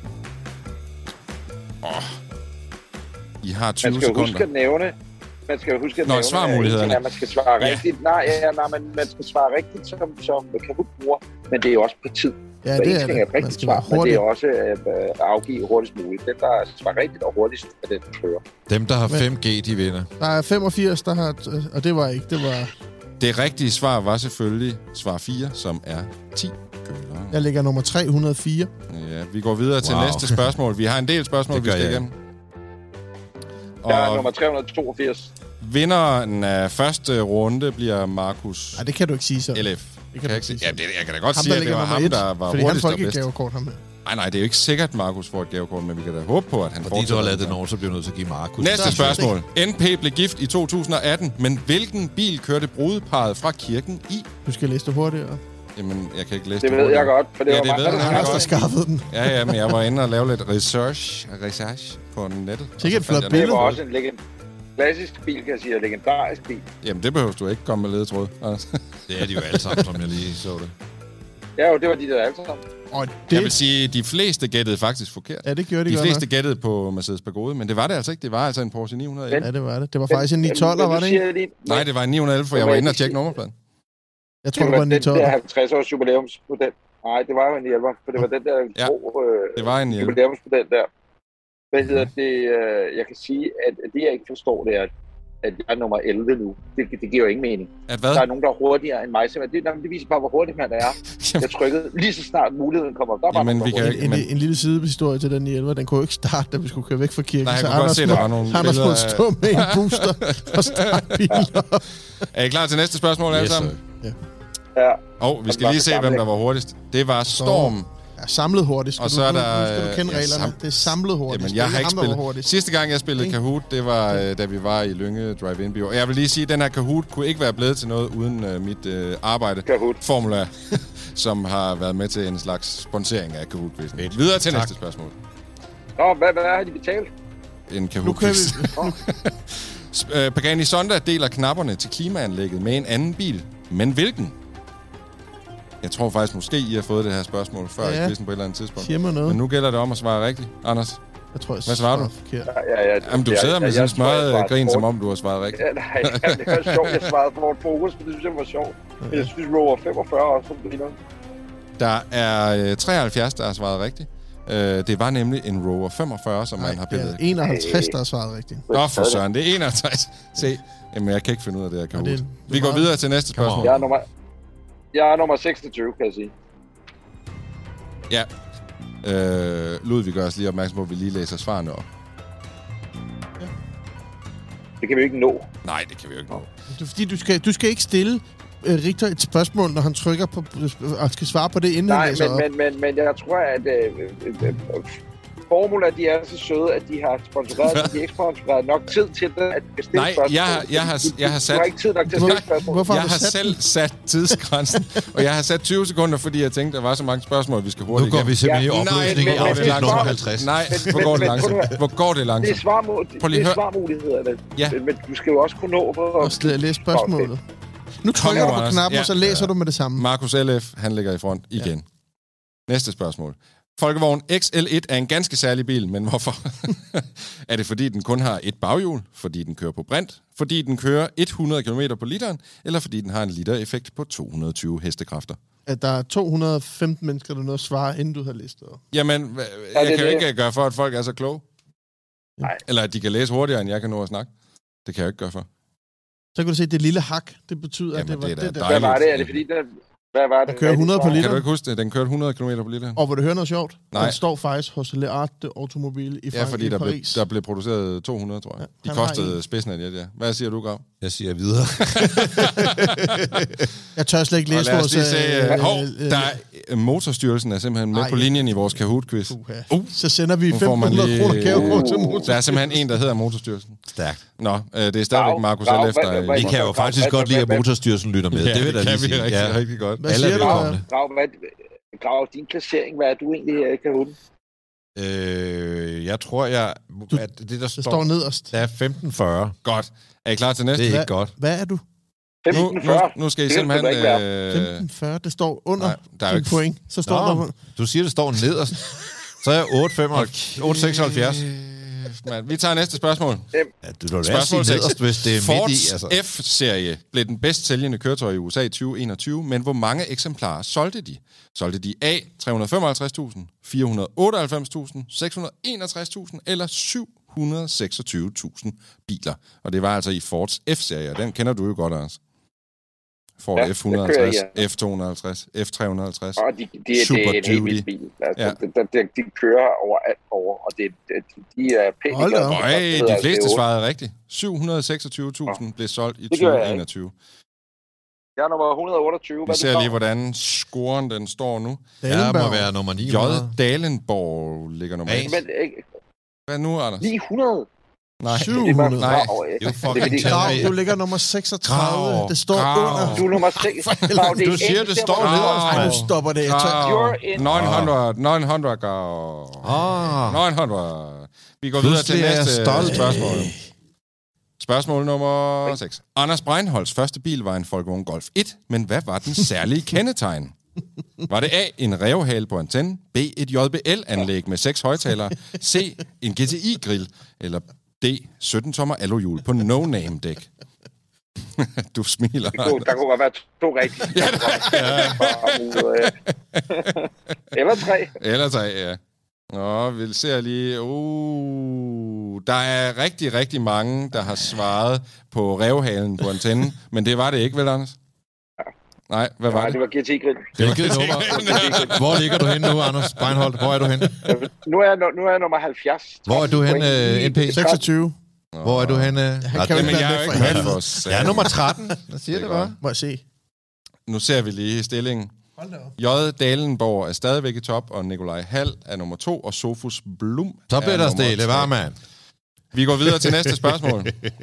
Åh. Oh. I har tyve man skal sekunder. Huske at nævne, man skal jo huske at Nå, nævne, svarmulighederne. at man skal svare ja. rigtigt. Nej, ja, nej, men man skal svare rigtigt som, som Kahoot bruger, men det er jo også på tid. Ja, så det er det. Er rigtigt svar, men det er også øh, at afgive hurtigst muligt. Den, der svarer rigtigt og hurtigst, er den, der fører. Dem, der har fem G, de vinder. Der er femogfirs, der har... Og det var ikke, det var... Det rigtige svar var selvfølgelig svar fire, som er ti kølere. Jeg ligger nummer tre hundrede og fire. Ja, vi går videre til wow. næste spørgsmål. Vi har en del spørgsmål, vi skal igennem. Der er nummer tre hundrede og toogfirs. Vinderen af første runde bliver Markus... Nej, det kan du ikke sige så. L F. Det kan, kan du ikke sige ja, det, jeg kan da godt ham, sige, at det var ham, et, der var fordi hurtigst han og bedst. gavekort, ham her. Nej, nej, det er jo ikke sikkert, at Markus får et gavekort, men vi kan da håbe på, at han får det. Fordi du har lavet det nogen, så bliver du nødt til at give Markus. Næste spørgsmål. N P blev gift i to tusind og atten, men hvilken bil kørte brudeparret fra kirken i? Du skal læse det hurtigere. Jamen, jeg kan ikke læse det. Det ved jeg godt, for det ja, var det mange, ved der jeg der skaffede den. Ja, ja, men jeg var inde og lave lidt research, research på nettet. Sikkert et flot billede. Det var også en legend. Klassisk bil, kan jeg sige, og legendarisk bil. Jamen, det behøver du ikke komme med ledetråd. Det er de jo alle sammen, som jeg lige så det. Ja, jo, det var de der alle sammen. Og det... Jeg vil sige, at de fleste gættede faktisk forkert. Ja, det gjorde de De godt fleste nok. gættede på Mercedes Pagode, men det var det altså ikke. Det var altså en Porsche ni hundrede elleve. Ja, det var det. Det var faktisk en ni tolv, var det ikke? Lige, Nej, det var en ni hundrede elleve, for jeg var inde og tjekke nummerpladen. Jeg tror, det var en ni tolv. Det var den der halvtreds års jubilæumsmodel. Nej, det var jo en ni elleve, for det var den der ja, gro, øh, det var en jubilæumsmodel der. Hvad hedder det? Øh, jeg kan sige, at det jeg ikke forstår, det er, at jeg er nummer elleve nu. Det, det giver jo ingen mening. At hvad? Der er nogen, der er hurtigere end mig. Det, det viser bare, hvor hurtigt man er. Jeg trykkede lige så snart muligheden kommer op. Der var Jamen, vi kan en, en, en lille sidehistorie til den i elleve. Den kunne jo ikke starte, da vi skulle køre væk fra kirken. Nej, jeg så kunne godt se, der var nogle Anders billeder måtte stå med en booster og starte bilen op. Er I klar til næste spørgsmål, alle sammen? Ja. Ja. Og vi skal lige se, hvem der var hurtigst. Det var Storm. Ja, samlet hurtigt. Skal Og så du, er nu, der, nu skal du kende ja, reglerne. sam- Det er samlet hurtigt. Jamen, jeg har ikke spillet. Hurtigt. Sidste gang, jeg spillede Kahoot, det var, øh, da vi var i Lynge Drive-In Bio. Og jeg vil lige sige, at den her Kahoot kunne ikke være blevet til noget uden øh, mit øh, arbejde. Kahoot. Formula, som har været med til en slags sponsering af Kahoot-quizzen. Videre til tak. Næste spørgsmål. Nå, hvad, hvad har de betalt? En Kahoot-quiz. øh, Pagani Zonda deler knapperne til klimaanlægget med en anden bil. Men hvilken? Jeg tror faktisk, måske I har fået det her spørgsmål før ja. i quizzen på et eller andet tidspunkt. Siger mig noget. Men nu gælder det om at svare rigtigt. Anders? Jeg tror, jeg Hvad svarer du? Forkert. Ja, ja, ja, Jamen, du jeg, sidder med jeg, sådan en jeg, smørret jeg grin, sport. som om du har svaret rigtigt. Ja, nej, det var sjovt. Jeg svarede for et fokus, men det synes jeg var sjovt. Men jeg synes, Rover femogfyrre også som griner. Der er øh, treoghalvfjerds, der har svaret rigtigt. Øh, det var nemlig en Rover femogfyrre, som Nej, man har pillet. Ja, enoghalvtreds, der har svaret rigtigt. Nå for søren, det er enoghalvtreds. Se, jamen jeg kan ikke finde ud af det her Kahoot. det er- Vi går videre til næste spørgsmål. Jeg er nummer, jeg er nummer seksogtyve, kan jeg sige. Ja. Øh, Ludvig gør os lige opmærksom på, at vi lige læser svarene op. Det kan vi jo ikke nå. Nej, det kan vi jo ikke nå. Det er fordi, du skal, du skal ikke stille uh, Richter et spørgsmål, når han trykker på og skal svare på det, inden Nej, han læser men, op. men, men, men jeg tror, at øh, øh, øh, Formula, de er så søde, at de har sponsoreret, at de ikke sponsoreret nok tid til det, at de kan stille Nej, spørgsmål. jeg har- jeg har- jeg har sat- Du har ikke tid nok til at stille spørgsmål. Hvorfor Jeg har du har sat selv den? sat tidsgrænsen, og jeg har sat tyve sekunder, fordi jeg tænkte, der var så mange spørgsmål, vi skal Nu hurtigt går vi simpelthen i Ja, opløsning i nej, men- afsnit men- nummer men- halvtreds. Nej, Men- hvor går det men- men- langsomt? Hvor går det Det er, langsomt? svarmu- Prøv lige det er hør. svarmulighederne. Ja. Men, men du skal jo også kunne nå på... Og sl- læse spørgsmålet. Nu trykker nu, du på Anders. knappen, Ja. og så læser du med det samme. Markus L F, han ligger i front igen. Næste spørgsmål. Folkevogn X L et er en ganske særlig bil, men hvorfor? Er det fordi, den kun har et baghjul? Fordi den kører på brint? Fordi den kører hundrede kilometer på literen? Eller fordi den har en litereffekt på to hundrede og tyve hestekræfter? At der er to hundrede og femten mennesker, der nåede at svare, inden du har listet op. Jamen, hva- Ja, jeg det kan jo er ikke gøre for, at folk er så kloge. Nej. Eller at de kan læse hurtigere, end jeg kan nå at snakke. Det kan jeg jo ikke gøre for. Så kan du se, at det lille hak, det betyder, Jamen, at det var det er da det, der. dejligt. Hvad var det? Er det fordi, der... Hvad var det? Der kører hundrede på Hvad er det, liter. Kan du ikke huske det? Den kørte hundrede kilometer på literen. Og hvor du hører noget sjovt? Nej. Den står faktisk hos Le Art Automobile i, Ja, Frank- fordi i der blev, Paris. der blev produceret to hundrede, tror jeg. Ja, De han har kostede en. spidsen af det, ja. Hvad siger du, Grav? Jeg siger videre. Jeg tør slet ikke Og læse lad os vores... lige se... øh, Hov, øh, der er, Motorstyrelsen er simpelthen med Ej. på linjen i vores Kahoot-quiz. Uha. Uh, Så sender vi nu får man femten hundrede kroner lige... gavekort til Der motor. er simpelthen en, der hedder Motorstyrelsen. Stærkt. Nå, øh, det er stadigvæk Grav, Markus Grav, L F, der hvad- er... hvad- Vi kan jo faktisk godt lide, at Motorstyrelsen lytter med. Ja, Det vil jeg da kan lige vi sige. rigtig, Ja. rigtig godt. Hvad Alle er siger du? velkomne. Grav, hvad, Grav, din placering, hvad er du egentlig her i Kahoot? Øh, jeg tror, jeg... At det, der Det står, står nederst. der er femten fyrre. Godt. Er I klar til næste? Det er Hvad- ikke godt. Hvad er du? Nu, femten nu, fyrre. nu skal I Det kan simpelthen... det ikke være. Øh, femten fyrre, det står under nej, der er jo din ikke- point. Så står Nå, der... du siger, det står nederst. Så er jeg otte seksoghalvfjerds. Man, vi tager næste spørgsmål. Ja, du kan da Spørgsmål sige seks. nederst, hvis det er midt i. Fords Altså. F-serie blev den bedst sælgende køretøj i U S A i tyve enogtyve, men hvor mange eksemplarer solgte de? Solgte de A. tre hundrede og femoghalvtreds tusind, fire hundrede og otteoghalvfems tusind, seks hundrede og enogtres tusind eller syv hundrede og seksogtyve tusind biler? Og det var altså i Fords F-serie, og den kender du jo godt, Anders. Ford Ja, F et hundrede og det kører halvtreds, jeg. F to hundrede og halvtreds, F tre hundrede og halvtreds. Og de, de, de, Super det er en helt Duty. vild bil. Altså, Ja. de, de, de, de kører overalt over, og det, de, de er pænt. Hold da op. Øj, de fleste svarede rigtigt. syv hundrede og seksogtyve tusind blev solgt i Det gør jeg tyve ikke. enogtyve. Jeg er nummer et hundrede og otteogtyve. Vi Hvad ser er lige, det hvordan scoren den står nu. Jeg må Dalenberg. være nummer ni J. hundrede. Dalenborg ligger nummer A. et. Men ikke Hvad nu, Anders? ni hundrede? Nej. syv Det var hundrede. Nej. Grav, ikke? You Det er fucking fordi- tell Grav, me. du ligger nummer seksogtredive. Grav, Det står Grav. under. Du er nummer seks. Grav, det er Du siger, ikke det der, står hvor du nederst, er. Ej, mand. nu stopper det. Jeg tør. You're in. ni hundrede, ni hundrede, Grav. Ah, ni hundrede. Vi går videre til Pludselig er jeg næste stolt. spørgsmål. Spørgsmål nummer seks. Anders Breinholds første bil var en Volkswagen Golf et, men hvad var den særlige kendetegn? Var det A, en rævehale på antennen, B, et J B L-anlæg med seks højtalere, C, en G T I-grill, eller D, sytten tommer aluhjul på no-name-dæk? Du smiler. Der kunne, der kunne godt være to rigtige. Eller tre. Eller tre, ja. Nå, vi ser lige... Uh, Uh, der er rigtig, rigtig mange, der har svaret på revhalen på antennen, men det var det ikke, vel, Anders? Nej, hvad var Nej, det? det var G T Grill. Hvilket nummer? Hvor ligger du henne nu, Anders Beinholt? Hvor er du henne? Nu er jeg, nu er jeg nummer halvfjerds. Hvor er du henne, N P? seksogtyve. Hvor er du henne? Han kan jo ikke jeg være er jo med ikke for med helvede. for os. Jeg er nummer tretten. Jeg siger det, Det er bare. Må jeg se. Nu ser vi lige stillingen. Hold da op. J. Dalenborg er stadigvæk i top, og Nikolaj Hall er nummer to, og Sofus Blum Så bliver er der nummer stille, tre. var mand. Vi går videre til næste spørgsmål.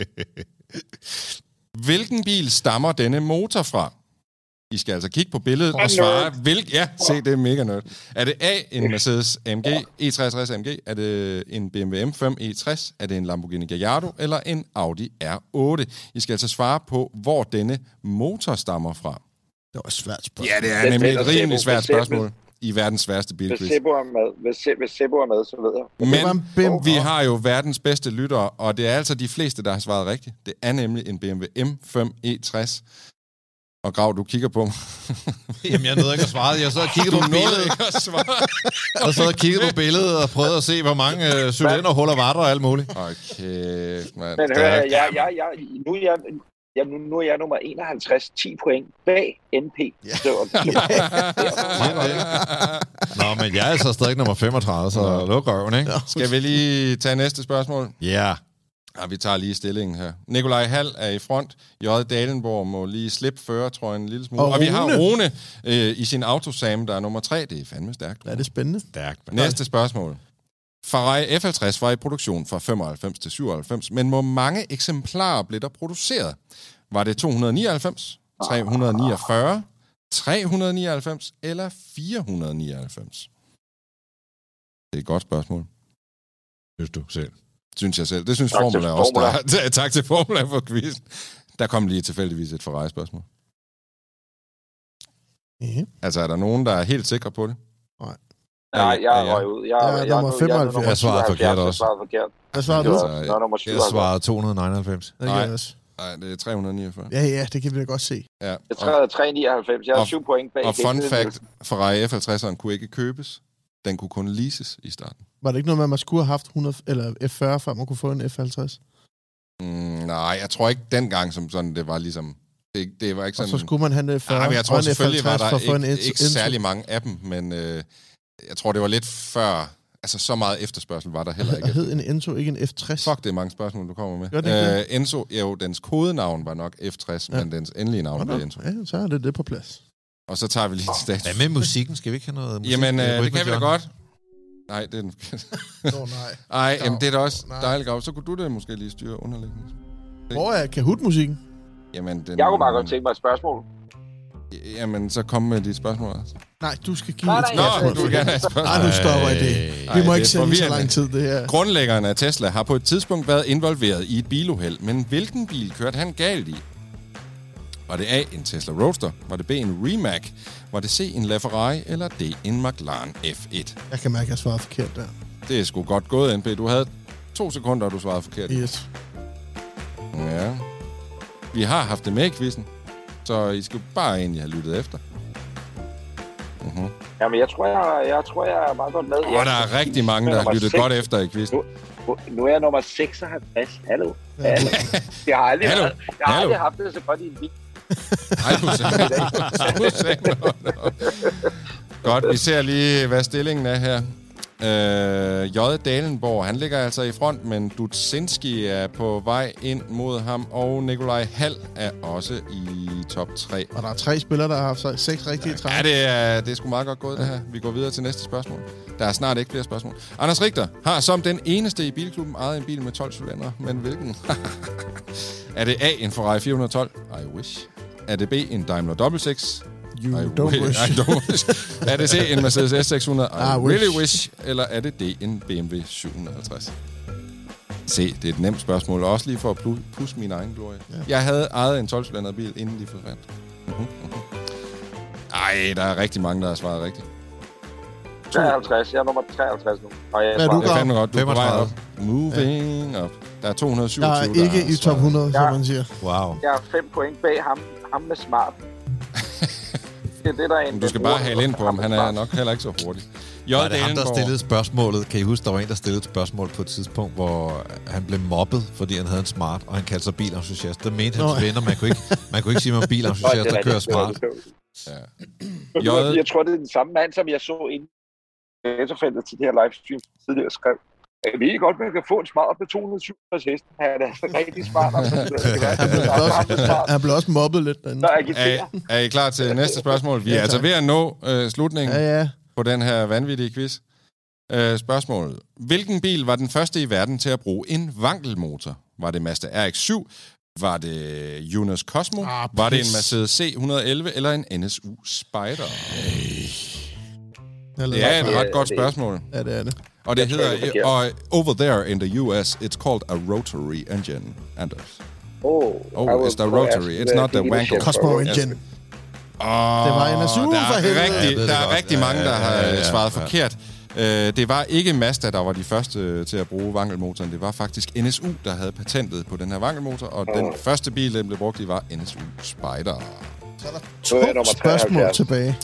Hvilken bil stammer denne motor fra? I skal altså kigge på billedet og svare, hvilken... Ja, se, det er mega nørdt. Er det A, en Mercedes A M G E treogtres A M G? Er det en B M W M fem E tres? Er det en Lamborghini Gallardo? Eller en Audi R otte? I skal altså svare på, hvor denne motor stammer fra. Det var et svært spørgsmål. Ja, det er Den nemlig et tæller rimelig Sebo. svært Hvis Sebo- spørgsmål i verdens sværeste Hvis bilquiz. Sebo er med, hvis, Se- hvis Sebo er med, så ved jeg. Det var en B M W. Men vi har jo verdens bedste lyttere, og det er altså de fleste, der har svaret rigtigt. Det er nemlig en B M W M fem E tres. Og Grav, du kigger på mig. Jamen, jeg nåede ikke at svare. Jeg sad og kiggede på billedet. Jeg sad og kiggede på billedet og prøvede at se, hvor mange øh, cylinderhuller var der og alt muligt. Okay, man. Men hør, jeg, jeg, jeg, jeg, nu, er jeg, jeg, nu, nu er jeg nummer enoghalvtreds, ti point bag N P. Ja. Så, Nå, men jeg er altså stadig nummer femogtredive, så luk røven, ikke? Skal vi lige tage næste spørgsmål? Ja. Yeah. Ja, vi tager lige stillingen her. Nikolaj Hall er i front. J. Dalenborg må lige slippe fyrre, tror jeg, en lille smule. Og Og vi har Rune. Rune øh, i sin autosam, der er nummer tre. Det er fandme stærkt. Ja, det er spændende. Stærkt. Næste spørgsmål. Ferrari F halvtreds var i produktion fra femoghalvfems til syvoghalvfems, men hvor mange eksemplarer blev der produceret? Var det to hundrede og nioghalvfems, tre hundrede og niogfyrre, tre hundrede og nioghalvfems eller fire hundrede og nioghalvfems? Det er et godt spørgsmål. Synes du selv. Synes jeg selv. Det synes Tak til Formula også. Formula. Der. Tak til Formula for quizzen. Der kom lige tilfældigvis et Ferrari-spørgsmål. Ja. Altså, er der nogen, der er helt sikre på det? Nej, jeg Ja, ja. er røget ud. Jeg, Ja, jeg, nummer jeg, femoghalvfjerds. Jeg svarede forkert også. Jeg svarede forkert. Hvad svarer Det du? var, Altså, nå, nummer Jeg syvoghalvfjerds. svarede to hundrede og nioghalvfems. Det gør Nej. jeg også. Nej, det er tre hundrede og niogfyrre. Ja, ja, det kan vi da godt se. Ja. Jeg Og, træder tre nioghalvfems. Jeg har og- syv point bag. og fun Kenneth fact, Nielsen. Ferrari F halvtredseren kunne ikke købes. Den kunne kun leases i starten. Var det ikke noget med, at man skulle have haft hundrede, eller F fyrre, før man kunne få en F halvtreds? Mm, nej, jeg tror ikke dengang som sådan, det var ligesom... Det, det var ikke Og sådan... så skulle man have en F fyrre Nej, men jeg tror og en selvfølgelig, var F halvtreds der for at få en ikke, Enzo- ikke Enzo. særlig mange af dem, men øh, jeg tror, det var lidt før... Altså, så meget efterspørgsel var der heller ikke. Og hed en Enzo, ikke en F tres? Fuck, det er mange spørgsmål, du kommer med. Gør det ikke Øh, Enzo, jo, dens kodenavn var nok F tres, ja. Ja. men dens endelige navn Nå, var nå. Enzo. Ja, så er det det på plads. Og så tager vi lige til stats. Hvad med musikken? Skal vi ikke have noget musik? Jamen, øh, det Rytme, kan vi da John? godt. Nej, det er den forkerte. Nå, nej. Ej, jamen, det er da også Nej. dejligt, Grav. Så kunne du da måske lige styre underlægningen. Hvor er Kahoot-musikken? Jamen, den, Jeg kunne bare godt tænke mig et spørgsmål. Jamen, så kom med dit spørgsmål. Altså. Nej, du skal give Nej, et nej, Nå, spørgsmål. du vil gerne have et spørgsmål. Nej, nu stopper jeg det. Ej, Vi må det ikke er sende så forvirrende. lang tid, det her. Grundlæggeren af Tesla har på et tidspunkt været involveret i et biluheld, men hvilken bil kørte han galt i? Var det A, en Tesla Roadster? Var det B, en Rimac? Var det C, en LaFerrari? Eller D, en McLaren F et? Jeg kan mærke, at jeg svarede forkert der. Det er sgu godt gået, N P. Du havde to sekunder, og du svarede forkert. Yes. Ja. Vi har haft det med i quizzen, så I skal bare egentlig have lyttet efter. Uh-huh. Jamen, jeg tror, jeg, jeg, tror, jeg er meget godt med. Og der er rigtig mange, der har lyttet godt efter i quizzen. Nu, nu er jeg nummer seksoghalvtreds. Hallo. Hallo. Jeg har aldrig, Hallo. været- jeg har Hallo. aldrig haft det så godt i en bil. Ej, du sagde, du sagde noget. Godt, vi ser lige, hvad stillingen er her. Øh, J. Dalenborg, han ligger altså i front, men Dudzinski er på vej ind mod ham, og Nikolaj Hall er også i top tre. Og der er tre spillere, der har haft så- seks rigtige træk. Ja, det er, det er sgu meget godt gået, det her. Vi går videre til næste spørgsmål. Der er snart ikke flere spørgsmål. Anders Richter har som den eneste i bilklubben ejet en bil med tolv cylindre, men hvilken? Er det A, en Ferrari fire hundrede og tolv? I wish. Er det B, en Daimler Double Six? You I don't wi- wish. I don't wish. Er det C, en Mercedes S seks hundrede? I I really wish. wish. Eller er det D, en B M W syv hundrede og halvtreds? C, det er et nemt spørgsmål. Også lige for at plu- pusse min egen glorie. Ja. Jeg havde ejet en tolv-cylindret bil, inden de forsvandt. Mhm, mhm. Ej, der er rigtig mange, der har svaret rigtigt. treoghalvtreds. Jeg er nummer treoghalvtreds nu. Og jeg Hvad er du, svarer- Det er Grav? fandme godt, du er på vej femogtredive. op. Moving up. Der er to hundrede og Jeg syvogtyve, er ikke der har i top svaret. hundrede, som Ja. man siger. Wow. Jeg er fem point bag ham, ham med smart. det, det der en, du skal bare hale ind på ham. Han er nok heller ikke så hurtig. J. Var det ham, der stillede spørgsmålet? Kan I huske, der var en, der stillede et spørgsmål på et tidspunkt, hvor han blev mobbet, fordi han havde en smart, og han kaldte sig bilentusiast. Det mente hans venner. Man kunne ikke, man kunne ikke sige, at man er bilentusiast, der kører smart. Ja. Jeg, jeg tror, det er den samme mand, som jeg så inde i efterfeltet til det her livestream tidligere skrev. Jeg ved godt, man kan få en smart med to hundrede og syvogtres heste. Han er altså rigtig smart. Han blev også mobbet lidt derinde. Er, er I klar til næste spørgsmål? Vi er ja, altså ved at nå øh, slutningen ja, ja. på den her vanvittige quiz. Øh, spørgsmålet. Hvilken bil var den første i verden til at bruge en vankelmotor? Var det Mazda R X syv? Var det Yunus Cosmo? Ah, var det en Mercedes C et hundrede og elleve eller en N S U Spider? Hey. Det er et ret godt spørgsmål. Ja, det er det. Og det hedder, og over there in the U S, it's called a rotary engine, Anders. Oh, oh it's the rotary, it's not the wankel. Cosmo engine. Oh, det var en S U for helvede. Rigtig, der er rigtig mange, der har svaret forkert. Det var ikke Mazda, der var de første til at bruge vankelmotoren. Det var faktisk N S U, der havde patentet på den her vankelmotor, og den oh. første bil, den blev brugt i, var N S U Spider. Så er der to spørgsmål tilbage.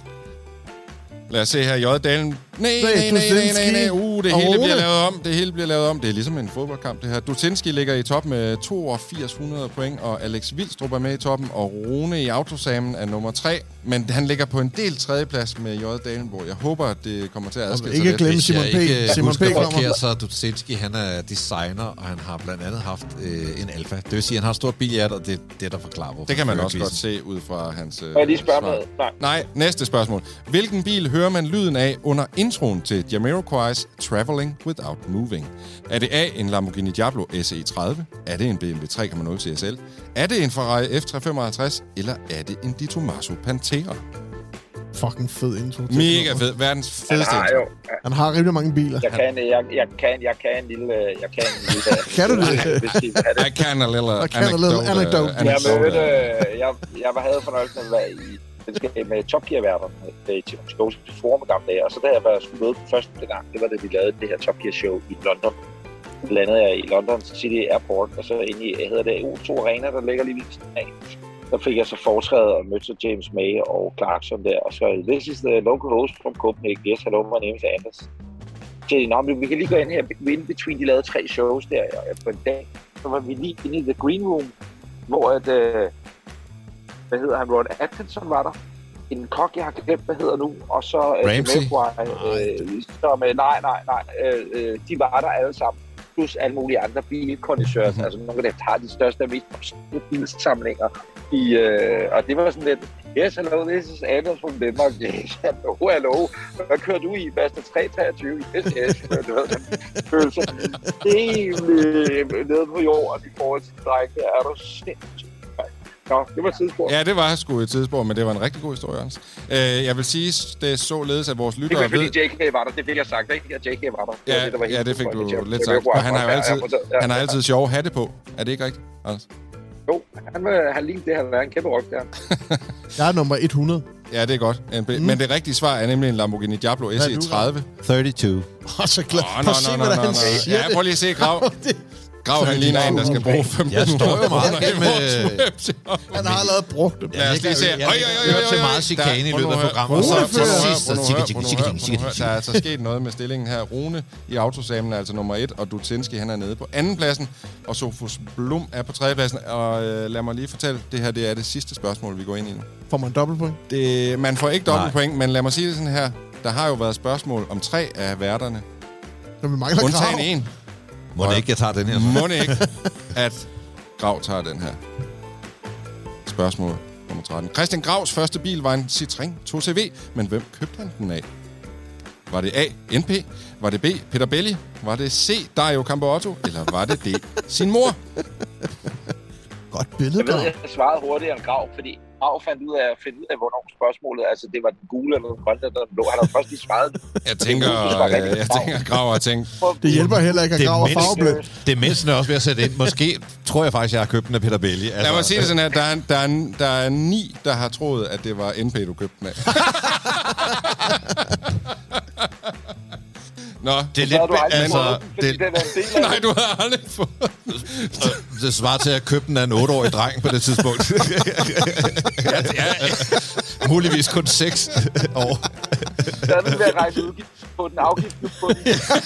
Lad os se her, J. Dalen. Nej, nej, nej, nej, nej, uh, det hele bliver lavet om. Det hele bliver lavet om. Det er ligesom en fodboldkamp, det her. Dutinski ligger i top med toogfirs hundrede point, og Alex Vilstrup er med i toppen, og Rune i autosamen er nummer tre. Men han ligger på en del tredjeplads med J. Dalenborg. Jeg håber, at det kommer til at adskille sig. Ikke glemme Simon P. Ikke Simon P. kommer. Så Dutinski, han er designer, og han har blandt andet haft øh, en Alfa. Det vil sige, at han har et stort bilhjert, og det er det, der forklarer, hvorfor. Det kan man også godt se ud fra hans øh, svar. Lige spørge med? Nej. Nej, næste spørgsmål. Hvilken bil hører man lyden af under introen til Jamiroquai's Traveling Without Moving? Er det A, en Lamborghini Diablo S E tredive? Er det en B M W tre komma nul C S L? Er det en Ferrari F tre femoghalvtreds? Eller er det en Di Tomaso Pantera? Fucking fed intro. Mega fed. Verdens fedeste han har, intro. jo, han har rimelig mange biler. Jeg kan, jeg, jeg kan, jeg kan en lille... Jeg kan en lille... kan du det? I can a little anecdote. anecdote. Jeg, mødte, jeg, jeg havde fornøjelsen af at være i selskab med Top Gear-værterne til Skås forum gamle dage, og så da jeg var skulle møde på første gang, det var da vi lavede det her Top Gear-show i London. Så landede jeg i London City Airport, og så inde i, hedder det, O to Arena, der ligger lige ved sådan af. Der fik jeg så foretrædet og mødte så James May og Clarkson der, og så, this is the local host from Copenhagen, yes, hello, my name is Anders. Så nå, vi kan lige gå ind her, in between, de lavede tre shows der, og på en dag, så var vi lige inde i The Green Room, hvor at, øh, hvad hedder han, Ron Atkinson var der, en kok, jeg har glemt, hvad hedder nu, og så... Ramsey? Øh, som, øh, nej, nej, nej, øh, de var der alle sammen, plus alle mulige andre bilkondisseurs, mm-hmm. altså nogle af dem har de største og mest obskure bilsamlinger, i, øh, og det var sådan lidt, yes, hello, this is Anders from Denmark, yes, hello, hello, hvad kører du i, Mazda tre treogtyve, yes, yes, du ved, den følelse helt nede på jorden i forhold til dreng, der er du sindssygt. Nå, det var et tidsspor. Ja, det var sgu et tidsspor, men det var en rigtig god historie, Anders. Øh, jeg vil sige, det er således, at vores lyttere ved... Det var fordi J K var der, det fik jeg sagt, ikke? At J K var der. Det ja, var det, der var ja, det fik du lidt det sagt. Og han har jo altid, han har altid sjove hatte på. Er det ikke rigtigt, Anders? Jo, han, han lignede det, han er en kæmpe rock der. Jeg er nummer et hundrede. Ja, det er godt. Mm. Men det rigtige svar er nemlig en Lamborghini Diablo S E tredive. treogtyve. Åh, så glad. Prøv at se, hvordan han siger det. Ja, prøv lige at se, Grav. Grav, han ligner en, der skal bruge femten hundrede. Jeg står jo meget med... Han har allerede brugt det. Lad os lige se. Jeg hører til meget chikane i løbet af programmet. Der er altså sket noget med stillingen her. Rune i autosamen er altså nummer et, og Dutinski, han er nede på anden pladsen, og Sofus Blum er på tredje pladsen. Og øh, lad mig lige fortælle, det her det er det sidste spørgsmål, vi går ind i nu. Får man dobbeltpoint? Det, man får ikke dobbeltpoint, men lad mig sige det sådan her. Der har jo været spørgsmål om tre af værterne. Når vi mangler undtagen en. Må ikke, jeg tager den her? Må ikke, at Grav tager den her. Spørgsmål nummer tretten. Christian Gravs første bil var en Citroën to C V, men hvem købte han den af? Var det A, N P? Var det B, Peter Belli? Var det C, Dario Campeotto? Eller var det D, sin mor? Godt billede, Jeg ved, jeg svarede hurtigere end Grav, fordi Grav fandt ud af at finde ud af, hvornår spørgsmålet, altså det var den gule eller den grønne eller den blå. Han har først lige svaret. Jeg tænker, jeg, jeg tænker Grav har tænkt. Det hjælper heller ikke, at Grav er farveblind. Det mindste er også ved at sætte ind. Måske tror jeg faktisk, jeg har købt den af Peter Belli. Altså, lad mig sige det sådan her. Der er, der, er, der er ni, der har troet, at det var N P, du købte den af. Nå, det er lidt... Altså, det, nej, du har aldrig fået det svarer til at købe den af en otteårig dreng på det tidspunkt. ja, ja. muligvis kun seks år. Så er det ved at rejse udgift på den afgift på den.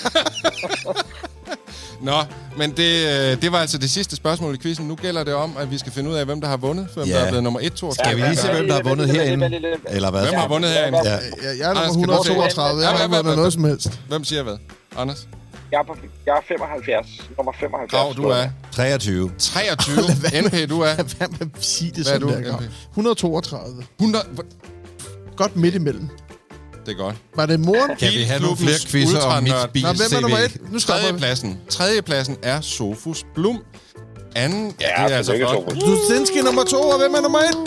Nå, men det, det var altså det sidste spørgsmål i quizzen. Nu gælder det om, at vi skal finde ud af, hvem der har vundet, hvem ja. der er blevet nummer et, to og tre. Skal vi lige se, hvem der har vundet herinde? Eller hvad? Hvem har vundet herinde? Ja. Jeg er nummer et hundrede og toogtredive. Jeg har vundet noget som helst. Hvem siger hvad? Anders? Jeg er, på, jeg er femoghalvfjerds. Nummer femoghalvfjerds. Grav, du er? treogtyve. treogtyve. N P, du er? Hvad med at sige det sådan der, Grav? et hundrede og toogtredive. hundrede... Godt midt imellem. Det er godt. Var det moren? Kan vi have nogle flere quizzer om mit bil? Nå, hvem er nummer et? Nu skal Tredje pladsen. Tredje pladsen er Sofus Blum. Anden, ja, ja det er altså flot. Duzinski nummer to, og hvem er nummer et?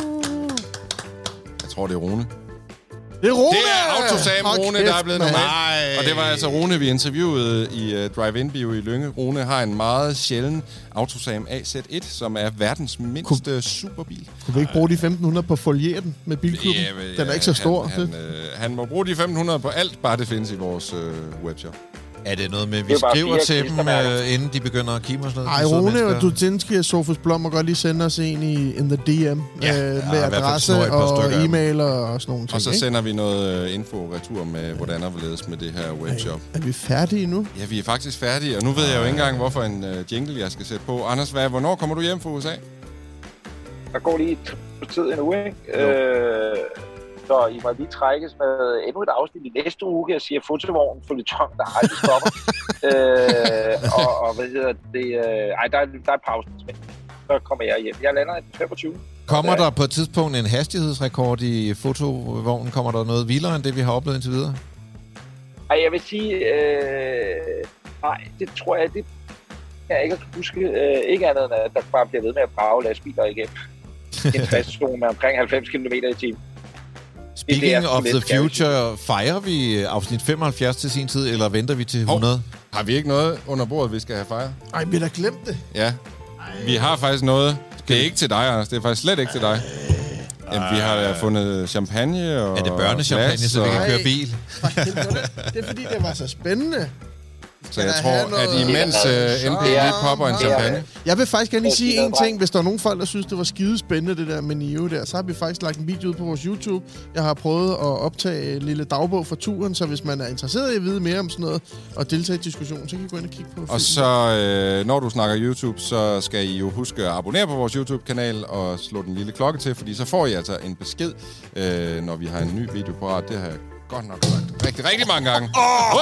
Jeg tror, det er Rune. Det er Rune! Det er Autosam Rune, kæft, der er blevet nummer et. Og det var altså Rune, vi interviewede i uh, Drive-In-bio i Lynge. Rune har en meget sjælden Autosam A Z et, som er verdens mindste Kun, superbil. Kunne vi ikke bruge de femten hundrede på at foliere den med bilklubben? Ja, ja, den er ikke så stor. Han, han, øh, han må bruge de femten hundrede på alt, bare det findes i vores øh, webshop. Er det noget med, at vi skriver til dem, øh, inden de begynder at kime og sådan noget? Ej, Rune og Duzinski og Sofus Blom må godt lige sende os en i in the D M ja, øh, med ja, adresse og e-mail og sådan nogle ting. Og så ikke? sender vi noget info retur med, hvordan der vil ledes med det her webshop. Er, er vi færdige nu? Ja, vi er faktisk færdige, og nu ved jeg jo ikke engang, hvorfor en uh, jingle, jeg skal sætte på. Anders, hvad, hvornår kommer du hjem fra U S A? Der går lige et tid en uge, ikke? Øh, så I må lige trækkes med endnu et afsnit i næste uge. Jeg siger fotovognen for lidt tong, der aldrig stopper. øh, og, og hvad hedder det? Øh, ej, der er, der er pausen. Så kommer jeg hjem. Jeg lander den femogtyvende. Kommer der på et tidspunkt en hastighedsrekord i fotovognen? Kommer der noget vildere end det, vi har oplevet indtil videre? Ej, jeg vil sige... Øh, nej, det tror jeg, det kan jeg ikke huske. Øh, ikke andet end, at der bare bliver ved med at brage lastbiler igennem. En fastzone med omkring halvfems kilometer i timen. Speaking det, of the future, fejrer vi afsnit femoghalvfjerds til sin tid, eller venter vi til hundrede? Oh, har vi ikke noget under bordet, vi skal have fejret? Ej, vi har da glemt det. Ja, Ej. Vi har faktisk noget. Det er ikke til dig, Anders. Det er faktisk slet ikke til dig. Jamen, vi har fundet champagne og... Er det børnechampagne, så vi kan køre bil? Det er fordi, det var så spændende. Så jeg tror, at imens uh, N P lige popper en champagne... Jeg vil faktisk gerne lige sige en ting. Hvis der er nogen folk, der synes, det var skide spændende, det der med Nio der, så har vi faktisk lagt en video ud på vores YouTube. Jeg har prøvet at optage en lille dagbog for turen, så hvis man er interesseret i at vide mere om sådan noget, og deltage i diskussionen, så kan I gå ind og kigge på filmen. Og så, øh, når du snakker YouTube, så skal I jo huske at abonnere på vores YouTube-kanal og slå den lille klokke til, fordi så får I altså en besked, øh, når vi har en ny video på ret. Det har jeg godt nok sagt rigtig, rigtig mange gange. Oh!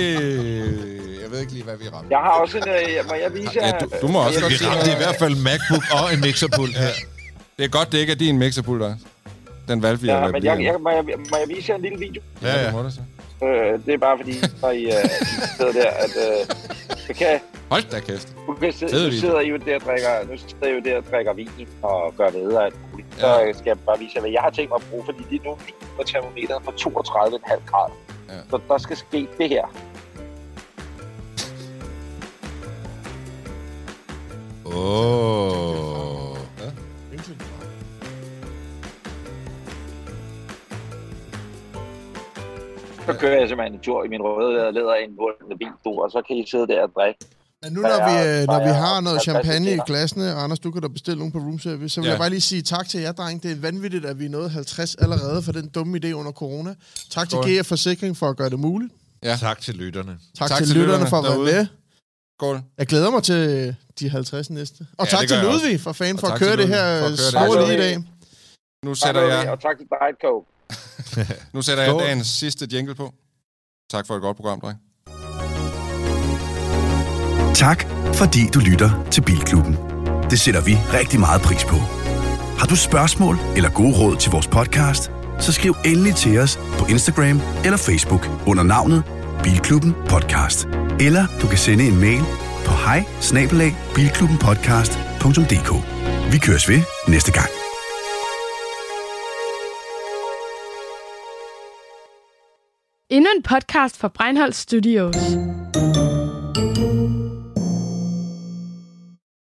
Jeg ved ikke lige, hvad vi rammer. Jeg har også en... Øh, må jeg vise jer... Ja, du, du må også godt sige... Vi ramte i hvert fald MacBook og en mixerpult her. Det er godt, det ikke er din mixerpult, der. Den valgte vi ja, at men jeg, jeg, må, jeg, må jeg vise jer en lille video? Ja, ja. Det må det så. Øh, det er bare fordi, når I øh, sidder der, at... Øh, så kan... Hold da kæft. Nu sidder I jo der og drikker, nu sidder I jo der og drikker vin og gør ved, at så ja. skal jeg bare vise jer, hvad jeg har tænkt mig at bruge, fordi det er nu på termometeret på toogtredive komma fem grader. Ja. Så der skal ske det her. Åh. Ja. Så kører jeg simpelthen en tur i min røde læder i en vundne bil, og så kan I sidde der og drikke. Men nu, når vi, når vi har noget champagne i glassene, Anders, du kan da bestille nogen på room service, så vil ja. jeg bare lige sige tak til jer, dreng. Det er vanvittigt, at vi er nået halvtreds allerede for den dumme idé under corona. Tak til G F Forsikring for at gøre det muligt. Ja. Tak til lytterne. Tak, tak til, til lytterne for at være med. Skål. Jeg glæder mig til de halvtreds næste. Og ja, tak til Ludvig for fan for at køre det her store lige i dag. Nu sætter jeg... Og tak til Diet Coke. Nu sætter jeg dagens sidste jingle på. Tak for et godt program, dreng. Tak, fordi du lytter til Bilklubben. Det sætter vi rigtig meget pris på. Har du spørgsmål eller gode råd til vores podcast, så skriv endelig til os på Instagram eller Facebook under navnet Bilklubben Podcast. Eller du kan sende en mail på hej snabel-a bilklubbenpodcast punktum d k. Vi køres ved næste gang. Endnu en podcast fra Breinholt Studios.